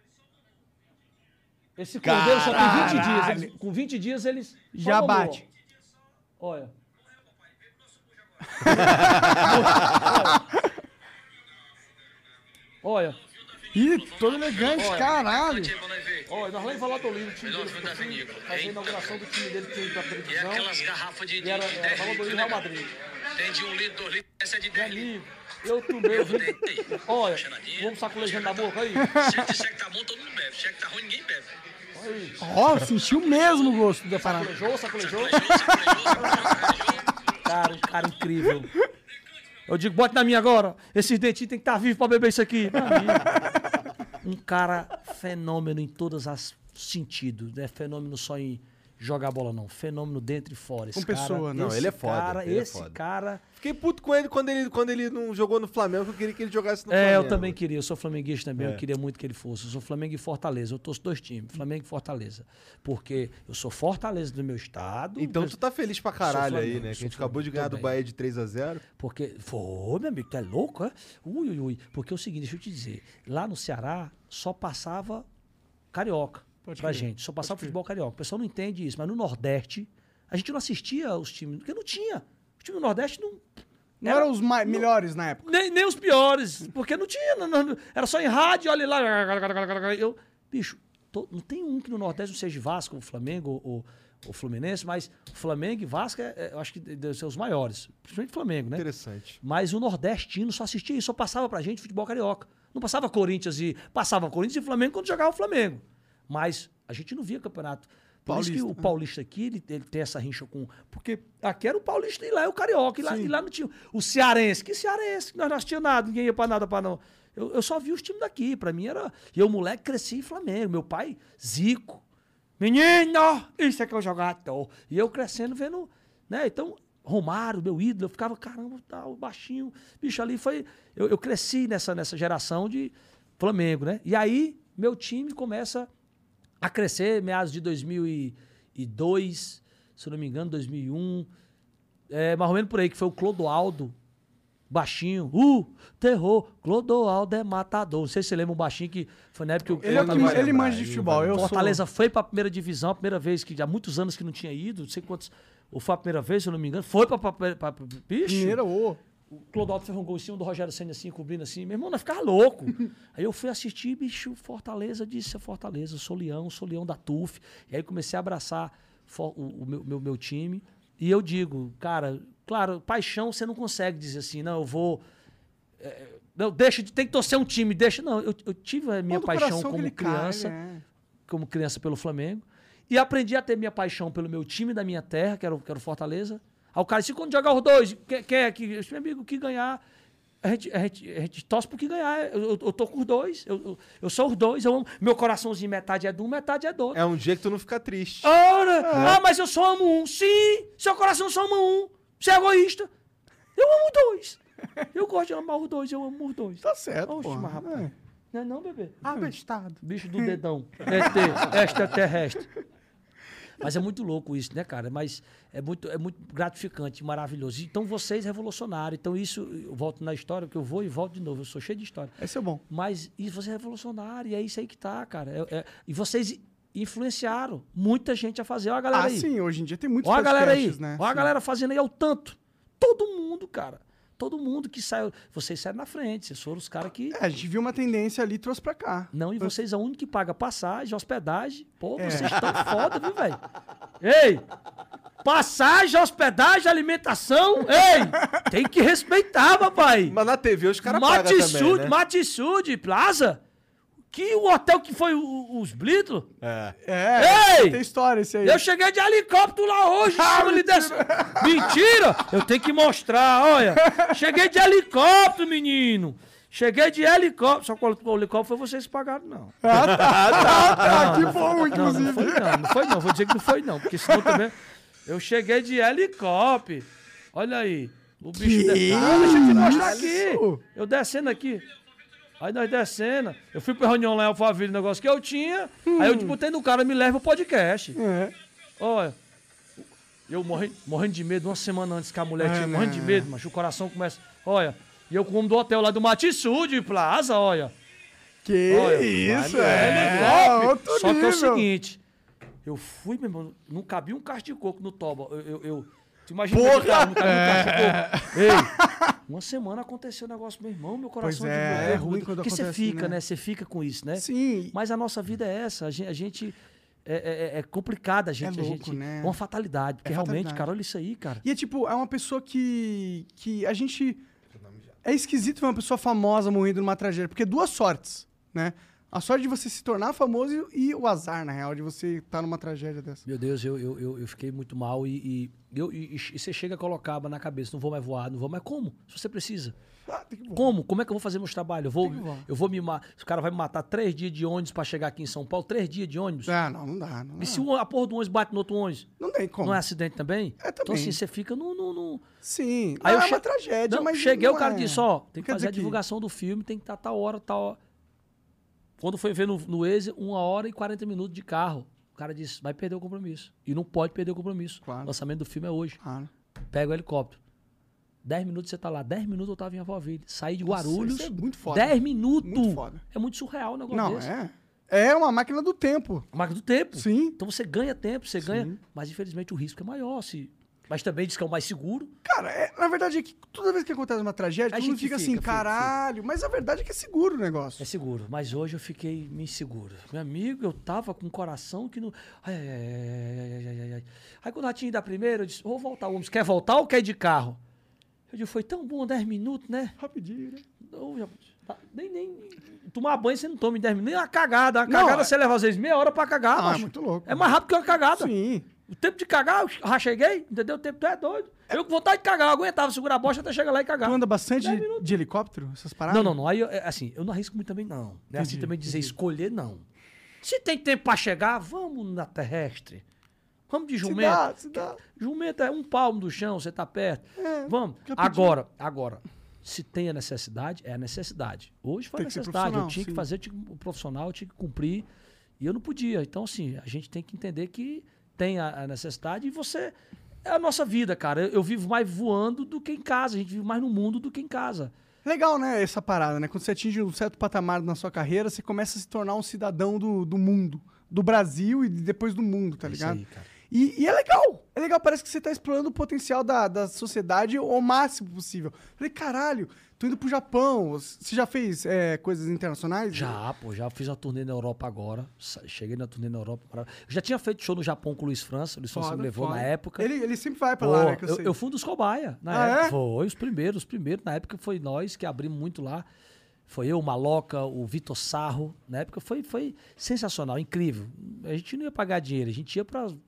Esse cordeiro só tem vinte dias. Eles- com vinte dias eles. só Já mamou, bate. ó. Olha. Olha. Ih, todo elegante, Olha. caralho. Olha, nós lá em Valladolid, o time dele ficou assim, fazer a inauguração do time dele que tinha ido pra E televisão. aquelas garrafas de, de, E era, de era dez Valladolid e litros, Real né? Madrid. Tem de um litro, dois litros, essa é de Meu dez litros. amigo, eu tomei, eu vim. Olha, vamos sacolejando na boca aí. Se ele disser que tá bom, todo mundo bebe. Se disser que tá ruim, ninguém bebe. Aí. Ó, sentiu mesmo o gosto da parada. Sacolejou, sacolejou. Sacolejou, sacolejou, sacolejou. Cara, um cara incrível. Eu digo, bote na minha agora. Esses dentinhos tem que estar vivos pra beber isso aqui. Meu amigo. Um cara fenômeno em todos os sentidos. Não é fenômeno só em jogar bola, não. Fenômeno dentro e fora. Esse Com pessoa, cara, não, esse ele é foda, Cara, ele é esse foda. cara... Fiquei puto com ele quando, ele quando ele não jogou no Flamengo, eu queria que ele jogasse no É, Flamengo. eu também queria. Eu sou flamenguista também. É. Eu queria muito que ele fosse. Eu sou Flamengo e Fortaleza. Eu torço dois times, Flamengo e Fortaleza. Porque eu sou Fortaleza do meu estado. Então mas- tu tá feliz pra caralho Sou aí, Flamengo, né? Que sou a gente acabou de Flamengo, ganhar tô do bem. Bahia de três a zero. Porque, foi, meu amigo, tu é louco, é? Ui, ui, ui. Porque é o seguinte, deixa eu te dizer. Lá no Ceará, só passava carioca Pode pra crer, gente. Só passava pode crer. futebol carioca. O pessoal não entende isso. Mas no Nordeste, a gente não assistia os times, porque não tinha. Os times do Nordeste não... Não eram os mai- melhores na época. Nem, nem os piores, porque não tinha. Não, não- era só em rádio, olha lá. Eu, bicho, tô- não tem um que no Nordeste não seja Vasco, o Flamengo ou o Fluminense, mas o Flamengo e Vasco, é, é, eu acho que devem ser os maiores. Principalmente o Flamengo, né? Interessante. Mas o nordestino só assistia isso, só passava pra gente futebol carioca. Não passava Corinthians e... Passava Corinthians e Flamengo quando jogava o Flamengo. Mas a gente não via campeonato. Por isso que Paulista, o paulista aqui, ele, ele tem essa rincha com... Porque aqui era o paulista e lá é o carioca. E lá, e lá não tinha... O cearense. Que cearense? Nós não assistia nada. Ninguém ia pra nada pra não... Eu, eu só vi os times daqui. Pra mim era... E eu, moleque, cresci em Flamengo. Meu pai, Zico. Menino! Isso é que é o jogador. E eu crescendo vendo... Né? Então... Romário, meu ídolo, eu ficava, caramba, tal, baixinho. Bicho, ali foi... Eu, eu cresci nessa, nessa geração de Flamengo, né? E aí, meu time começa a crescer, meados de dois mil e dois, se eu não me engano, dois mil e um. É, mais ou menos por aí, que foi o Clodoaldo, baixinho. Uh, terror, Clodoaldo é matador. Não sei se você lembra um baixinho que foi na época que o Ele, é o que- Fortaleza- ele manja de futebol. Eu Fortaleza foi pra primeira divisão, a primeira vez, que há muitos anos que não tinha ido, não sei quantos... Ou foi a primeira vez, se eu não me engano. Foi pra... pra, pra, pra bicho, sou primeiro, ô. o Clodoaldo fez um gol em cima do Rogério Senna, assim, cobrindo assim. Meu irmão, nós ficava louco. Aí eu fui assistir, bicho, Fortaleza, disse, é Fortaleza, eu sou leão, sou leão da T U F. E aí comecei a abraçar for- o, o meu, meu, meu time. E eu digo, cara, claro, paixão você não consegue dizer assim, não, eu vou... é, não, deixa, de- tem que torcer um time, deixa... Não, eu, eu tive a minha Todo paixão coração que como ele cai, criança, é. como criança pelo Flamengo. E aprendi a ter minha paixão pelo meu time da minha terra, que era o, que era o Fortaleza. Aí o cara disse, quando jogar os dois, quem, quem é que... Eu disse, meu amigo, o que ganhar... A gente, a, gente, a gente torce pro que ganhar. Eu, eu, eu tô com os dois. Eu, eu, eu sou os dois. Eu amo. Meu coraçãozinho, metade é de um, metade é do outro. É um dia que tu não fica triste. Ora! Ah, mas eu só amo um. Sim! Seu coração só ama um. Você é egoísta. Eu amo dois. Eu gosto de amar os dois. Eu amo os dois. Tá certo, Oxe, pô. mas rapaz. É. Não é não, bebê? Abestado. Bicho do dedão. E T, extraterrestre. Mas é muito louco isso, né, cara? Mas é muito, é muito gratificante, maravilhoso. Então, vocês revolucionários. Então, isso, eu volto na história, porque eu vou e volto de novo. Eu sou cheio de história. Esse é bom. Mas isso, você é revolucionário, e é isso aí que tá, cara. É- é- e vocês influenciaram muita gente a fazer. Olha a galera Ah, aí. sim, hoje em dia tem muitos Olha a galera aí. podcasts, né? Olha a Sim. galera fazendo aí ao tanto. Todo mundo, cara. Todo mundo que saiu. Vocês saíram na frente. Vocês foram os caras que. É, a gente viu uma tendência ali e trouxe pra cá. Não, e vocês é o único que paga passagem, hospedagem. Pô, É. vocês estão foda, viu, velho? Ei! Passagem, hospedagem, alimentação. Ei! Tem que respeitar, papai. Mas na T V os caras pagam também, Matisud, né? Matisud, Plaza. Que o hotel que foi o- os Blitlo. É. É, Ei! tem história esse aí. Eu cheguei de helicóptero lá hoje. Ah, chama ele desse... Mentira! Eu tenho que mostrar, olha. Cheguei de helicóptero, menino. Cheguei de helicóptero. Só que o helicóptero foi vocês que pagaram, não. Ah, tá, tá, tá. Que bom, Não, inclusive. não foi não, não foi não. Vou dizer que não foi não, porque senão também... Eu cheguei de helicóptero. Olha aí. O bicho... Que De... Ah, deixa eu te mostrar isso? aqui. Eu descendo aqui. Aí nós descendo. Eu fui pra reunião lá em Alphaville, o negócio que eu tinha. Aí eu botei no cara, me leva o podcast. É. Olha. Eu morrendo, morrendo de medo, uma semana antes que a mulher É, tinha, né? morrendo de medo, mas o coração começa... Olha. E eu como do hotel lá do Matisud Plaza, olha. Que Olha, isso, vai, é. top. Outro Só que é o nível. seguinte, eu fui, meu irmão, não cabia um cacho de coco no toba. Eu, eu, eu tu imagina Porra! de carro, não cabia um cacho de coco. Ei, uma semana aconteceu o negócio, meu irmão, meu coração Pois é, de é novo. ruim quando Porque você acontece, fica, né? né? Você fica com isso, né? Sim. Mas a nossa vida é essa, a gente... A gente é, é, é complicada a gente, É louco, a gente. né? É uma fatalidade, porque É realmente, fatalidade. cara, olha isso aí, cara. E é tipo, é uma pessoa que. que a gente. É esquisito ver uma pessoa famosa morrendo numa tragédia, porque duas sortes, né? A sorte de você se tornar famoso e o azar, na real, de você estar numa tragédia dessa. Meu Deus, eu, eu, eu, eu fiquei muito mal e, e, eu, e, e você chega a colocar na cabeça, não vou mais voar, não vou mais. Como? Se você precisa. Ah, tem que voar. Como? Como é que eu vou fazer meus trabalhos? Eu vou, Tem que voar. eu vou me matar. O cara vai me matar três dias de ônibus pra chegar aqui em São Paulo, três dias de ônibus. Ah, não, não dá. Não, dá. E se o- a porra do ônibus bate no outro ônibus? Não tem como. Não é acidente também? É, Então também. assim, você fica no. no, no... Sim. Aí Não, eu é uma che- tragédia, Não, mas. cheguei, não o cara é. disse, ó, tem que Quer fazer a dizer que- divulgação do filme, tem que estar tal hora, tal hora. Quando foi ver no, no Waze, uma hora e quarenta minutos de carro. O cara disse, vai perder o compromisso. E não pode perder o compromisso. Claro. O lançamento do filme é hoje. Claro. Pega o helicóptero. Dez minutos você tá lá. Dez minutos eu tava em Alphaville. Saí de Nossa, Guarulhos. isso é muito foda. Dez minutos. Muito foda. É muito surreal o negócio Não, desse. é. É uma máquina do tempo. A marca do tempo. Sim. Então você ganha tempo, você ganha. Mas infelizmente o risco é maior. Se... Mas também diz que é o mais seguro. Cara, é- na verdade é que toda vez que acontece uma tragédia, A todo mundo gente fica, fica, assim, fica, caralho. Mas a verdade é que é seguro o negócio. É seguro. Mas hoje eu fiquei me inseguro. Meu amigo, eu tava com o coração que não. Ai, ai, ai, ai, ai, ai, ai, ai. Aí quando eu tinha ido a primeira, eu disse: vou voltar. O homem disse, quer voltar ou quer ir de carro? Eu disse: foi tão bom, dez minutos, né? Rapidinho, né? Não, já- tá- nem, nem. Tomar banho você não toma em dez minutos. Nem uma cagada. A Não, cagada é- você leva às vezes meia hora pra cagar, Ah, é macho. muito louco. É mais rápido que uma cagada. Sim. O tempo de cagar, eu já cheguei, entendeu? O tempo tu é doido. Eu com vontade de cagar, eu aguentava segurar a bosta até chegar lá e cagar. Tu anda bastante Dez de, minutos. de helicóptero? Essas paradas? Não, não, não. Aí, eu- é, assim, eu não arrisco muito também, não. Não é assim Entendi, também dizer entendi. escolher, não. Se tem tempo pra chegar, vamos na terrestre. Vamos de Se jumento. dá, se dá. Jumento é um palmo do chão, você tá perto. É, Vamos. rapidinho. Agora, agora, se tem a necessidade, é a necessidade. Hoje foi a Tem que ser necessidade. Eu profissional, tinha que sim. fazer, eu tinha que, o profissional, eu tinha que cumprir. E eu não podia. Então, assim, a gente tem que entender que tem a, a necessidade e você. É a nossa vida, cara. Eu, eu vivo mais voando do que em casa. A gente vive mais no mundo do que em casa. Legal, né, essa parada, né? Quando você atinge um certo patamar na sua carreira, você começa a se tornar um cidadão do, do mundo. Do Brasil e depois do mundo, tá É isso ligado? aí, cara. E, e é legal. É legal, parece que você tá explorando o potencial da, da sociedade ao máximo possível. Falei, caralho, tô indo pro Japão. Você já fez é, coisas internacionais? Já, pô, já fiz uma turnê na Europa agora. Sa- Cheguei na turnê na Europa. Eu já tinha feito show no Japão com o Luiz França. O Luiz França Foda, me levou foda. na época. Ele, ele sempre vai pra Pô, lá, né? Que eu, eu, sei. eu fui um dos cobaia na Ah, época. é? Foi os primeiros, os primeiros. Na época foi nós que abrimos muito lá. Foi eu, o Maloca, o Vitor Sarro. Na época foi, foi sensacional, incrível. A gente não ia pagar dinheiro, a gente ia pra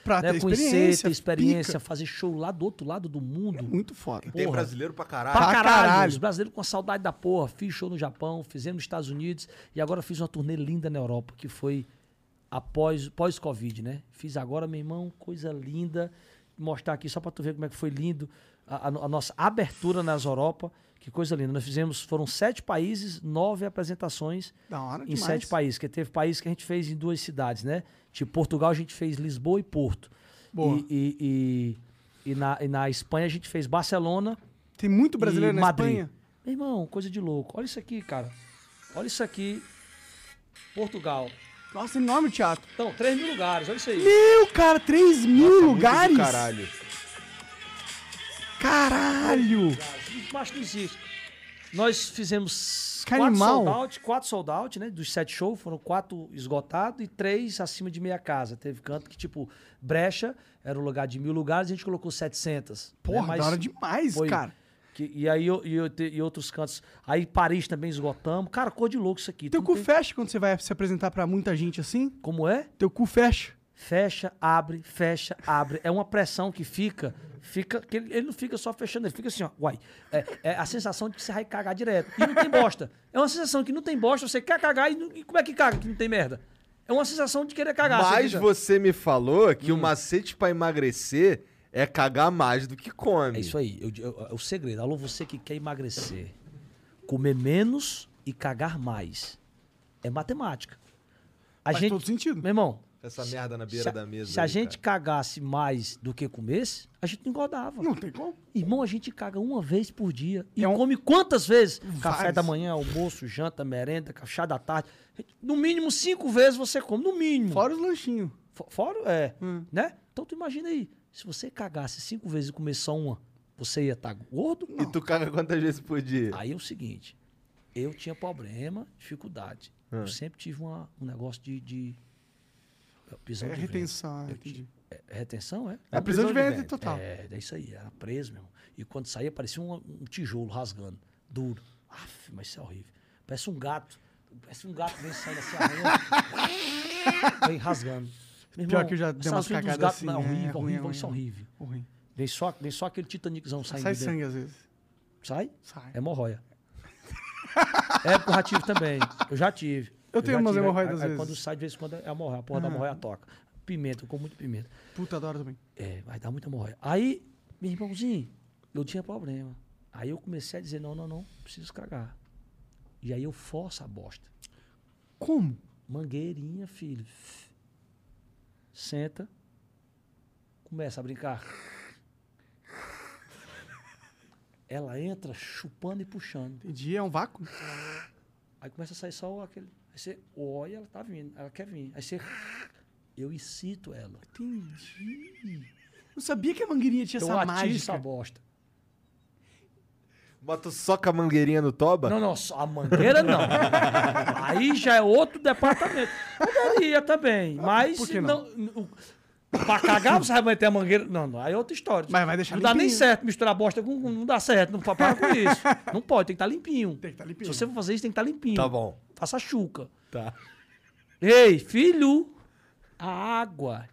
Pra né? ter Conhecer, experiência, ter experiência, pica. fazer show lá do outro lado do mundo. Muito foda. Tem Porra. brasileiro pra caralho. Pra Pra caralho, caralho. os brasileiros com saudade da porra. Fiz show no Japão, fizemos nos Estados Unidos e agora fiz uma turnê linda na Europa, que foi após pós-Covid, né? Fiz agora, meu irmão, coisa linda. Mostrar aqui só pra tu ver como é que foi lindo a, a- a nossa abertura nas Europa. Que coisa linda. Nós fizemos, foram sete países, nove apresentações Da hora em demais. sete países. Que teve países que a gente fez em duas cidades, né? Tipo, Portugal a gente fez Lisboa e Porto. Boa. E, e, e, e na, e na Espanha a gente fez Barcelona Tem muito brasileiro e na Madrid. Espanha. Meu irmão, coisa de louco. Olha isso aqui, cara. Olha isso aqui. Portugal. Nossa, enorme teatro. Então, três mil lugares. Olha isso aí. Meu, cara, três mil Muito do lugares? Caralho. Caralho! Isso acho que não existe. Nós fizemos Que quatro animal. sold out, quatro sold out, né? Dos sete shows, foram quatro esgotados e três acima de meia casa. Teve canto que, tipo, Brecha era um lugar de mil lugares e a gente colocou setecentos. Porra, né? Mas da hora demais, foi- cara. que- e aí eu- e, eu te- e outros cantos. Aí Paris também esgotamos. Cara, cor de louco isso aqui. Teu Tu cu não tem- fecha quando você vai se apresentar pra muita gente assim? Como é? Teu cu fecha. Fecha, abre, fecha, abre. É uma pressão que fica, fica, que ele, ele não fica só fechando, ele fica assim, ó, uai. É, é a sensação de que você vai cagar direto. E não tem bosta. É uma sensação que não tem bosta, você quer cagar e, não- e como é que caga que não tem merda? É uma sensação de querer cagar. Mas fica- você me falou que Hum. o macete pra emagrecer é cagar mais do que come. É isso aí, eu- eu- é o segredo. Alô, você que quer emagrecer, comer menos e cagar mais. É matemática. A Faz gente, todo sentido. Meu irmão, Essa merda na beira se a, da mesa. se a aí, gente cara. cagasse mais do que comesse, a gente não engordava. Não tem como. Irmão, a gente caga uma vez por dia. E É um- come quantas vezes? Café Várias. da manhã, almoço, janta, merenda, chá da tarde. No mínimo cinco vezes você come, no mínimo. Fora os lanchinhos. Fo- Fora, é. Hum. Né? Então tu imagina aí, se você cagasse cinco vezes e comer só uma, você ia estar gordo? E tu caga quantas vezes por dia? Aí é o seguinte, eu tinha problema, dificuldade. Hum. Eu sempre tive uma- um negócio de... de prisão É de ventre. retenção, Eu entendi. ti- é, retenção, é? É prisão de ventre total. É, é isso aí, era preso mesmo. E quando saía, parecia um, um tijolo rasgando, duro. Aff, mas isso é horrível. Parece um gato. Parece um gato que vem saindo assim, arranhando. Vem rasgando. Meu Pior irmão, que eu já dei essas umas vidas dos cagadas gatos, assim, não, é horrível, ruim, horrível, é ruim, isso é é ruim. horrível. Ruim. Vem só, vem só aquele titaniczão saindo Sai de dentro. sangue às vezes. Sai? Sai. É hemorroia. É, porra, tive também. Eu já tive. Eu tenho já umas tive. hemorroidas Aí- aí às Quando vezes. sai, de vez em quando é hemorroia. A porra da hemorroia toca. Pimenta, eu como muito pimenta. Puta, adoro também. É, vai dar muita hemorroia. Aí, meu irmãozinho, eu tinha problema. Aí eu comecei a dizer, não, não, não, preciso cagar. E aí eu forço a bosta. Como? Mangueirinha, filho. Senta. Começa a brincar. Ela entra chupando e puxando. Entendi, é um vácuo. Aí começa a sair só aquele. Aí você olha, ela tá vindo, ela quer vir. Aí você. Eu incito ela. Entendi. Eu sabia que a mangueirinha tinha Eu essa atiço a mágica. bosta. Bota só com a mangueirinha no toba? Não, não, só a mangueira não. Aí já é outro departamento. Poderia também, mas por que não? o- pra cagar você vai meter a mangueira. Não, não, aí é outra história. Mas vai deixar Não dá nem limpinho. certo misturar bosta com. Não dá certo, não para com isso. Não pode, tem que estar limpinho. Tem que estar limpinho. Se você for fazer isso, tem que estar limpinho. Tá bom. Faça chuca. Tá. Ei, filho, a água.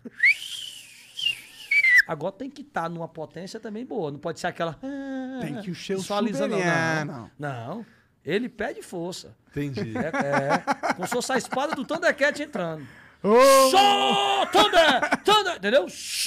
Agora tem que estar numa potência também boa. Não pode ser aquela. Tem que encher o visualiza, não, chuveiro. Ah, não. Não. Ele pede força. Entendi. É, é. Como se fosse a espada do Thundercat entrando. Ô, Só Thunder! Thunder! Entendeu?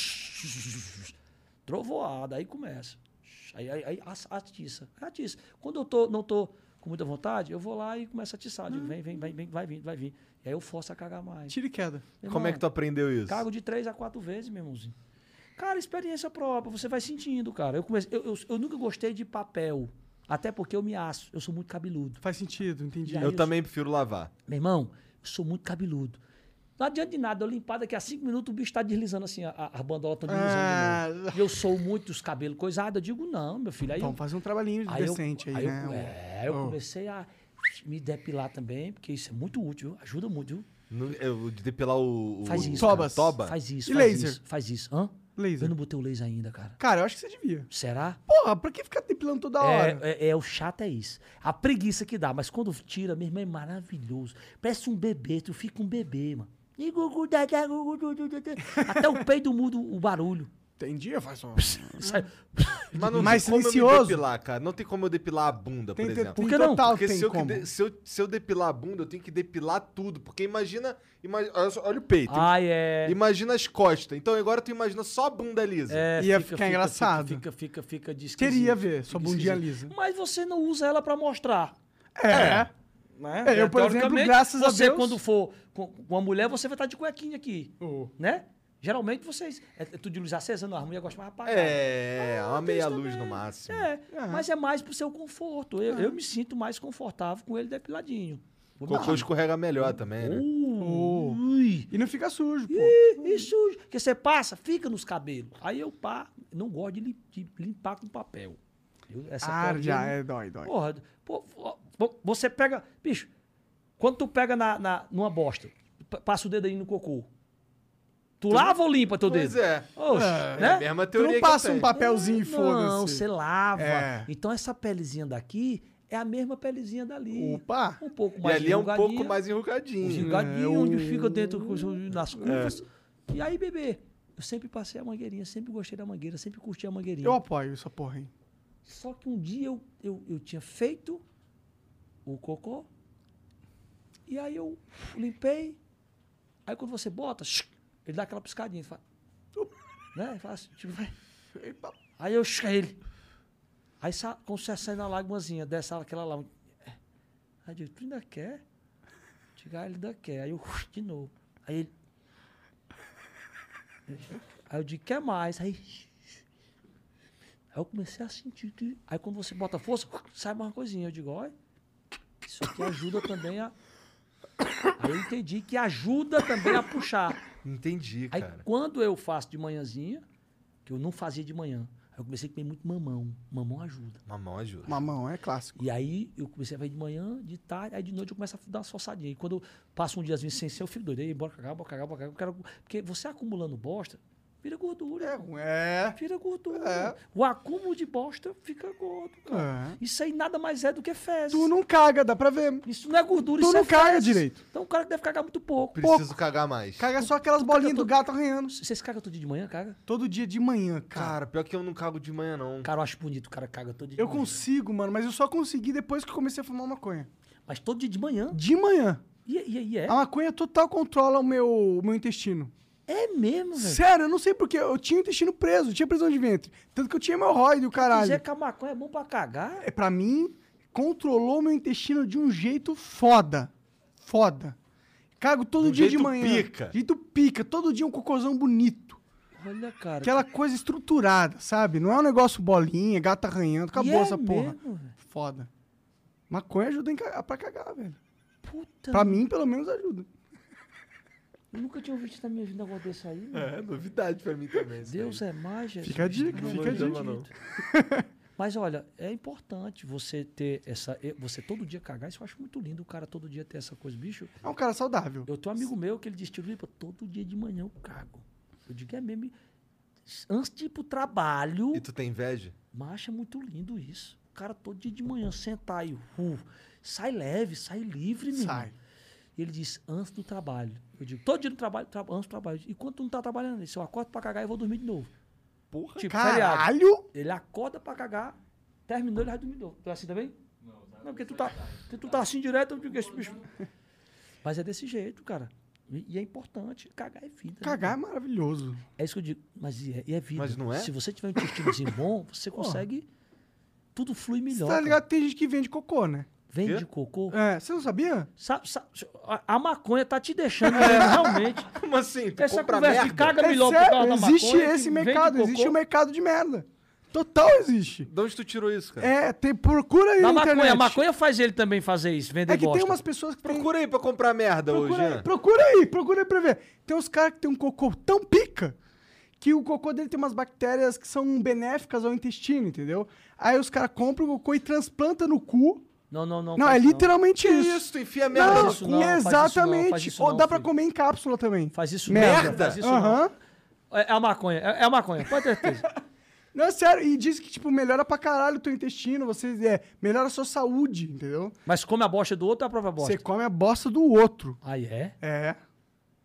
Trovoada, aí começa. Aí, aí, aí as- atiça. Atiça. Quando eu tô, não tô com muita vontade, eu vou lá e começo a atiçar. Digo, vem, vem, vem, vem, vai vir, vai vir. E aí eu forço a cagar mais. tira e queda. Meu Como é irmão, que tu aprendeu isso? Cago de três a quatro vezes, meu irmãozinho. Cara, experiência própria, você vai sentindo, cara. Eu, comecei, eu, eu, eu nunca gostei de papel. Até porque eu me aço. Eu sou muito cabeludo. Faz sentido, entendi. Já Eu isso. também prefiro lavar. Meu irmão, eu sou muito cabeludo. Não adianta de nada, eu limpar daqui a cinco minutos o bicho tá deslizando assim, a, a, a bandola tá deslizando Ah, de novo. E eu sou muito dos cabelos coisados. Eu digo, não, meu filho. Aí Vamos eu, fazer um trabalhinho aí eu- decente aí, aí eu- né? é, eu Oh. comecei a me depilar também, porque isso é muito útil, viu? Ajuda muito, viu? No- eu- de depilar o. o- Faz isso. Tobas. cara. Toba? Faz isso, E faz laser? isso. Faz isso. Hã? Laser. Eu não botei o laser ainda, cara. Cara, eu acho que você devia. Será? Porra, pra que ficar depilando toda hora? É, é, é, o chato é isso. A preguiça que dá, mas quando tira, meu irmão, é maravilhoso. Parece um bebê, tu fica um bebê, mano. E gugu, da, da, gugu, du, du, du, du. Até o peido muda o barulho. Tem dia, faz só. Sai- Mas não Mais tem como eu silencioso. me depilar, cara. Não tem como eu depilar a bunda, Tem, por tem, exemplo. tem Por que não? total Porque tem se eu, que como. de- se, eu, se eu depilar a bunda, eu tenho que depilar tudo. Porque imagina. imagina olha, só- olha o peito. Ai, é. Imagina as costas. Então agora tu imagina só a bunda lisa. É, Ia ficar engraçado. Fica, fica, fica, fica de Queria esquisito, ver fica sua bundinha esquisito. lisa. Mas você não usa ela pra mostrar. É. Né? É, eu, por exemplo, Teoricamente, graças a você, Deus- quando for com com uma mulher, você vai estar de cuequinha aqui. Oh. Né? Geralmente vocês. É, é tudo de luz acesa, não. A mulher gosta mais apagada. É, uma tem meia isso luz também. no máximo. É, É. mas é mais pro seu conforto. Eu, eu me sinto mais confortável com ele depiladinho. Vou me Cocô escorrega melhor também, né? Oh. Ui. E não fica sujo, pô. Ih, e sujo. Porque você passa, fica nos cabelos. Aí eu pá, não gosto de, lim- de limpar com papel. Eu, essa Ah, teoria já não- é, dói, dói. Porra, pô, pô, você pega. Bicho, quando tu pega na, na, numa bosta, p- passa o dedo aí no cocô. Tu lava ou limpa teu Pois dedo? é. Oxe, É, né? É a mesma Tu teoria não que eu passa um tenho. papelzinho e foda-se. Não, você lava. É. Então essa pelezinha daqui é a mesma pelezinha dali. Opa! Um pouco E mais ali é um pouco enrugadinha, mais enrugadinho. enrugadinho, É, onde o- fica dentro nas curvas. E aí, bebê, eu sempre passei a mangueirinha, sempre gostei da mangueira, sempre curti a mangueirinha. Eu apoio essa porra aí. Só que um dia eu, eu, eu tinha feito o cocô, e aí eu limpei, aí quando você bota, ele dá aquela piscadinha, ele fala, né? Faz, tipo, vai. Aí eu aí ele. Aí sa, quando você sai na lágrimazinha, desce aquela lágrima. Aí eu digo, tu ainda quer? Diga, ah, ele ainda quer. Aí eu, de novo. Aí ele. Aí eu digo, quer mais? Aí. Aí eu comecei a sentir que. Aí quando você bota força, sai mais uma coisinha. Eu digo, olha, isso aqui ajuda também a. Aí eu entendi que ajuda também a puxar. Entendi, Aí cara. quando eu faço de manhãzinha, que eu não fazia de manhã, aí eu comecei a comer muito mamão. Mamão ajuda. Mamão ajuda. Mamão, é clássico. E aí eu comecei a fazer de manhã, de tarde, aí de noite eu começo a dar uma forçadinha. E quando eu passo um diazinho sem ser, eu fico doido. Aí, bora cagar, bora cagar, bora cagar. Eu quero... Porque você acumulando bosta, vira gordura. É. Vira gordura. É. O acúmulo de bosta fica gordo, cara. É. Isso aí nada mais é do que fezes. Tu não caga, dá pra ver. Isso não é gordura, Tu isso não é caga fezes. direito. Então o cara deve cagar muito pouco. Preciso cagar mais. Caga só aquelas bolinhas do gato arranhando. Vocês cagam todo dia de manhã, caga? Todo dia de manhã, cara. Cara, pior que eu não cago de manhã, não. Cara, eu acho bonito o cara caga todo dia Eu de manhã. consigo, mano, mas eu só consegui depois que eu comecei a fumar maconha. Mas todo dia de manhã. De manhã. E, e, e é? A maconha total controla o meu, o meu intestino. É mesmo, velho. Sério, eu não sei porquê. Eu tinha o intestino preso, eu tinha prisão de ventre. Tanto que eu tinha hemorroide, o caralho. Dizer que a maconha é bom pra cagar? É, pra mim, controlou meu intestino de um jeito foda. Foda. Cago todo Do dia de jeito manhã. pica. Jeito pica. Todo dia um cocôzão bonito. Olha, cara. Aquela coisa estruturada, sabe? Não é um negócio bolinha, gato arranhando. Acabou E é essa porra. mesmo, velho? Foda. Maconha ajuda em cagar, pra cagar, velho. Puta. Pra mim, pelo menos, ajuda. Eu nunca tinha ouvido na minha vida um negócio desse aí, mano. É, novidade pra mim também. isso Deus é mais, Jesus. Fica a dica, Não fica a acredito. dica. não. Mas olha, é importante você ter essa. Você todo dia cagar, isso eu acho muito lindo o cara todo dia ter essa coisa, bicho. É um cara saudável. Eu tenho um amigo meu que ele diz, tio Lipa, todo dia de manhã eu cago. Eu digo, é mesmo. Antes de ir pro trabalho, E tu tem inveja? macho, é muito lindo isso. O cara todo dia de manhã sentar e uh, sai leve, sai livre, meu Sai. irmão. E ele diz, antes do trabalho. Eu digo, todo dia no trabalho, tra antes do trabalho. E quando tu não tá trabalhando, ele diz, eu acordo pra cagar e vou dormir de novo. Porra. Tipo, feriado. Caralho! Ele acorda pra cagar, terminou, ele vai dormir de novo. Tu é assim também? Não, não porque tu tá, porque tu tá assim direto, eu digo, esse bicho... Mas é desse jeito, cara. E, e é importante. Cagar é vida. né, Cagar é cara? maravilhoso. É isso que eu digo. Mas e é, e é vida. Mas não é? Se você tiver um intestinozinho bom, você consegue... Tudo flui Você melhor. tá cara. ligado que tem gente que vende cocô, né? Vende Quê? cocô. É, você não sabia? Sa- sa- a, a maconha tá te deixando realmente. Como assim? Tu Essa compra conversa de merda? caga É melhor por sério, causa da existe maconha, esse que vende mercado, cocô. existe o mercado de merda. Total existe. De onde tu tirou isso, cara? É, tem, procura aí Da na maconha, internet. a maconha faz ele também fazer isso, vender É que bosta. tem umas pessoas que tem... Procura aí pra comprar merda hoje, Procura aí, né? procura aí, procura aí pra ver. Tem uns caras que tem um cocô tão pica que o cocô dele tem umas bactérias que são benéficas ao intestino, entendeu? Aí os caras compram o cocô e transplantam no cu. Não, não, não. Não, faz é literalmente Que isso. isso? Tu enfia merda Não, no isso cu? não, faz isso não, exatamente. faz isso Ou não, dá pra filho. comer em cápsula também. Faz isso Merda. não. Faz isso Aham. não. É a maconha, é, é a maconha, pode ter certeza. Não, é sério. E diz que, tipo, melhora pra caralho o teu intestino. Você, é, melhora a sua saúde, entendeu? Mas come a bosta do outro ou a própria bosta? Você come a bosta do outro. Aí é? É.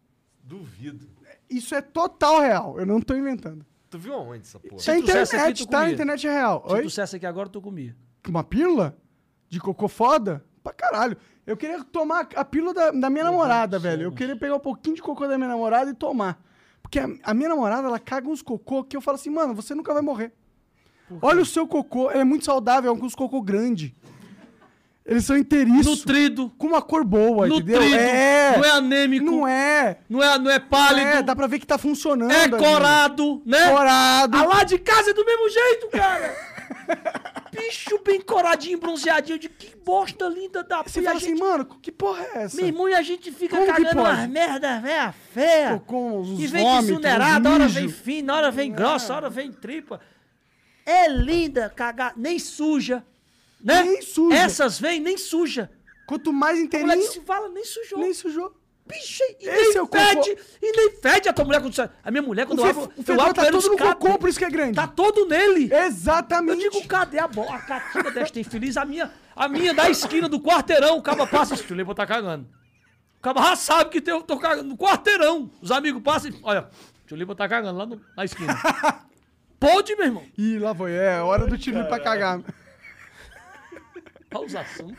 Duvido. Isso é total real, eu não tô inventando. Tu viu aonde essa porra? Tá na trouxesse aqui, internet, tu tá na comia. internet é real. Se Oi? tu dissesse aqui agora, tu comia. Uma pílula? De cocô foda? Pra caralho. Eu queria tomar a pílula da, da minha namorada, velho. Eu queria pegar um pouquinho de cocô da minha namorada e tomar. Porque a, a minha namorada, ela caga uns cocô que eu falo assim, mano, você nunca vai morrer. Olha o seu cocô, ele é muito saudável, é uns cocô grande. Eles são inteiriços. Nutrido. Com uma cor boa, Nutrido. entendeu? É. Não é anêmico. Não é. Não é, não é pálido. É, dá pra ver que tá funcionando. É ali. corado, né? Corado. A lá de casa é do mesmo jeito, cara. Bicho bem coradinho, bronzeadinho. De que bosta linda da Você e fala a assim, gente, mano, que porra é essa? meu irmão, e a gente fica Como que cagando pode? umas merda véia feia. Com os E vem vômitos, desunerada, os hora mijo. vem fina, hora vem grossa, hora vem tripa. É linda, cagar, nem suja. Né? Nem suja. Essas vêm nem suja. Quanto mais A inteirinho, mulher que se fala, nem sujou. nem sujou. Bicho, e Esse nem é o fede, cocô. e nem fede a tua mulher quando você... A minha mulher, quando O eu fe- abro... o eu fedor abro tá pelos todo no catos, cocô, por isso que é grande. Tá todo nele. Eu Exatamente. digo, cadê a, bo... a catinga desta infeliz? A minha, a minha da esquina do quarteirão, o caba passa, o Tulipa tá cagando. O caba já sabe que tem, eu tô cagando no quarteirão. Os amigos passam e... Olha, o Tulipa tá cagando lá no- na esquina. Pode, meu irmão. Ih, lá foi. É, hora do tiro pra cagar. Pausação.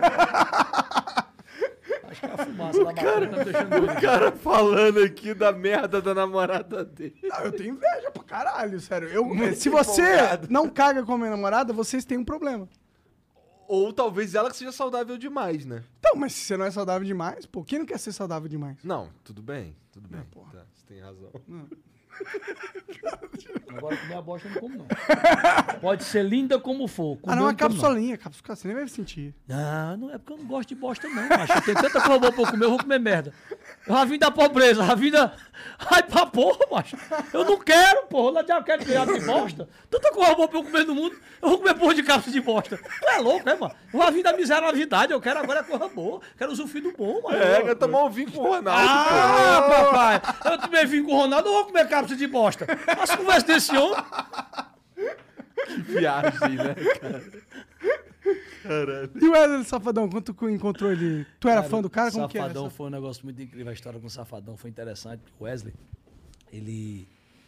Acho que é a fumaça da bateria tá me deixando doido. O cara falando aqui da merda da namorada dele. Não, eu tenho inveja pra caralho, sério. Eu, se empolgado. você não caga com a minha namorada, vocês têm um problema. Ou talvez ela que seja saudável demais, né? Então, mas se você não é saudável demais, pô, quem não quer ser saudável demais? Não, tudo bem, tudo bem. porra. Tá, você tem razão. Agora comer a bosta eu não como, não. Pode ser linda como for. Ah, não, comer é eu como, não. capsulinha, capsula, você nem vai sentir. Não, não é porque eu não gosto de bosta, não, macho. Eu tenho tanta coisa boa pra eu comer, eu vou comer merda. Eu já vim da pobreza, já vim da... Ai, pra porra, macho. Eu não quero, porra. Lá diabo quero criar de bosta. Tanta coisa boa pra eu comer no mundo, eu vou comer porra de cápsula de bosta. Tu é louco, né, mano? Eu já vim da miserabilidade, eu quero agora coisa boa. Quero usufruir do bom, mano. É, quer tomar um vinho com o Ronaldo, Ah, papai. Eu também vim com o Ronaldo, eu vou comer cápsula de bosta. As conversas desse homem... pô. Viagem, né, cara? Caralho. E o Wesley Safadão, quando tu encontrou ele, tu era fã do cara? Como que era? Safadão essa- foi um negócio muito incrível. A história com o Safadão foi interessante. O Wesley, ele...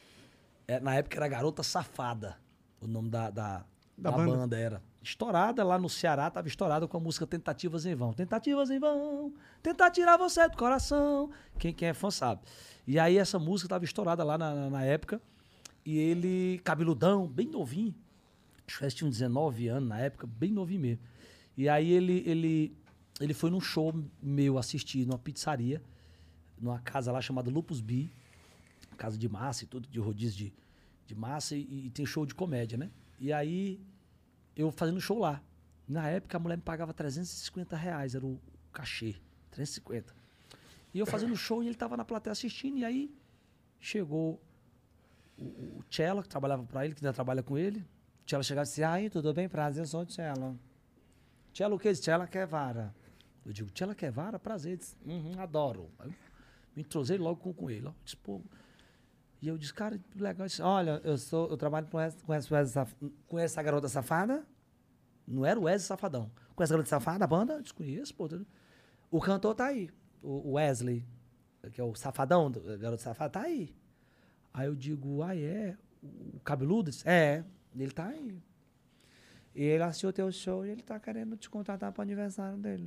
é, na época era Garota Safada. O nome da, da, Da da banda. banda. era. Estourada lá no Ceará, tava estourada com a música Tentativas em Vão. Tentativas em vão, tentar tirar você do coração. Quem, quem é fã sabe. E aí essa música tava estourada lá na, na, na época. E ele, cabeludão, bem novinho. Acho que ele tinha uns dezenove anos na época, bem novinho mesmo. E aí ele, ele, ele foi num show meu assistir numa pizzaria, numa casa lá chamada Lupus Bee, casa de massa e tudo, de rodízio de, de massa, e, e tem show de comédia, né? E aí eu fazendo show lá. Na época a mulher me pagava trezentos e cinquenta reais, era o cachê, trezentos e cinquenta. E eu fazendo show e ele tava na plateia assistindo, e aí chegou o, o Tchela, que trabalhava pra ele, que ainda trabalha com ele. O Tchela chegava e disse, aí, tudo bem? Prazer, eu sou o Tchela. Tchela o quê? Tchela quer vara. Eu digo, Tchela quer vara? Prazer. Ele disse, uhum, adoro. Aí eu me entrosei logo com, com ele. Ó. Disse, pô. E eu disse, cara, que legal. Eu disse, olha, eu, sou, eu trabalho com essa, com, essa, saf- com essa garota safada. Não era o Wesley Safadão. Com essa garota safada, a banda? Eu desconheço, pô. O cantor tá aí. O o Wesley, que é o safadão, do garoto safado, tá aí. Aí eu digo, ah, é? O cabeludo? Disse, é, ele tá aí. E ele assistiu o teu show e ele tá querendo te contratar pro aniversário dele.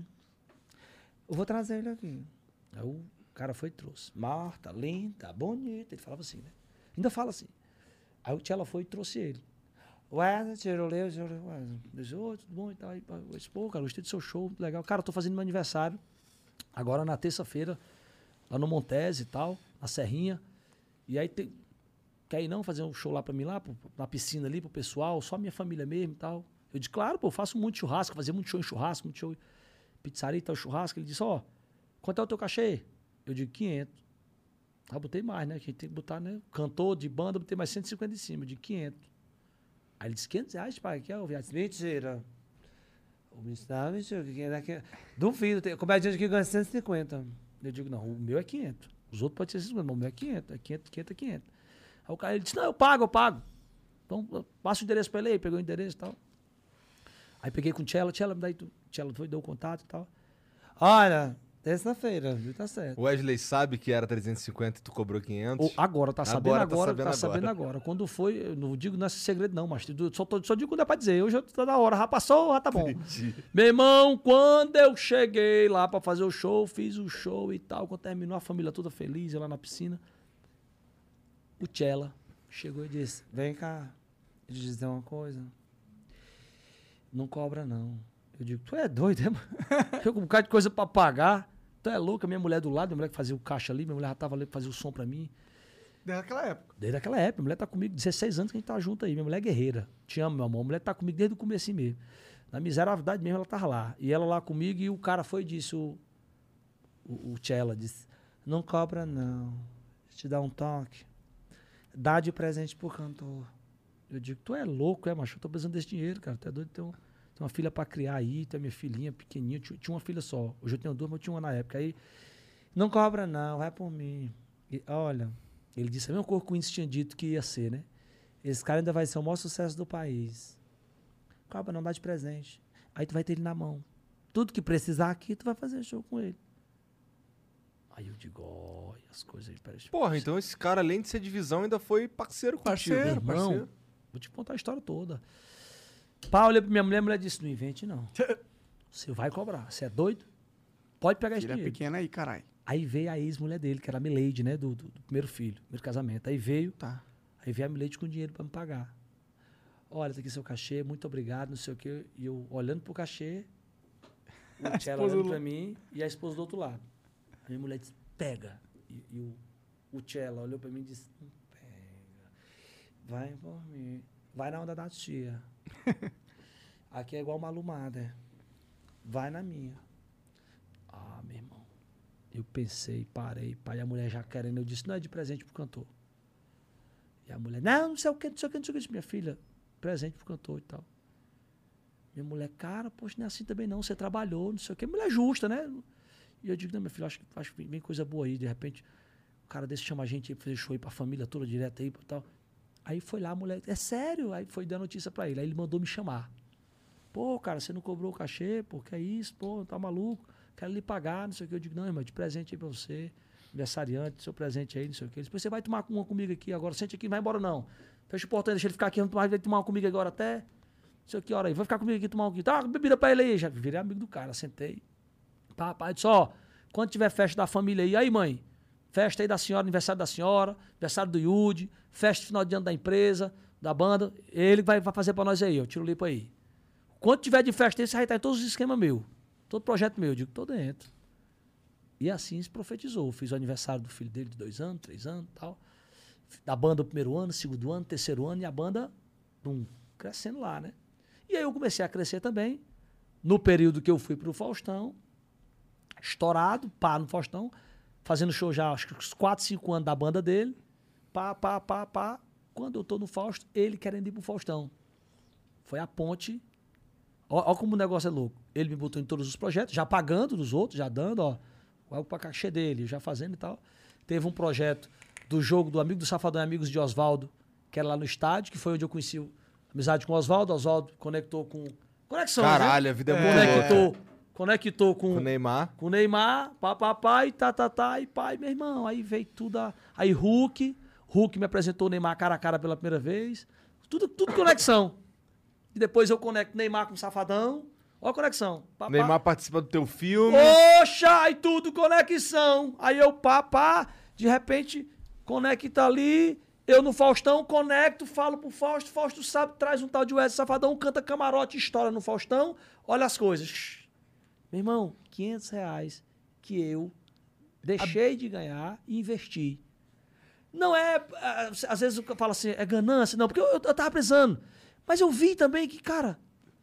Eu vou trazer ele aqui. Aí o cara foi e trouxe. Marta, linda, bonita. Ele falava assim, né? Ainda fala assim. Aí o Tchela foi e trouxe ele. Wesley, tirou leu, tirou leu. Wesley. Disse, oi, tudo bom e tal. Aí, eu disse, pô, cara, gostei do seu show, muito legal. Cara, eu tô fazendo meu aniversário agora na terça-feira, lá no Montese e tal, na Serrinha. E aí tem... Quer ir não fazer um show lá pra mim, lá, pro- na piscina ali, pro pessoal, só minha família mesmo e tal. Eu disse, claro, pô, eu faço muito churrasco, fazia muito show em churrasco, muito show em pizzaria e tal, churrasco. Ele disse, ó, quanto é o teu cachê? Eu digo, quinhentos. Aí eu botei mais, né? Que a gente tem que botar, né? Cantor de banda, eu botei mais cento e cinquenta em cima, eu digo, quinhentos. Aí ele disse, quinhentos reais, pai, que é o viado? Mentira. O ministro, não, mentira, que é daqui. Duvido, tem comediante que ganha cento e cinquenta. Eu digo, não, o meu é quinhentos. Os outros podem ser cento e cinquenta, mas o meu é quinhentos. É quinhentos, quinhentos, é quinhentos. Aí o cara ele disse, não, eu pago, eu pago. Então, eu passo o endereço pra ele aí, pegou o endereço e tal. Aí peguei com o Tchela, Tchela, me dá aí, tu- Tchela foi, deu o contato e tal. Olha, Terça-feira, viu? Tá certo. O Wesley sabe que era trezentos e cinquenta e tu cobrou quinhentos? Ou agora, tá sabendo Agora agora, tá tá sabendo sabendo, agora. agora. Quando foi, eu não digo nesse segredo não, mas só, tô- só digo quando é pra dizer. Hoje tá na hora, já passou, já tá bom. Entendi. Meu irmão, quando eu cheguei lá pra fazer o show, fiz o show e tal, quando terminou a família toda feliz, eu lá na piscina, o Tchela chegou e disse, vem cá, deixa eu dizer uma coisa, não cobra não. Eu digo, tu é doido, é, mano? Eu com um bocado de coisa pra pagar, tu é louca, minha mulher do lado, minha mulher que fazia o caixa ali, minha mulher já tava ali pra fazer o som pra mim. Desde aquela época. Desde aquela época, minha mulher tá comigo, dezesseis anos que a gente tá junto aí. Minha mulher é guerreira. Te amo, meu amor. A mulher tá comigo desde o começo mesmo. Na miserabilidade mesmo, ela tava lá. E ela lá comigo, e o cara foi e disse, o, o, o Tchela disse, não cobra não. Te dá um toque. Dá de presente pro cantor. Eu digo, tu é louco, é, macho? Eu tô precisando desse dinheiro, cara. Tu é doido, tem, um, tem uma filha pra criar aí, tem a minha filhinha pequenininha. Tinha, tinha uma filha só. Hoje eu tenho duas, mas eu tinha uma na época. Aí, não cobra não, vai por mim. E, olha... Ele disse a mesma coisa que o Whindersson tinha dito que ia ser, né? Esse cara ainda vai ser o maior sucesso do país. Cobra, não dá de presente. Aí tu vai ter ele na mão. Tudo que precisar aqui, tu vai fazer show com ele. Aí eu digo, olha as coisas aí, peraí. Porra, então esse cara, além de ser divisão, ainda foi parceiro contigo. Parceiro, Irmão, parceiro. vou te contar a história toda. Pá, olhei pra minha mulher, a mulher disse, não invente não. Você vai cobrar. Você é doido? Pode pegar esse Filha dinheiro. pequena aí, caralho. Aí veio a ex-mulher dele, que era a Milady, né? Do, do, do primeiro filho, primeiro casamento. Aí veio, Tá. aí veio a Milady com dinheiro pra me pagar. Olha, tá aqui seu cachê, muito obrigado, não sei o quê. E eu olhando pro cachê, o Tchela esposa olhando do- pra mim e a esposa do outro lado. A minha mulher disse, pega. E, e o, o Tchela olhou pra mim e disse, não pega. Vai por mim. Vai na onda da tia. Aqui é igual uma alumada. Vai na minha. Ah, meu irmão. Eu pensei, parei, pai, a mulher já querendo. Eu disse, não é de presente pro cantor. E a mulher, não, não sei o que, não sei o que, não sei o que. Eu disse, minha filha, presente pro cantor e tal. Minha mulher, cara, poxa, não é assim também não, você trabalhou, não sei o que. Mulher justa, né? E eu digo, não, minha filha, acho que, acho que vem coisa boa aí. De repente, o cara desse chama a gente aí pra fazer show aí pra família toda, direto aí e tal. Aí foi lá, a mulher, é sério? Aí foi dar notícia pra ele. Aí ele mandou me chamar. Pô, cara, você não cobrou o cachê, pô, que é isso, pô, tá maluco? Quero lhe pagar, não sei o que. Eu digo, não, irmão, de presente aí pra você, aniversariante, seu presente aí, não sei o que. Depois você vai tomar uma comigo aqui agora, sente aqui, não vai embora não. Fecha o portão, deixa ele ficar aqui, vamos tomar, vai tomar uma comigo agora até, não sei o que, hora aí. Vai ficar comigo aqui, tomar um aqui. Tá, bebida pra ele aí. Já virei amigo do cara, sentei. Papai, disse, ó, quando tiver festa da família aí, aí mãe, festa aí da senhora, aniversário da senhora, aniversário do Yudi, festa de final de ano da empresa, da banda, ele vai, vai fazer pra nós aí, eu tiro o lipo aí. Quando tiver de festa aí, você vai estar em todos os esquemas meus. Todo projeto meu, eu digo, tô dentro. E assim se profetizou. Fiz o aniversário do filho dele de dois anos, três anos e tal. Da banda o primeiro ano, segundo ano, terceiro ano, e a banda, bum, crescendo lá, né? E aí eu comecei a crescer também. No período que eu fui pro Faustão, estourado, pá, no Faustão, fazendo show já, acho que uns quatro, cinco anos da banda dele. Pá, pá, pá, pá. Quando eu tô no Fausto, ele querendo ir pro Faustão. Foi a ponte. Olha como o negócio é louco. Ele me botou em todos os projetos, já pagando dos outros, já dando, ó, algo pra cachê dele, já fazendo e tal. Teve um projeto do jogo do Amigo do Safadão e Amigos de Oswaldo, que era lá no estádio, que foi onde eu conheci o- amizade com o Oswaldo. Oswaldo conectou com... Conexão, Caralho, né? a vida é muito louca. Conectou, conectou com, Com o Neymar. com o Neymar, pá, pá, pá, e tá, tá, tá, e pai, meu irmão. Aí veio tudo. A... Aí Hulk, Hulk me apresentou o Neymar cara a cara pela primeira vez. Tudo, tudo conexão. E depois eu conecto Neymar com o Safadão. Ó a conexão. Pá, pá. Neymar participa do teu filme. Poxa, aí tudo conexão. Aí eu pá, pá, de repente conecta ali. Eu no Faustão conecto, falo pro Fausto. Fausto sabe, traz um tal de Wesley Safadão, canta camarote, estoura no Faustão. Olha as coisas. Meu irmão, quinhentos reais que eu deixei de ganhar e investi. Não é, ah, às vezes eu falo assim, é ganância. Não, porque eu, eu, eu tava precisando. Mas eu vi também que, cara,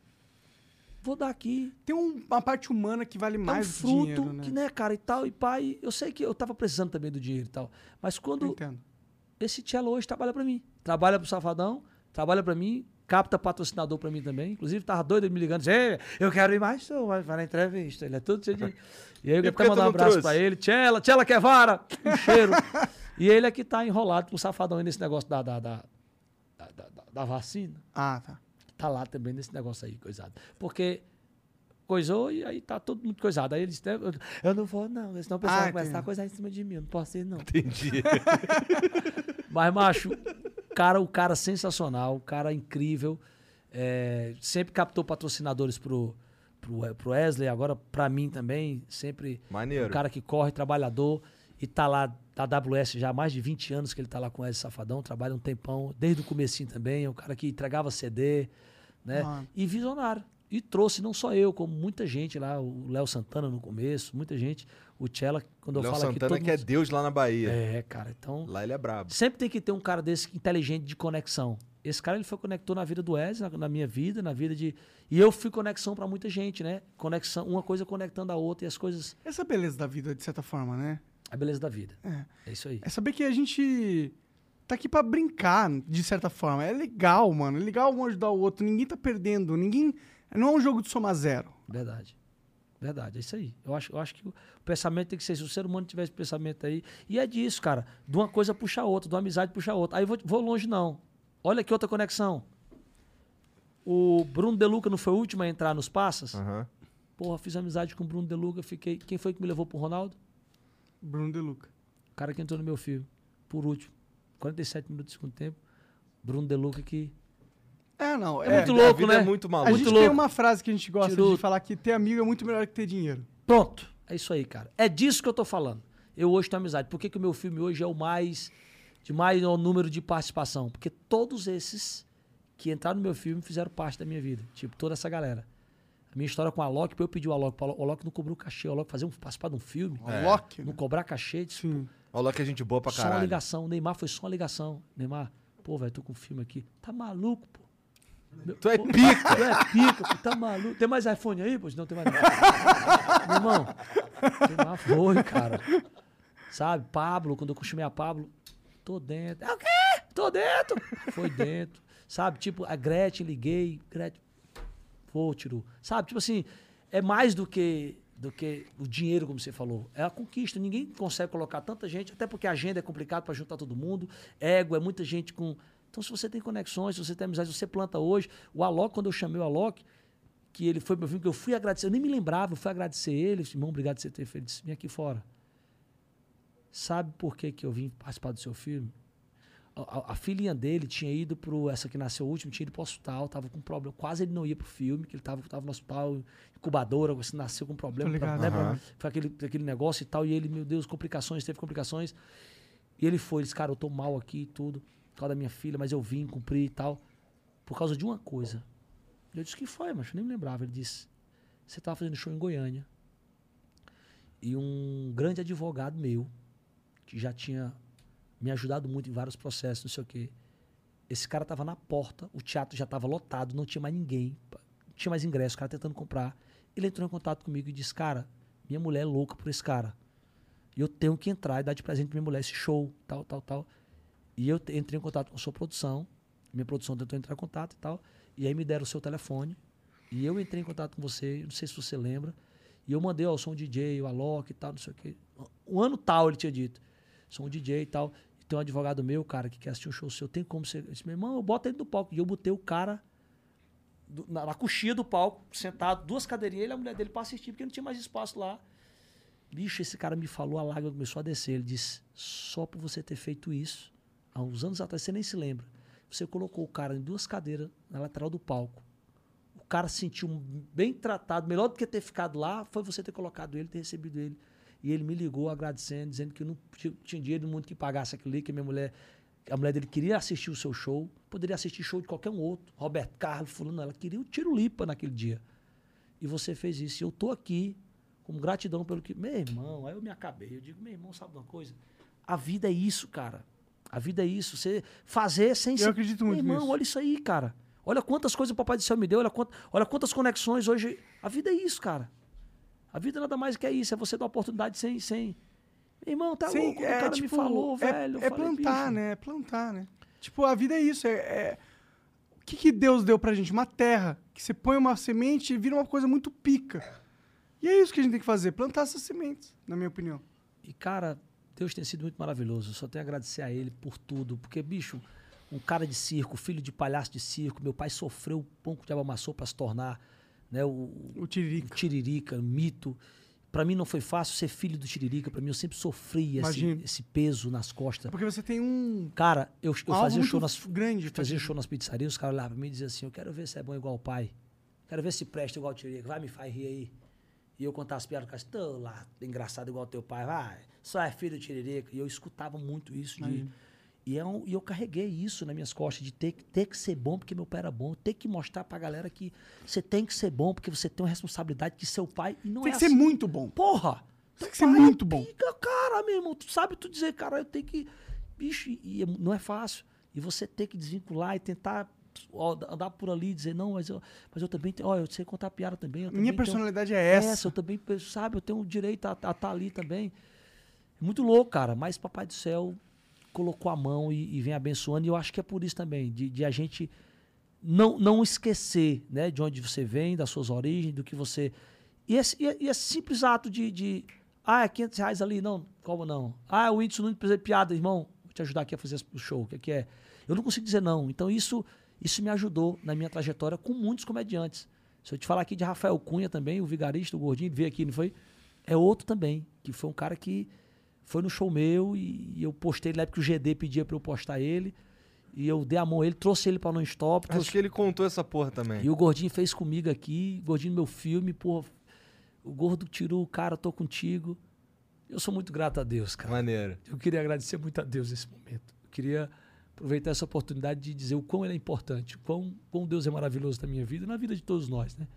vou dar aqui. Tem um- uma parte humana que vale É um mais fruto dinheiro, né? que, né, cara, e tal, e pai. Eu sei que eu tava precisando também do dinheiro e tal. Mas Eu quando entendo. esse Tchelo hoje trabalha pra mim, trabalha pro Safadão, trabalha pra mim, capta patrocinador pra mim também. Inclusive, tava doido ele me ligando, dizendo, "Ei, eu quero ir mais, tu vai vai na entrevista. Ele é tudo cheio de... E aí eu E quero por que tu mandar um não abraço trouxe? pra ele. Tchela, Tchela que é vara, um cheiro. E ele é que tá enrolado com o Safadão aí nesse negócio da, da, da, da, da- da vacina. Ah, tá. Tá lá também nesse negócio aí, coisado. Porque coisou e aí tá todo mundo coisado. Aí eles, eu, eu não vou não, senão o pessoal Ah, vai começar entendi. a coisar em cima de mim, eu não posso ir não. Entendi. Mas, macho, cara, o cara sensacional, o cara incrível, é, sempre captou patrocinadores pro, pro, pro Wesley, agora pra mim também, sempre Maneiro. um cara que corre, trabalhador, e tá lá da A W S já há mais de vinte anos que ele tá lá com o Wesley Safadão, trabalha um tempão, desde o comecinho também, é um cara que entregava C D, né? Ah. E visionário. E trouxe não só eu, como muita gente lá, o Léo Santana no começo, muita gente, o Tchela, quando eu Léo falo aqui... Santana todo que é mundo- Deus lá na Bahia. É, cara, então... Lá ele é brabo. Sempre tem que ter um cara desse inteligente de conexão. Esse cara, ele foi conector na vida do Wesley, na, na minha vida, na vida de... E eu fui conexão pra muita gente, né? Conexão, uma coisa conectando a outra e as coisas... Essa é a beleza da vida, de certa forma, né? A beleza da vida. É. É isso aí. É saber que a gente tá aqui pra brincar, de certa forma. É legal, mano. É legal um ajudar o outro. Ninguém tá perdendo. Ninguém... Não é um jogo de soma zero. Verdade. Verdade, é isso aí. Eu acho, eu acho que o pensamento tem que ser, se o ser humano tiver esse pensamento aí... E é disso, cara. De uma coisa puxa a outra, de uma amizade puxa a outra. Aí vou, vou longe, não. Olha aqui outra conexão. O Bruno De Luca não foi o último a entrar nos Passas? Aham. Porra, fiz amizade com o Bruno De Luca, fiquei... Quem foi que me levou pro Ronaldo? Bruno De Luca. O cara que entrou no meu filme, por último. quarenta e sete minutos do segundo tempo. Bruno De Luca que... É, não. É, É, muito A louco, vida né? é muito a maluca. gente muito tem louco. uma frase que a gente gosta Tirou- de falar que ter amigo é muito melhor que ter dinheiro. Pronto. É isso aí, cara. É disso que eu tô falando. Eu hoje tenho amizade. Por que, que o meu filme hoje é o mais... De mais número de participação? Porque todos esses que entraram no meu filme fizeram parte da minha vida. Tipo, toda essa galera. A minha história com a Alok, eu pedi o Alok. O Alok não cobrou cachê. O Alok fazer um, participar de um filme. É. Loki, Não né? cobrar cachê. Disse, Sim. Olha lá que a gente boa pra só uma caralho. ligação. O Neymar foi só uma ligação. Neymar, pô, velho, tô com um filme aqui. Tá maluco, pô. Meu- Tu é pô, pica. Tu é pica, pô, tá maluco. Tem mais iPhone aí, pô? Não, tem mais. Meu irmão, Neymar foi, cara. Sabe? Pablo, quando eu chamei a Pablo, tô dentro. É o quê? Tô dentro. Foi dentro. Sabe? Tipo, a Gretchen, liguei. Gretchen, pô, Tiru. Sabe? Tipo assim, é mais do que, do que o dinheiro, como você falou. É a conquista. Ninguém consegue colocar tanta gente, até porque a agenda é complicado pra juntar todo mundo. Ego, é muita gente com... Então, se você tem conexões, se você tem amizade, se você planta hoje... O Alok, quando eu chamei o Alok, que ele foi meu filme, que eu fui agradecer, eu nem me lembrava, eu fui agradecer ele. Eu disse, irmão, obrigado por você ter feito. Ele disse, vem aqui fora. Sabe por que, que eu vim participar do seu filme? A, a, a filhinha dele tinha ido pro... Essa que nasceu último, tinha ido pro hospital, tava com problema. Quase ele não ia pro filme, que ele tava, tava no hospital, incubadora, você nasceu com problema. Tô ligado. Pra, né, Aham. pra- foi aquele, aquele negócio e tal. E ele, meu Deus, complicações, teve complicações. E ele foi, ele disse, cara, eu tô mal aqui e tudo, por causa da minha filha, mas eu vim cumprir e tal, por causa de uma coisa. Eu disse, que foi, mas eu nem me lembrava. Ele disse, você tava fazendo show em Goiânia e um grande advogado meu, que já tinha me ajudado muito em vários processos, não sei o quê. Esse cara tava na porta, o teatro já tava lotado, não tinha mais ninguém, não tinha mais ingresso, o cara tentando comprar. Ele entrou em contato comigo e disse, cara, minha mulher é louca por esse cara. E eu tenho que entrar e dar de presente pra minha mulher esse show, tal, tal, tal. E eu te- entrei em contato com a sua produção, minha produção tentou entrar em contato e tal, e aí me deram o seu telefone, e eu entrei em contato com você, não sei se você lembra, e eu mandei, ó, eu sou um D J, o Alok e tal, não sei o quê. Um ano tal ele tinha dito, sou um D J e tal, e tem um advogado meu, cara, que quer assistir um show seu, tem como você... Eu disse, meu irmão, eu boto ele no palco. E eu botei o cara do- na, na coxinha do palco, sentado, duas cadeirinhas, ele e a mulher dele pra assistir, porque não tinha mais espaço lá. Bicho, esse cara me falou, a lágrima começou a descer. Ele disse, só por você ter feito isso, há uns anos atrás, você nem se lembra, você colocou o cara em duas cadeiras na lateral do palco. O cara se sentiu bem tratado, melhor do que ter ficado lá, foi você ter colocado ele, ter recebido ele. E ele me ligou agradecendo, dizendo que eu não tinha, tinha dinheiro no mundo que pagasse aquilo ali, que a minha mulher, a mulher dele queria assistir o seu show, poderia assistir show de qualquer um outro, Roberto Carlos, fulano, ela queria o Tiro Lipa naquele dia. E você fez isso. E eu tô aqui com gratidão pelo que... Meu irmão, aí eu me acabei. Eu digo, meu irmão, sabe de uma coisa? A vida é isso, cara. A vida é isso. Você fazer sem... Eu ser- acredito muito Meu irmão, nisso. olha isso aí, cara. Olha quantas coisas o Papai do Céu me deu. Olha, quant... olha quantas conexões hoje... A vida é isso, cara. A vida nada mais que é isso. É você dar oportunidade sem... sem... Meu irmão, tá Sim, louco. Quando o cara me falou, é, velho. eu É falei, plantar, bicho, né? É plantar, né? Tipo, a vida é isso. É, é- O que, que Deus deu pra gente? Uma terra. Que você põe uma semente e vira uma coisa muito pica. E é isso que a gente tem que fazer. Plantar essas sementes, na minha opinião. E, cara, Deus tem sido muito maravilhoso. Eu só tenho a agradecer a ele por tudo. Porque, bicho, um cara de circo, filho de palhaço de circo, meu pai sofreu o pão que o diabo amassou pra se tornar, né? O, O Tiririca. o Tiririca, o mito. Pra mim não foi fácil ser filho do Tiririca. Pra mim eu sempre sofri esse, Imagino. esse peso nas costas. Porque você tem um... Cara, eu, eu algo fazia muito show nas grande. pra fazia ti. show nas pizzarias, os caras olhavam pra mim e diziam assim, eu quero ver se é bom igual o pai. Quero ver se presta igual o Tiririca. Vai, me faz rir aí. E eu contava as piadas, o cara disse, tô lá, engraçado igual teu pai. Vai, só é filho do Tiririca. E eu escutava muito isso. De, Imagino. e, é um, e eu carreguei isso nas minhas costas, de ter, que- ter que ser bom porque meu pai era bom. Ter que mostrar pra galera que você tem que ser bom porque você tem uma responsabilidade de seu pai. E não Tem é que ser assim. muito bom. Porra! Tem que Teu ser pai é muito bom. pica, cara, meu irmão. Tu sabe tu dizer, cara, eu tenho que... Bicho, e, e é- não é fácil. E você ter que desvincular e tentar ó, andar por ali e dizer, não, mas eu, mas eu também tenho... Ó, eu sei contar piada também. eu também Minha tenho- personalidade é essa. eu também, sabe, eu tenho o direito a estar ali também. É muito louco, cara, mas Papai do Céu colocou a mão e, e vem abençoando, e eu acho que é por isso também, de, de a gente não, não esquecer, né, de onde você vem, das suas origens, do que você... E esse, e, e esse simples ato de, de, ah, é quinhentos reais ali, não, como não? Ah, o Whindersson não precisa de piada, irmão, vou te ajudar aqui a fazer o show, o que, que é? Eu não consigo dizer não, então isso, isso me ajudou na minha trajetória com muitos comediantes. Se eu te falar aqui de Rafael Cunha também, o vigarista, o gordinho, veio aqui, não foi? É outro também, que foi um cara que foi no show meu e, e eu postei na época que o G D pedia pra eu postar ele. E eu dei a mão a ele, trouxe ele pra non-stop. Acho trouxe- que ele contou essa porra também. E o gordinho fez comigo aqui, o gordinho no meu filme, pô. O gordo tirou, cara, tô contigo. Eu sou muito grato a Deus, cara. Maneiro. Eu queria agradecer muito a Deus nesse momento. Eu queria aproveitar essa oportunidade de dizer o quão ele é importante, o quão, quão Deus é maravilhoso na minha vida e na vida de todos nós, né?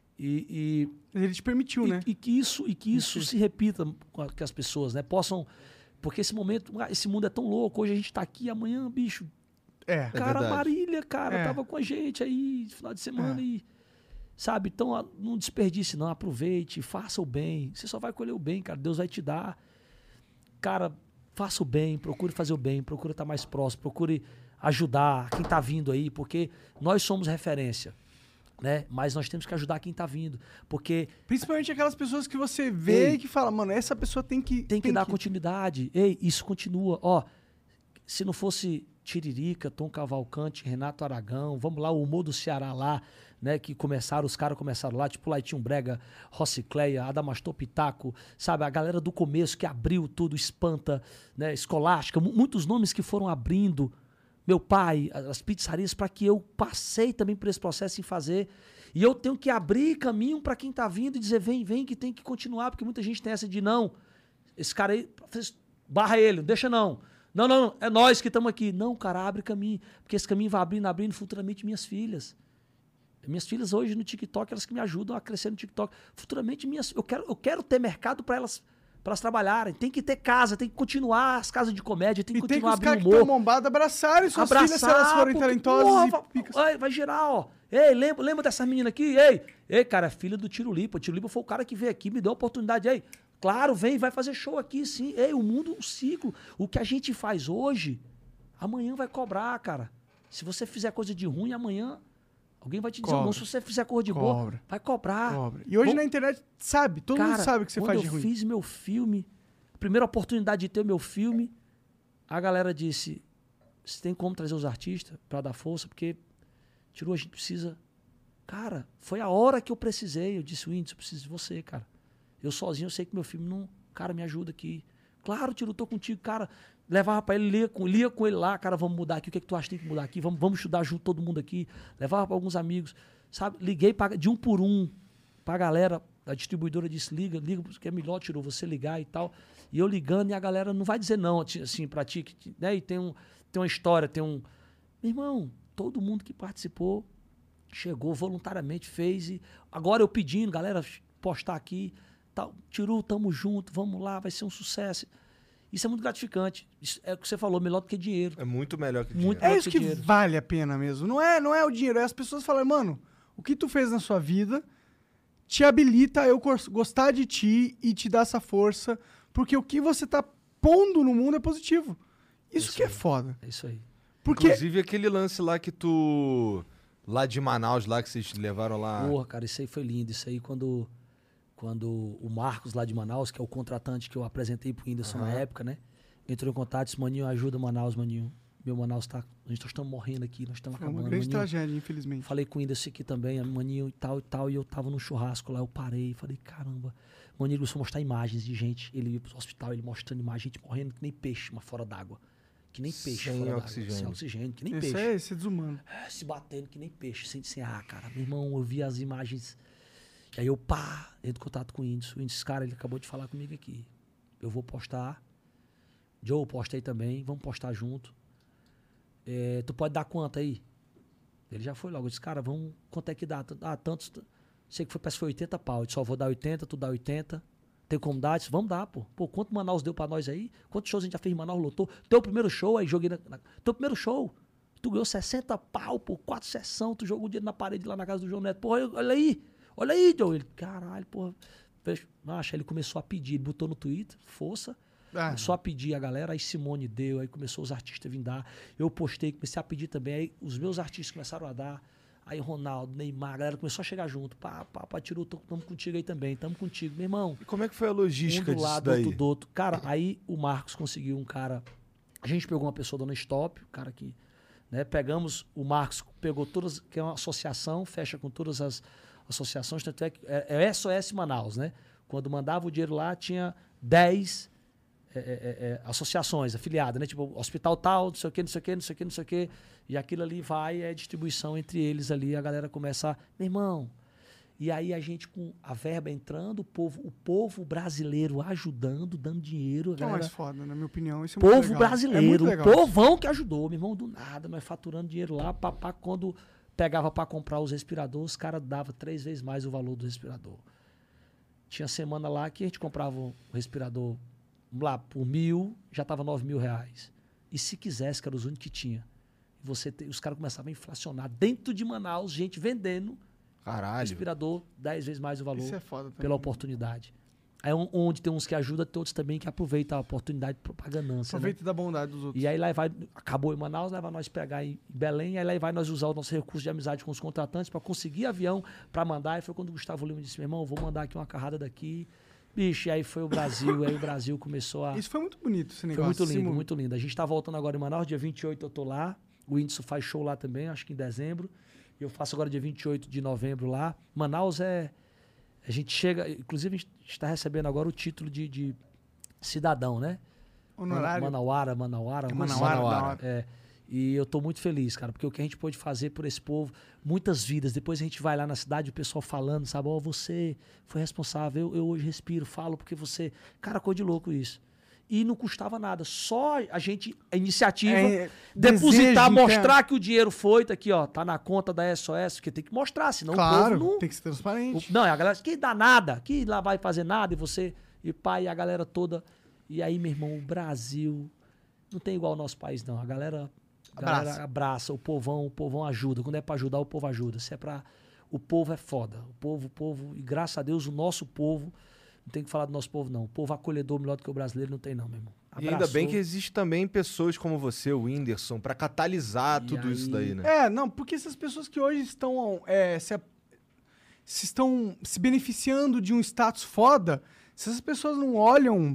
E, Mas ele te permitiu, e, né? e, e que isso, e que isso se repita com a- que as pessoas, né, possam... Porque esse momento, ah, esse mundo é tão louco, hoje a gente tá aqui, amanhã, bicho, É. cara, verdade. Marília, cara, É. tava com a gente aí, final de semana É. e... Sabe? Então, ah, não desperdice, não. Aproveite, faça o bem. Você só vai colher o bem, cara. Deus vai te dar. Cara, faça o bem, procure fazer o bem, procure estar mais próximo, procure ajudar quem tá vindo aí, porque nós somos referência, né? Mas nós temos que ajudar quem tá vindo, porque Principalmente aquelas pessoas que você vê Ei. e que fala, mano, essa pessoa tem que... tem que dar continuidade. Ei, isso continua. Ó, se não fosse Tiririca, Tom Cavalcante, Renato Aragão, vamos lá, o humor do Ceará lá, né, que começaram, os caras começaram lá, tipo Laitinho Brega, Rocicleia, Adamastor Pitaco, sabe, a galera do começo que abriu tudo, Espanta, né, Escolástica, mu- muitos nomes que foram abrindo, meu pai, a- as pizzarias, para que eu passei também por esse processo em fazer, e eu tenho que abrir caminho para quem tá vindo e dizer, vem, vem, que tem que continuar, porque muita gente tem essa de não, esse cara aí, barra ele, não deixa não. Não, não, não, é nós que estamos aqui. Não, cara, abre caminho. Porque esse caminho vai abrindo, abrindo futuramente minhas filhas. Minhas filhas hoje no TikTok, elas que me ajudam a crescer no TikTok. Futuramente, minhas, eu, quero, eu quero ter mercado para elas, para elas trabalharem. Tem que ter casa, tem que continuar as casas de comédia, tem que E tem que continuar os caras abrindo que humor. estão bombados abracarem suas Abraçar, filhas se elas forem porque, talentosas porra, e va- picas. vai, vai girar, ó. Ei, lembra, lembra dessa menina aqui? Ei, ei, cara, é filha do Tiro Lipa. O Tiro Lipa foi o cara que veio aqui, me deu a oportunidade. Ei, claro, vem, vai fazer show aqui, sim. Ei, o mundo, o ciclo. O que a gente faz hoje, amanhã vai cobrar, cara. Se você fizer coisa de ruim, amanhã alguém vai te dizer, Cobra. não, se você fizer coisa de Cobra. boa, vai cobrar. Cobra. E hoje Vamos- na internet, sabe, todo Cara, mundo sabe o que você quando faz de eu ruim. fiz meu filme, a primeira oportunidade de ter o meu filme, a galera disse, você tem como trazer os artistas pra dar força, porque tirou, a gente precisa... Cara, foi a hora que eu precisei. Eu disse, Whindersson, eu preciso de você, cara. Eu sozinho, eu sei que meu filme não... Cara, me ajuda aqui. Claro, Tiro, tô contigo, cara. Levava pra ele, lia com, lia com ele lá, cara, vamos mudar aqui. O que é que tu acha que tem que mudar aqui? Vamos, vamos estudar junto todo mundo aqui. Levava pra alguns amigos, sabe? Liguei pra, de um por um pra galera. A distribuidora disse, liga, liga, porque é melhor, Tiro, você ligar e tal. E eu ligando e a galera não vai dizer não, assim, pra ti, que, né? E tem, um, tem uma história, tem um... Meu irmão, todo mundo que participou chegou voluntariamente, fez e agora eu pedindo, galera, postar aqui, tal, Tiru, tamo junto, vamos lá, vai ser um sucesso. Isso é muito gratificante. Isso é o que você falou, melhor do que dinheiro. É muito melhor que Muito- dinheiro. É isso que dinheiro. vale a pena mesmo. Não é, não é o dinheiro, é as pessoas falarem, mano, o que tu fez na sua vida te habilita a eu gos- gostar de ti e te dar essa força, porque o que você tá pondo no mundo é positivo. Isso, Isso que é aí. foda. É isso aí. Porque Inclusive aquele lance lá que tu... Lá de Manaus, lá que vocês levaram lá... Porra, cara, isso aí foi lindo. Isso aí quando, quando o Marcos lá de Manaus, que é o contratante que eu apresentei pro Whindersson na época, né? Entrou em contato, disse, Maninho, ajuda Manaus, Maninho. Meu Manaus tá... A gente estamos morrendo aqui, nós estamos Foi uma acabando. grande Maninho, tragédia, infelizmente. falei com o Whindersson aqui também, maninho e tal e tal, e eu tava num churrasco lá, eu parei, falei, caramba. O maninho começou a mostrar imagens de gente, ele ia pro hospital, ele mostrando imagens, gente morrendo que nem peixe, mas fora d'água. Que nem peixe Sem fora oxigênio. d'água. Sem oxigênio, que nem Isso peixe. é, isso é desumano. É, se batendo que nem peixe, sem, sem ar, cara. Meu irmão, eu vi as imagens, e aí eu, pá, entro em contato com o Whindersson. O Whindersson, cara, ele acabou de falar comigo aqui. Eu vou postar. Joe, posta aí também, vamos postar junto. É, tu pode dar quanto aí? Ele já foi logo, eu disse, cara, vamos, quanto é que dá? Ah, tantos, sei que foi, parece que foi oitenta pau, eu disse, só vou dar oitenta, tu dá oitenta, tem como dar? Eu disse, vamos dar, pô. Pô, quanto Manaus deu pra nós aí? Quantos shows a gente já fez em Manaus, lotou? Teu primeiro show, aí joguei na, na, teu primeiro show, tu ganhou sessenta pau, pô, quatro sessão, tu jogou o dinheiro na parede lá na casa do João Neto, pô, olha aí, olha aí, Joe. Ele, caralho, pô, macho, ele começou a pedir, ele botou no Twitter, força, Ah, começou a pedir a galera, aí Simone deu, aí começou os artistas a vir dar. Eu postei, comecei a pedir também, aí os meus artistas começaram a dar. Aí Ronaldo, Neymar, a galera começou a chegar junto. Pá, pá, pá, tirou, tamo contigo aí também, tamo contigo. Meu irmão, E como é que foi a um logística do disso lado, daí? outro do outro. Cara, aí o Marcos conseguiu um cara... A gente pegou uma pessoa dando stop, o cara que... Né, pegamos, o Marcos pegou todas, que é uma associação, fecha com todas as associações, tanto é que é, é S O S Manaus, né? Quando mandava o dinheiro lá, tinha dez... É, é, é, associações afiliadas, né? Tipo, hospital tal, não sei o que, não sei o que, não sei o que, não sei o que. E aquilo ali vai, é distribuição entre eles ali, a galera começa a... Meu irmão, e aí a gente com a verba entrando, o povo, o povo brasileiro ajudando, dando dinheiro. A que é o galera, mais foda, na minha opinião. Isso é muito povo legal. brasileiro, É muito o legal. povão que ajudou, meu irmão, do nada, nós faturando dinheiro lá, papá, quando pegava para comprar os respiradores, os caras davam três vezes mais o valor do respirador. Tinha semana lá que a gente comprava o respirador lá por mil, já tava nove mil reais. E se quisesse, que era os únicos que tinha. E você te, os caras começavam a inflacionar. Dentro de Manaus, gente vendendo Caralho. respirador dez vezes mais o valor Isso é foda também. pela oportunidade. Aí on- onde tem uns que ajudam, tem outros também que aproveitam a oportunidade pra ganância. Né? Aproveita da bondade dos outros. E aí lá vai, acabou em Manaus, leva nós pegar em Belém, aí lá vai nós usar o nosso recurso de amizade com os contratantes para conseguir avião para mandar. E foi quando o Gustavo Lima disse, meu irmão, vou mandar aqui uma carrada daqui. Bicho, e aí foi o Brasil, aí o Brasil começou a... Isso foi muito bonito, esse Foi negócio. muito lindo, Simon. muito lindo. A gente tá voltando agora em Manaus, dia vinte e oito eu tô lá. O Whindersson faz show lá também, acho que em dezembro. E eu faço agora dia vinte e oito de novembro lá. Manaus é... A gente chega... Inclusive, a gente está recebendo agora o título de, de cidadão, né? Honorário. Manauara, Manauara. É uma coisa Manauara, assim. da hora. É. E eu tô muito feliz, cara, porque o que a gente pôde fazer por esse povo, muitas vidas. Depois a gente vai lá na cidade, o pessoal falando, sabe? Ó, você foi responsável, eu, eu hoje respiro, falo porque você... Cara, coisa de louco isso. E não custava nada, só a gente, a iniciativa, É, depositar, desejo, mostrar que o dinheiro foi, tá aqui, ó, tá na conta da S O S, porque tem que mostrar, senão Claro, o povo não... tem que ser transparente. O- Não, é a galera que dá nada, que lá vai fazer nada, e você, e pai, e a galera toda. E aí, meu irmão, o Brasil não tem igual ao nosso país, não. A galera, a galera Abraça. abraça, o povão, o povão ajuda. Quando é pra ajudar, o povo ajuda. Se é pra. O povo é foda. O povo, o povo, e graças a Deus, o nosso povo, não tem que falar do nosso povo, não. O povo acolhedor melhor do que o brasileiro não tem, não, meu irmão. E ainda bem Abraçou. que existe também pessoas como você, o Whindersson, pra catalisar E tudo aí- isso daí, né? É, não, porque essas pessoas que hoje estão é, se, a- se estão se beneficiando de um status foda, se essas pessoas não olham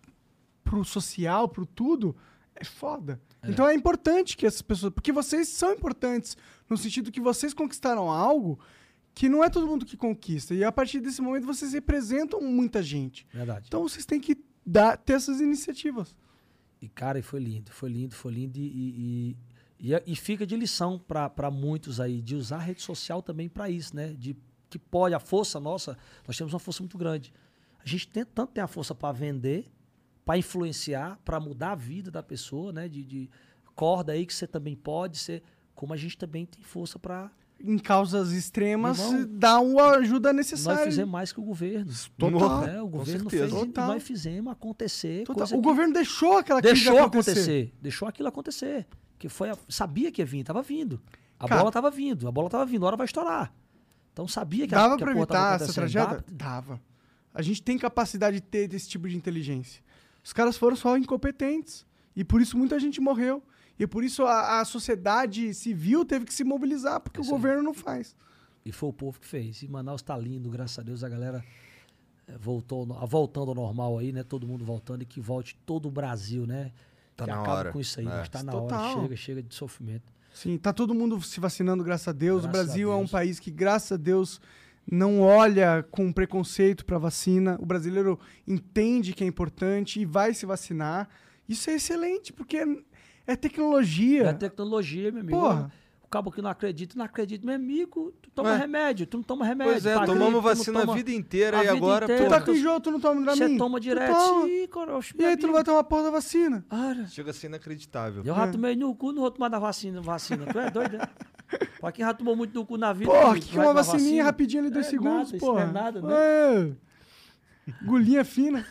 pro social, pro tudo, é foda. Então é importante que essas pessoas... Porque vocês são importantes, no sentido que vocês conquistaram algo que não é todo mundo que conquista. E a partir desse momento vocês representam muita gente. Verdade. Então vocês têm que dar, ter essas iniciativas. E, cara, e foi lindo, foi lindo, foi lindo. E, e, e, e- e fica de lição para muitos aí, de usar a rede social também para isso, né? De que pode, a força nossa, nós temos uma força muito grande. A gente tem, tanto tem a força para vender, para influenciar, para mudar a vida da pessoa, né? De, de corda aí que você também pode ser, como a gente também tem força para... Em causas extremas, Irmão, dá uma ajuda necessária. Nós fizemos mais que o governo. Total. Né? O Com governo não certeza. fez, e Total. nós fizemos acontecer. Total. coisa O que- governo deixou aquela crise Deixou acontecer. acontecer. Deixou aquilo acontecer. Que foi a- sabia que ia vir, tava vindo. A Cara, bola tava vindo, a bola tava vindo, a hora vai estourar. Então sabia que a, Dava que a pra porra tava evitar essa acontecendo. tragédia? Dava. Dava. A gente tem capacidade de ter esse tipo de inteligência. Os caras foram só incompetentes. E por isso muita gente morreu. E por isso a, a sociedade civil teve que se mobilizar, porque É o isso aí. governo não faz. E foi o povo que fez. E Manaus tá lindo, graças a Deus, a galera eh, voltou, no- voltando ao normal aí, né? Todo mundo voltando e que volte todo o Brasil, né? Tá que na acaba hora. com isso aí, É. mas tá na Total. hora. Chega, chega de sofrimento. Sim, tá todo mundo se vacinando, graças a Deus. Graças o Brasil a é um Deus. país que, graças a Deus, não olha com preconceito pra vacina. O brasileiro entende que é importante e vai se vacinar. Isso é excelente, porque é tecnologia. É tecnologia, meu amigo. Porra. O cabo que não acredita, não acredita. Meu amigo, tu toma Ué. remédio, tu não toma remédio. Pois é, pra tomamos gripe, tu não vacina toma- a vida inteira a e vida agora, inteira. Tu pô, tá com enjoo, tu não toma Dramin? Você toma Tu direto. toma. Ih, coroxa, E aí tu não vai tomar a porra da vacina. Cara, chega a ser inacreditável. eu já tomei no cu, não vou tomar da vacina, vacina. Tu é doido, né? Pra quem já tomou muito no cu na vida... Porra, amigo, que tu que é vai uma tomar vacininha vacina? rapidinho ali, dois É segundos, nada, isso porra. não é nada, né? É. Gulinha fina.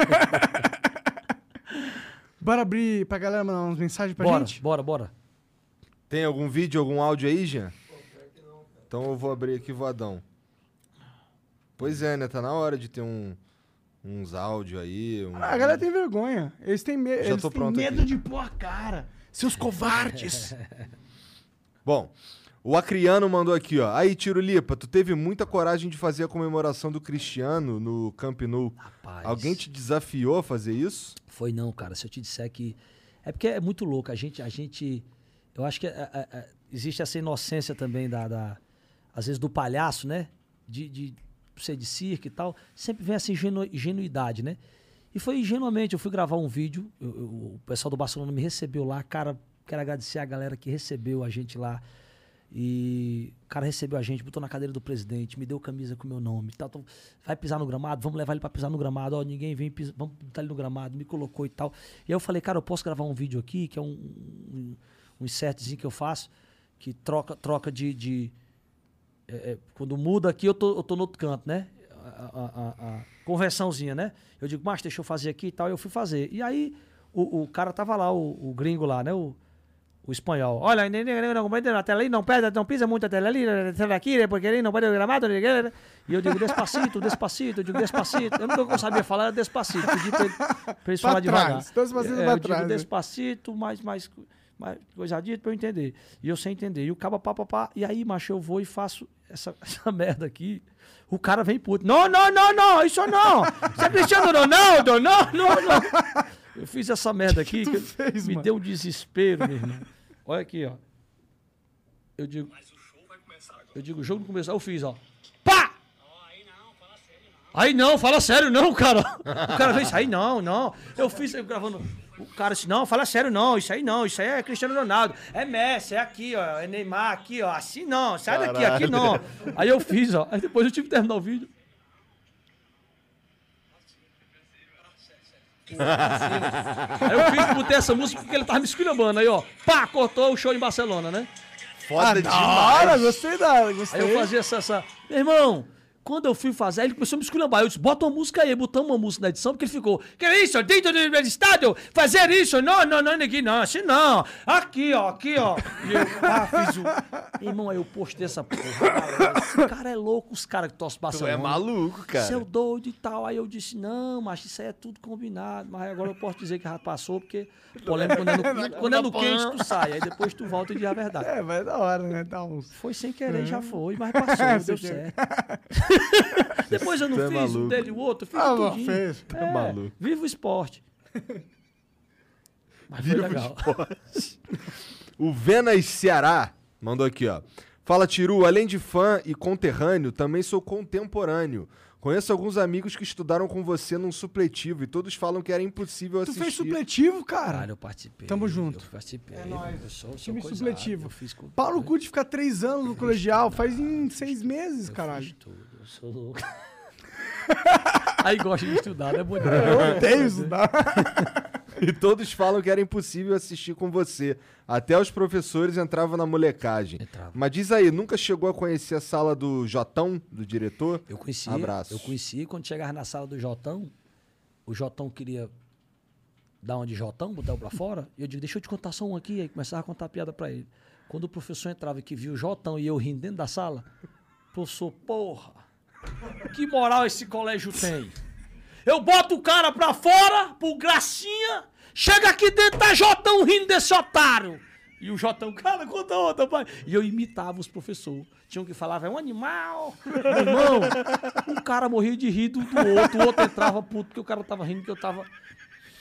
Bora abrir pra galera mandar umas mensagens pra Bora, gente? bora, bora. Tem algum vídeo, algum áudio aí, Jean? Então eu vou abrir aqui voadão. Pois é, né? Tá na hora de ter um, uns áudios aí. Um... Ah, a galera tem vergonha. Eles têm, me... Já Eles tô têm pronto medo aqui. de pôr a cara. Seus covardes. Bom, o Acriano mandou aqui, ó. Aí, Tirulipa, tu teve muita coragem de fazer a comemoração do Cristiano no Camp Nou. Rapaz. Alguém te desafiou a fazer isso? Foi não, cara. Se eu te disser que... É porque é muito louco. A gente... A gente eu acho que é, é, é, existe essa inocência também da, da... Às vezes do palhaço, né? De, de ser de circo e tal. Sempre vem essa ingenu, ingenuidade, né? E foi ingenuamente. Eu fui gravar um vídeo. eu- eu- o pessoal do Barcelona me recebeu lá. Cara, quero agradecer a galera que recebeu a gente lá. E o cara recebeu a gente, botou na cadeira do presidente, me deu camisa com o meu nome. Tal, tal. Vai pisar no gramado? Vamos levar ele pra pisar no gramado. Ó, ninguém vem, pisa, vamos botar ele no gramado. Me colocou e tal. E aí eu falei, cara, eu posso gravar um vídeo aqui, que é um, um, um insertzinho que eu faço, que troca, troca de... de é, é, quando muda aqui, eu tô, eu tô no outro canto, né? A, a, a- a conversãozinha, né? Eu digo, mas deixa eu fazer aqui e tal. E eu fui fazer. E aí o, o cara tava lá, o, o gringo lá, né? O, o espanhol. Olha, nem- nem- nem- não comenta na tela ali, não perde, não pisa muito a tela ali, a tela aqui, porque ali não pode o gramado. E eu digo, despacito, despacito, eu digo, despacito. Eu nunca sabia falar, era despacito. Pedi pra, ele, pra eles Pra falar trás, devagar. despacito É, pra eu digo, trás, né? despacito, mais, mais, mais coisadinho pra eu entender. E eu sem entender. E o caba pá, pá, pá. E aí, macho, eu vou e faço essa, essa merda aqui. O cara vem puto. Não, não, não, não, isso não. Você é Cristiano Ronaldo? Não, não, não. Eu fiz essa merda aqui tu que, fez, me mano? deu um desespero, meu irmão. Olha aqui, ó. Eu digo. Eu digo, o jogo não começou. Eu fiz, ó. Pá! Aí não, fala sério não, cara. O cara fez isso aí, não, não. Eu fiz, eu gravando. O cara disse, não, fala sério não, isso aí não, isso aí é Cristiano Ronaldo. É Messi, é aqui, ó, é Neymar aqui, ó, assim não, sai daqui, aqui não. Aí eu fiz, ó, aí depois eu tive que terminar o vídeo. Aí eu fiz, botei essa música porque ele tava me esculhambando, aí ó, pá, cortou o show em Barcelona, né? Foda Da hora, gostei da... Gostei. Aí eu fazia essa, essa... Meu irmão, quando eu fui fazer, ele começou a me esculhambar. Eu disse, bota uma música aí. Botamos uma música na edição, porque ele ficou, que é isso? Dentro do estádio? Fazer isso? Não, não, não, ninguém, não. Assim não. Aqui, ó, aqui, ó. E eu, ah, fiz o... Irmão, aí eu postei essa porra. Cara, esse cara é louco, os caras que torcem Tu Barcelona. é maluco, cara. Seu doido e tal. Aí eu disse, não, mas isso aí é tudo combinado. Mas agora eu posso dizer que já passou, porque polêmica quando é no, quando é no quente, tu sai. Aí depois tu volta e diz a verdade. É, vai da hora, né? Dá uns... Foi sem querer, já foi, mas passou, deu Sem certo. Depois eu não Tu é fiz maluco. um dele e o outro, fiz Ah, tudinho. fez. Tu é maluco. Viva o esporte. Mas foi legal. O Venas Ceará mandou aqui, ó. Fala, Tiru, além de fã e conterrâneo, também sou contemporâneo. Conheço alguns amigos que estudaram com você num supletivo e todos falam que era impossível Tu assistir. fez supletivo, cara? Caralho, eu participei. Tamo junto. Eu participei. É nóis. Eu sou, sou Time coisado, supletivo. Eu fiz com... Pau no cu de ficar três anos no colegial, faz em seis meses, eu caralho. fiz tudo, eu sou louco. Aí gosta de estudar, né, bonito? Eu odeio estudar. E todos falam que era impossível assistir com você. Até os professores entravam na molecagem. Entrava. Mas diz aí, nunca chegou a conhecer a sala do Jotão, do diretor? Eu conheci, Abraço. eu conheci quando chegava na sala do Jotão, o Jotão queria dar uma de Jotão, botar eu pra fora, e eu digo, deixa eu te contar só um aqui, aí começava a contar piada pra ele. Quando o professor entrava e que viu o Jotão e eu rindo dentro da sala, professor, porra, que moral esse colégio tem? Eu boto o cara pra fora, pro gracinha, chega aqui dentro, tá Jotão rindo desse otário. E o Jotão, cara, conta outra, pai. E eu imitava os professores. Tinham que falar, é um animal. Meu irmão, um cara morria de rir do, do outro, o outro entrava puto, porque o cara tava rindo que eu tava...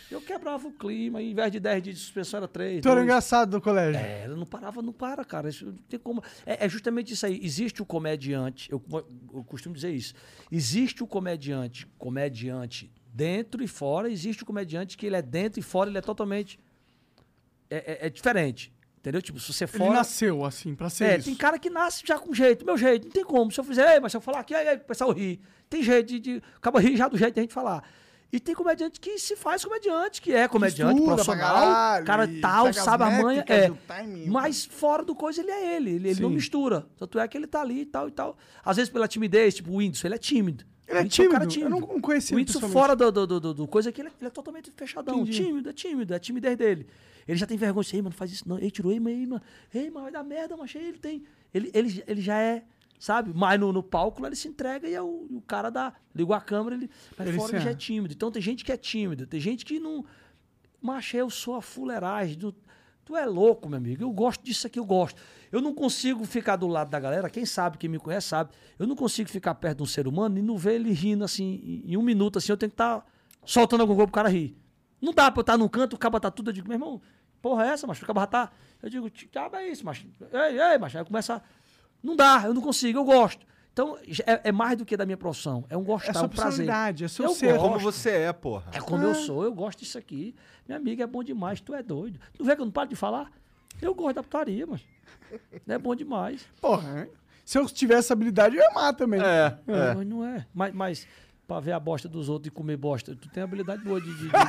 Eu quebrava o clima, em vez de dez dias de suspensão era três. Tu era dois. engraçado do colégio. É, ela não parava, não para, cara. Isso não tem como. É, é justamente isso aí. Existe o comediante, eu, eu costumo dizer isso. Existe o comediante, comediante dentro e fora. Existe o comediante que ele é dentro e fora, ele é totalmente. É, é, é diferente. Entendeu? Tipo, se você for. Ele nasceu assim, pra ser É, isso. tem cara que nasce já com jeito, meu jeito, não tem como. Se eu fizer, ei, mas se eu falar aqui, aí, aí o pessoal ri. Tem jeito de. de acaba rir já do jeito de a gente falar. E tem comediante que se faz comediante, que é comediante estuda pra profissional, caralho, cara e tal, pega as sabe a manha. métricas, É. o timing, Mas fora do coisa, ele é ele. Ele, ele não Sim. mistura. Tanto é que ele tá ali e tal e tal. Às vezes pela timidez, tipo o Whindersson, ele é tímido. Ele é O Whindersson um cara tímido. Eu não- não conhecia O ele Whindersson pessoalmente. fora do, do, do, do- do coisa que ele, é- ele é totalmente fechadão. Entendi. Tímido, é tímido, é a timidez dele. Ele já tem vergonha. Ei, mano, não faz isso não. Ei, tirou, ei, mano, ei, mano. Ei, mano, vai dar merda, mas ele tem... Ele, ele, ele já é... Sabe? Mas no, no palco lá ele se entrega e é o, o cara dá. Ligou a câmera, ele. Mas Ele fora se ele já é erra. tímido. Então tem gente que é tímida, tem gente que não. Macho, eu sou a fuleiragem. Tu, tu é louco, meu amigo. Eu gosto disso aqui, eu gosto. Eu não consigo ficar do lado da galera. Quem sabe, quem me conhece, sabe. Eu não consigo ficar perto de um ser humano e não ver ele rindo assim, em, em um minuto, assim, eu tenho que estar soltando algum gol pro cara rir. Não dá pra eu estar num canto, o cara tá tudo, eu digo, meu irmão, porra é essa, macho? O cara tá. Eu digo, diabo é isso, macho. Ei, ei, macho. Aí começa. A... Não dá, eu não consigo, eu gosto. Então, é, é mais do que da minha profissão. É um gostar, É sua um prazer. personalidade, é seu Eu ser. gosto. Como você é, porra. É como eu sou, eu gosto disso aqui. Minha amiga é bom demais, tu é doido. Tu vê que eu não paro de falar? Eu gosto da putaria, mas é bom demais. Porra, hein? Se eu tivesse essa habilidade, eu ia amar também. É, é. Mas não é. Mas, mas pra ver a bosta dos outros e comer bosta, tu tem habilidade boa de... de, de...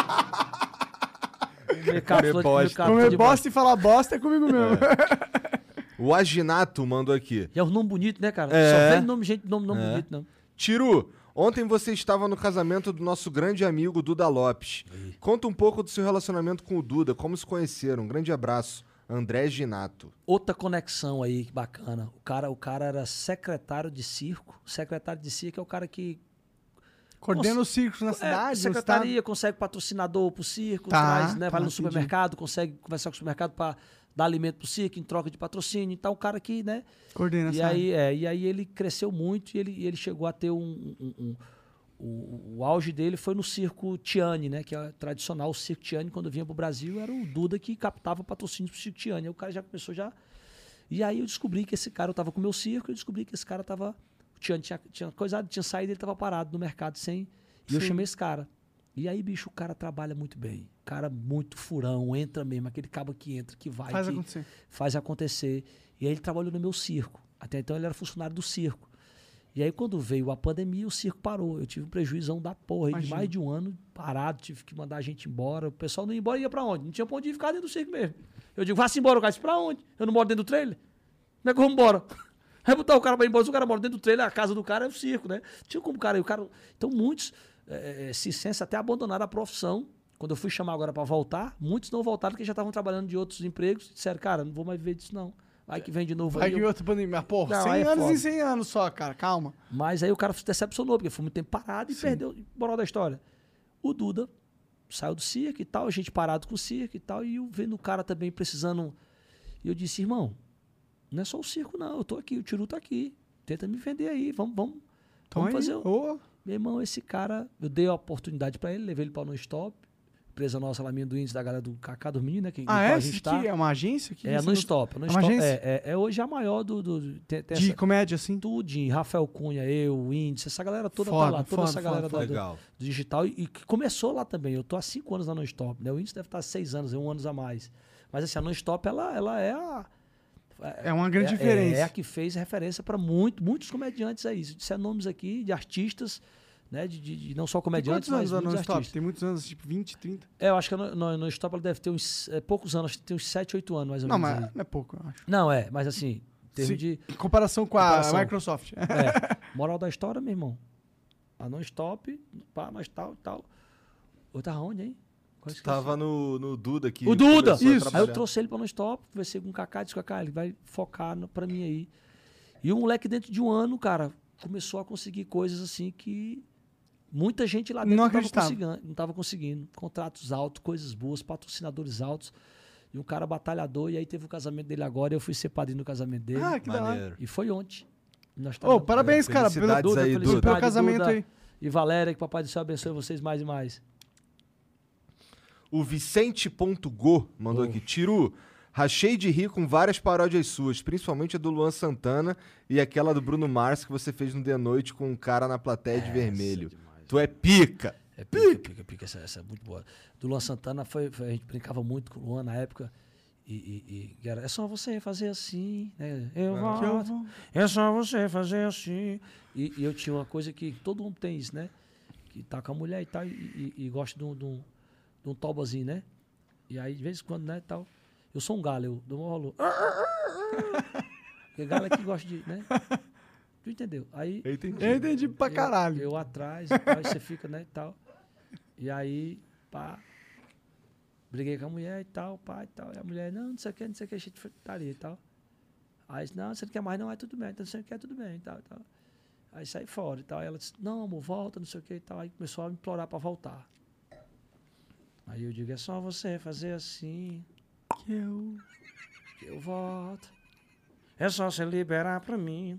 comer cápsula, bosta. cápsula Comer de bosta e falar bosta é comigo mesmo. O Aginato mandou aqui. E é um nome bonito, né, cara? É. Só vem nome, gente, nome, nome bonito, não. Tiru, ontem você estava no casamento do nosso grande amigo Duda Lopes. Conta um pouco do seu relacionamento com o Duda, como se conheceram. Um grande abraço. André Ginato. Outra conexão aí, que bacana. O cara, o cara era secretário de circo. Secretário de circo é o cara que... Coordena Cons- os circos na É, cidade, no secretaria, estado. consegue patrocinador pro circo, Tá, traz, né, tá, vai no entendi. supermercado, consegue conversar com o supermercado para dar alimento pro circo em troca de patrocínio. Então, o cara que, né? Coordena E essa aí, é, e aí ele cresceu muito e ele, ele chegou a ter um... um- um- o, o auge dele foi no circo Tiane, né? Que é tradicional. O circo Tiane, quando vinha pro Brasil, era o Duda que captava patrocínio pro circo Tiane. Aí o cara já começou já... E aí eu descobri que esse cara, eu tava com o meu circo, eu descobri que esse cara tava... O Tiane tinha, tinha coisado, tinha saído, ele tava parado no mercado sem... E eu Sim. chamei esse cara. E aí, bicho, o cara trabalha muito bem. O cara muito furão, entra mesmo, aquele cabo que entra, que vai, Faz que acontecer. faz acontecer. E aí ele trabalhou no meu circo. Até então ele era funcionário do circo. E aí quando veio a pandemia, o circo parou. Eu tive um prejuízão da porra aí de Imagina. mais de um ano parado, tive que mandar a gente embora. O pessoal não ia embora, ia pra onde? Não tinha pra onde ir, ficar dentro do circo mesmo. Eu digo, vá-se embora, o cara disse, pra onde? Eu não moro dentro do trailer? Como é que eu vou embora? Vai botar o cara pra ir embora, se o cara mora dentro do trailer, a casa do cara é o circo, né? Tinha como o cara, o cara... Então muitos eh, se sensem até abandonaram a profissão. Quando eu fui chamar agora pra voltar, muitos não voltaram porque já estavam trabalhando de outros empregos. E disseram, cara, não vou mais viver disso não. Vai que vem de novo Vai aí. que eu- outra pandemia. Porra, Não, cem aí é anos foda. e cem anos só, cara. Calma. Mas aí o cara se decepcionou, porque foi muito tempo parado e perdeu. Moral da história. O Duda saiu do circo e tal, a gente parado com o circo e tal, e eu vendo o cara também precisando. E eu disse, irmão, não é só o circo, não. Eu tô aqui, o Tiru tá aqui. Tenta me vender aí. Vamos, vamos. Então vamos aí, fazer. um- ô, Meu irmão, esse cara, eu dei a oportunidade pra ele, levei ele pra Non-Stop. Empresa nossa lá, Amendoins, da galera do Cacá dos meninos, né? Que, Ah, no é? qual a Esse gente aqui tá. é uma agência? Que É a você Non-Stop. a uma Non-Stop agência? é, é, é hoje a maior do. do tem, tem De essa- comédia, assim? Tudinho, Rafael Cunha, eu, o Índice, essa galera toda Foda, tá lá, toda foda, essa foda, galera foda. da- do, Legal. do digital e, e que começou lá também. Eu tô há cinco anos na Non-Stop, né? O Índice deve estar há seis anos, é um ano a mais. Mas assim, a Non-Stop, ela, ela é a... É uma grande é, diferença. É a que fez referência para muito, muitos comediantes aí. Disseram nomes aqui de artistas, né? De, de- de não só Tem comediantes, quantos anos mas a muitos Non-Stop? artistas. Tem muitos anos, tipo vinte, trinta? É, eu acho que a No- No- Non-Stop ela deve ter uns é, poucos anos, acho que tem uns sete, oito anos mais ou Não, menos. mas aí. não é pouco, eu acho. Não, é, mas assim, em termos Se- de... Em comparação com a Comparação. Microsoft. É, moral da história, meu irmão. A Non-Stop, pá, mas tal, tal. Eu tava onde, hein? Quase esqueci. Tava no, no Duda aqui. O Duda! começou a Isso. Aí trabalhar. eu trouxe ele pra Non-Stop, conversei com o Kaká, disse, Kaká, ele vai focar no, pra mim aí. E o moleque dentro de um ano, cara, começou a conseguir coisas assim que muita gente lá dentro Não não, tava acreditava. conseguindo, não tava conseguindo. Contratos altos, coisas boas, patrocinadores altos. E um cara batalhador, e aí teve o casamento dele agora, eu fui ser padrinho no casamento dele. Ah, que da hora. Maneiro. E foi ontem. Nós Ô, tava- parabéns, cara, pelo, Felicidades Duda, aí, felicidade, Duda. pelo casamento Duda. aí. E Valéria, que o Papai do Céu abençoe vocês mais e mais. O Vicente.go mandou aqui. Tiru, rachei de rir com várias paródias suas, principalmente a do Luan Santana e aquela do Bruno Mars que você fez no The Noite com um cara na plateia de vermelho. Tu é pica. É pica, pica, pica. Essa, essa é muito boa. Do Luan Santana, foi, foi- a gente brincava muito com o Luan na época. E, e- e era, é só você fazer assim, né? Eu Que eu volto. vou- É só você fazer assim. E, e eu tinha uma coisa que todo mundo tem isso, né? Que tá com a mulher e tal, e, e- e gosta de um, de, um, de um tobazinho, né? E aí, de vez em quando, né, tal. Eu sou um galo, eu dou um rolo. Porque galo é que gosta de, né? Tu entendeu? Aí Eu entendi. Eu entendi pra eu- caralho. Eu, atrás, e tal, aí você fica, né, e tal. E aí, pá. Briguei com a mulher e tal, pá, e tal. E a mulher, não, não sei o que, não sei o que, cheio de fritaria e tal. Aí, disse, não, você não quer mais, não, é tudo bem, então você não quer, tudo bem e tal, e tal. Aí saí fora e tal. Aí ela disse, não, amor, volta, não sei o que e tal. Aí começou a me implorar pra voltar. Aí eu digo, é só você fazer assim, Que eu... que eu volto. É só você liberar pra mim.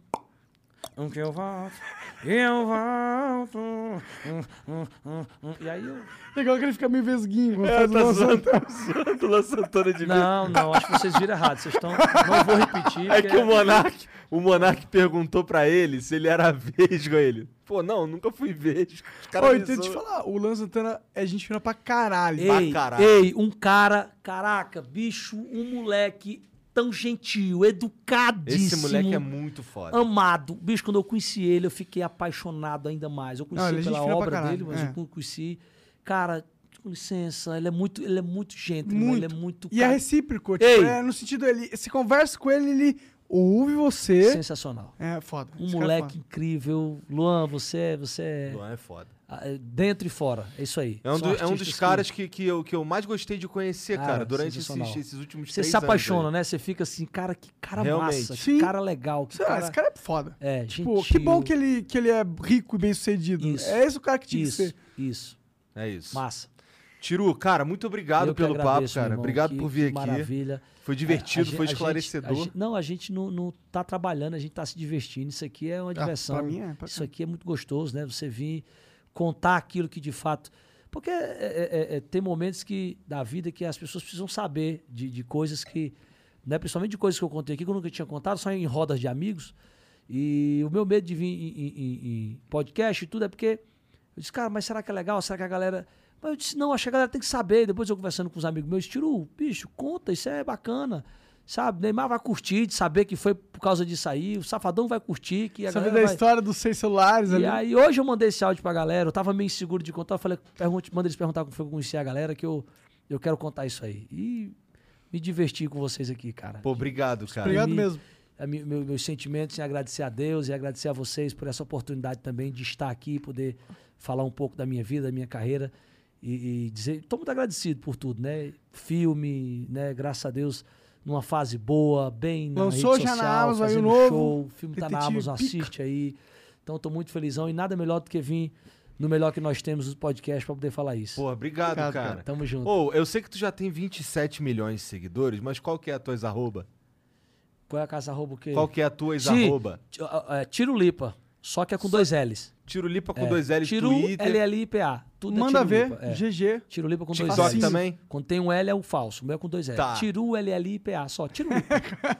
Um que eu volto. Eu volto. Hum, hum, hum, hum. E aí eu. Legal que ele fica meio vesguinho. quando É, faz o tá Luan zoando, Santana. tá zoando o Luan Santana de Não, não, acho que vocês viram errado. Vocês estão. Não vou repetir. É porque- que o Monark, o Monark perguntou pra ele se ele era vesgo. Ele, pô, não, nunca fui vesgo. Os caras Ô, me e deixa eu te zoam. falar, o Luan Santana é gente fina pra caralho. Pra Ei, caralho. ei, um cara, caraca, bicho, um moleque tão gentil, educadíssimo. Esse moleque é muito foda. Amado. Bicho, quando eu conheci ele, eu fiquei apaixonado ainda mais. Eu conheci Não, ele é pela gente fina pra obra caralho, dele, mas é. eu conheci. Cara, com licença, ele é muito, ele é muito gentleman, Muito. ele é muito. E é cara, recíproco. Tipo, Ei. é no sentido, ele se conversa com ele, ele ouve você. sensacional. É foda. Um Esse cara é moleque foda. incrível. Luan, você, é- você é, Luan é foda. ah, é dentro e fora. É isso aí. É um, São do- é um artistas dos que- caras que, que, eu, que eu mais gostei de conhecer, cara, Cara, durante esses, sensacional. esses últimos Você três se anos apaixona, aí. né? Você fica assim, cara, que cara Realmente. massa, que Sim. cara legal. Que Sei lá, cara... esse cara é foda. É, Tipo, gentil. que bom que ele, que ele é rico e bem sucedido. Isso. É esse o cara que tinha Isso, que ser. isso. É isso. Massa. Tiru, cara, muito obrigado Eu que pelo agradeço, papo, meu cara. irmão. Obrigado Que- por vir que aqui. Maravilha. Foi divertido, A- a foi gente- esclarecedor. a gente- não, a gente não, não tá trabalhando, a gente tá se divertindo. Isso aqui é uma diversão. pra mim é, pra Isso cá. aqui é muito gostoso, né? Você vir contar aquilo que de fato. Porque é, é- é- é- tem momentos que, da vida que as pessoas precisam saber de, de coisas que. Né? Principalmente de coisas que eu contei aqui, que eu nunca tinha contado, só em rodas de amigos. E o meu medo de vir em, em- em- em podcast e tudo é porque. Eu disse, cara, mas será que é legal? Será que a galera. Mas eu disse, não, acho que a galera tem que saber. Depois eu conversando com os amigos meus, tiro, bicho, conta, isso é bacana. Sabe? Neymar vai curtir, de saber que foi por causa disso aí. O Safadão vai curtir. Que a Saber galera da vai... história dos seis celulares E ali. aí, hoje eu mandei esse áudio pra galera. Eu tava meio inseguro de contar. Eu falei, pergunte, manda eles perguntar como foi que eu conheci a galera, que eu, eu quero contar isso aí. E me divertir com vocês aqui, cara. Pô, obrigado, cara. Obrigado me- mesmo. a mi- meu- meus sentimentos em agradecer a Deus e agradecer a vocês por essa oportunidade também de estar aqui, poder falar um pouco da minha vida, da minha carreira e, e dizer, estou muito agradecido por tudo, né? Filme, né? Graças a Deus, numa fase boa, bem na Lançou rede já na social, Amazon aí o fazendo novo, show, o filme tá na Detetive Amazon, Pica. assiste aí. Então estou muito felizão e nada melhor do que vir no melhor que nós temos no podcast para poder falar isso. Pô, obrigado, Obrigado, cara. cara. Tamo junto. Ô, eu sei que tu já tem vinte e sete milhões de seguidores, mas qual que é a tua arroba? Qual é a casa arroba o quê? Qual que é a tua Ti- arroba? Ti- é, Tiro Lipa, só que é com dois L's. Tirulipa com É, dois L's, Tiru, Twitter, L L I P A. Tudo Manda é ver, Tiro Lipa, é. G G. Tiro Lipa com dois TikTok L's. também? Quando tem um L é o falso, o meu é com dois L. Tá. Tiru, L L I P A, só. Tiro Lipa.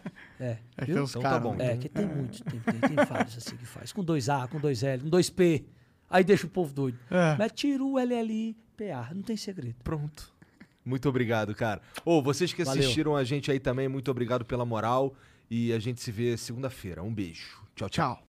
É, É que viu? tem os Então tá caras, bom. né? É, que tem muito, tem, tem, tem vários assim que faz. Com dois A, com dois L, com dois P. Aí deixa o povo doido. É. Mas Tiru, L L I P A, não tem segredo. Pronto. Muito obrigado, cara. Ô, vocês que Valeu. assistiram a gente aí também, muito obrigado pela moral. E a gente se vê segunda-feira. Um beijo. Tchau, tchau. Tchau.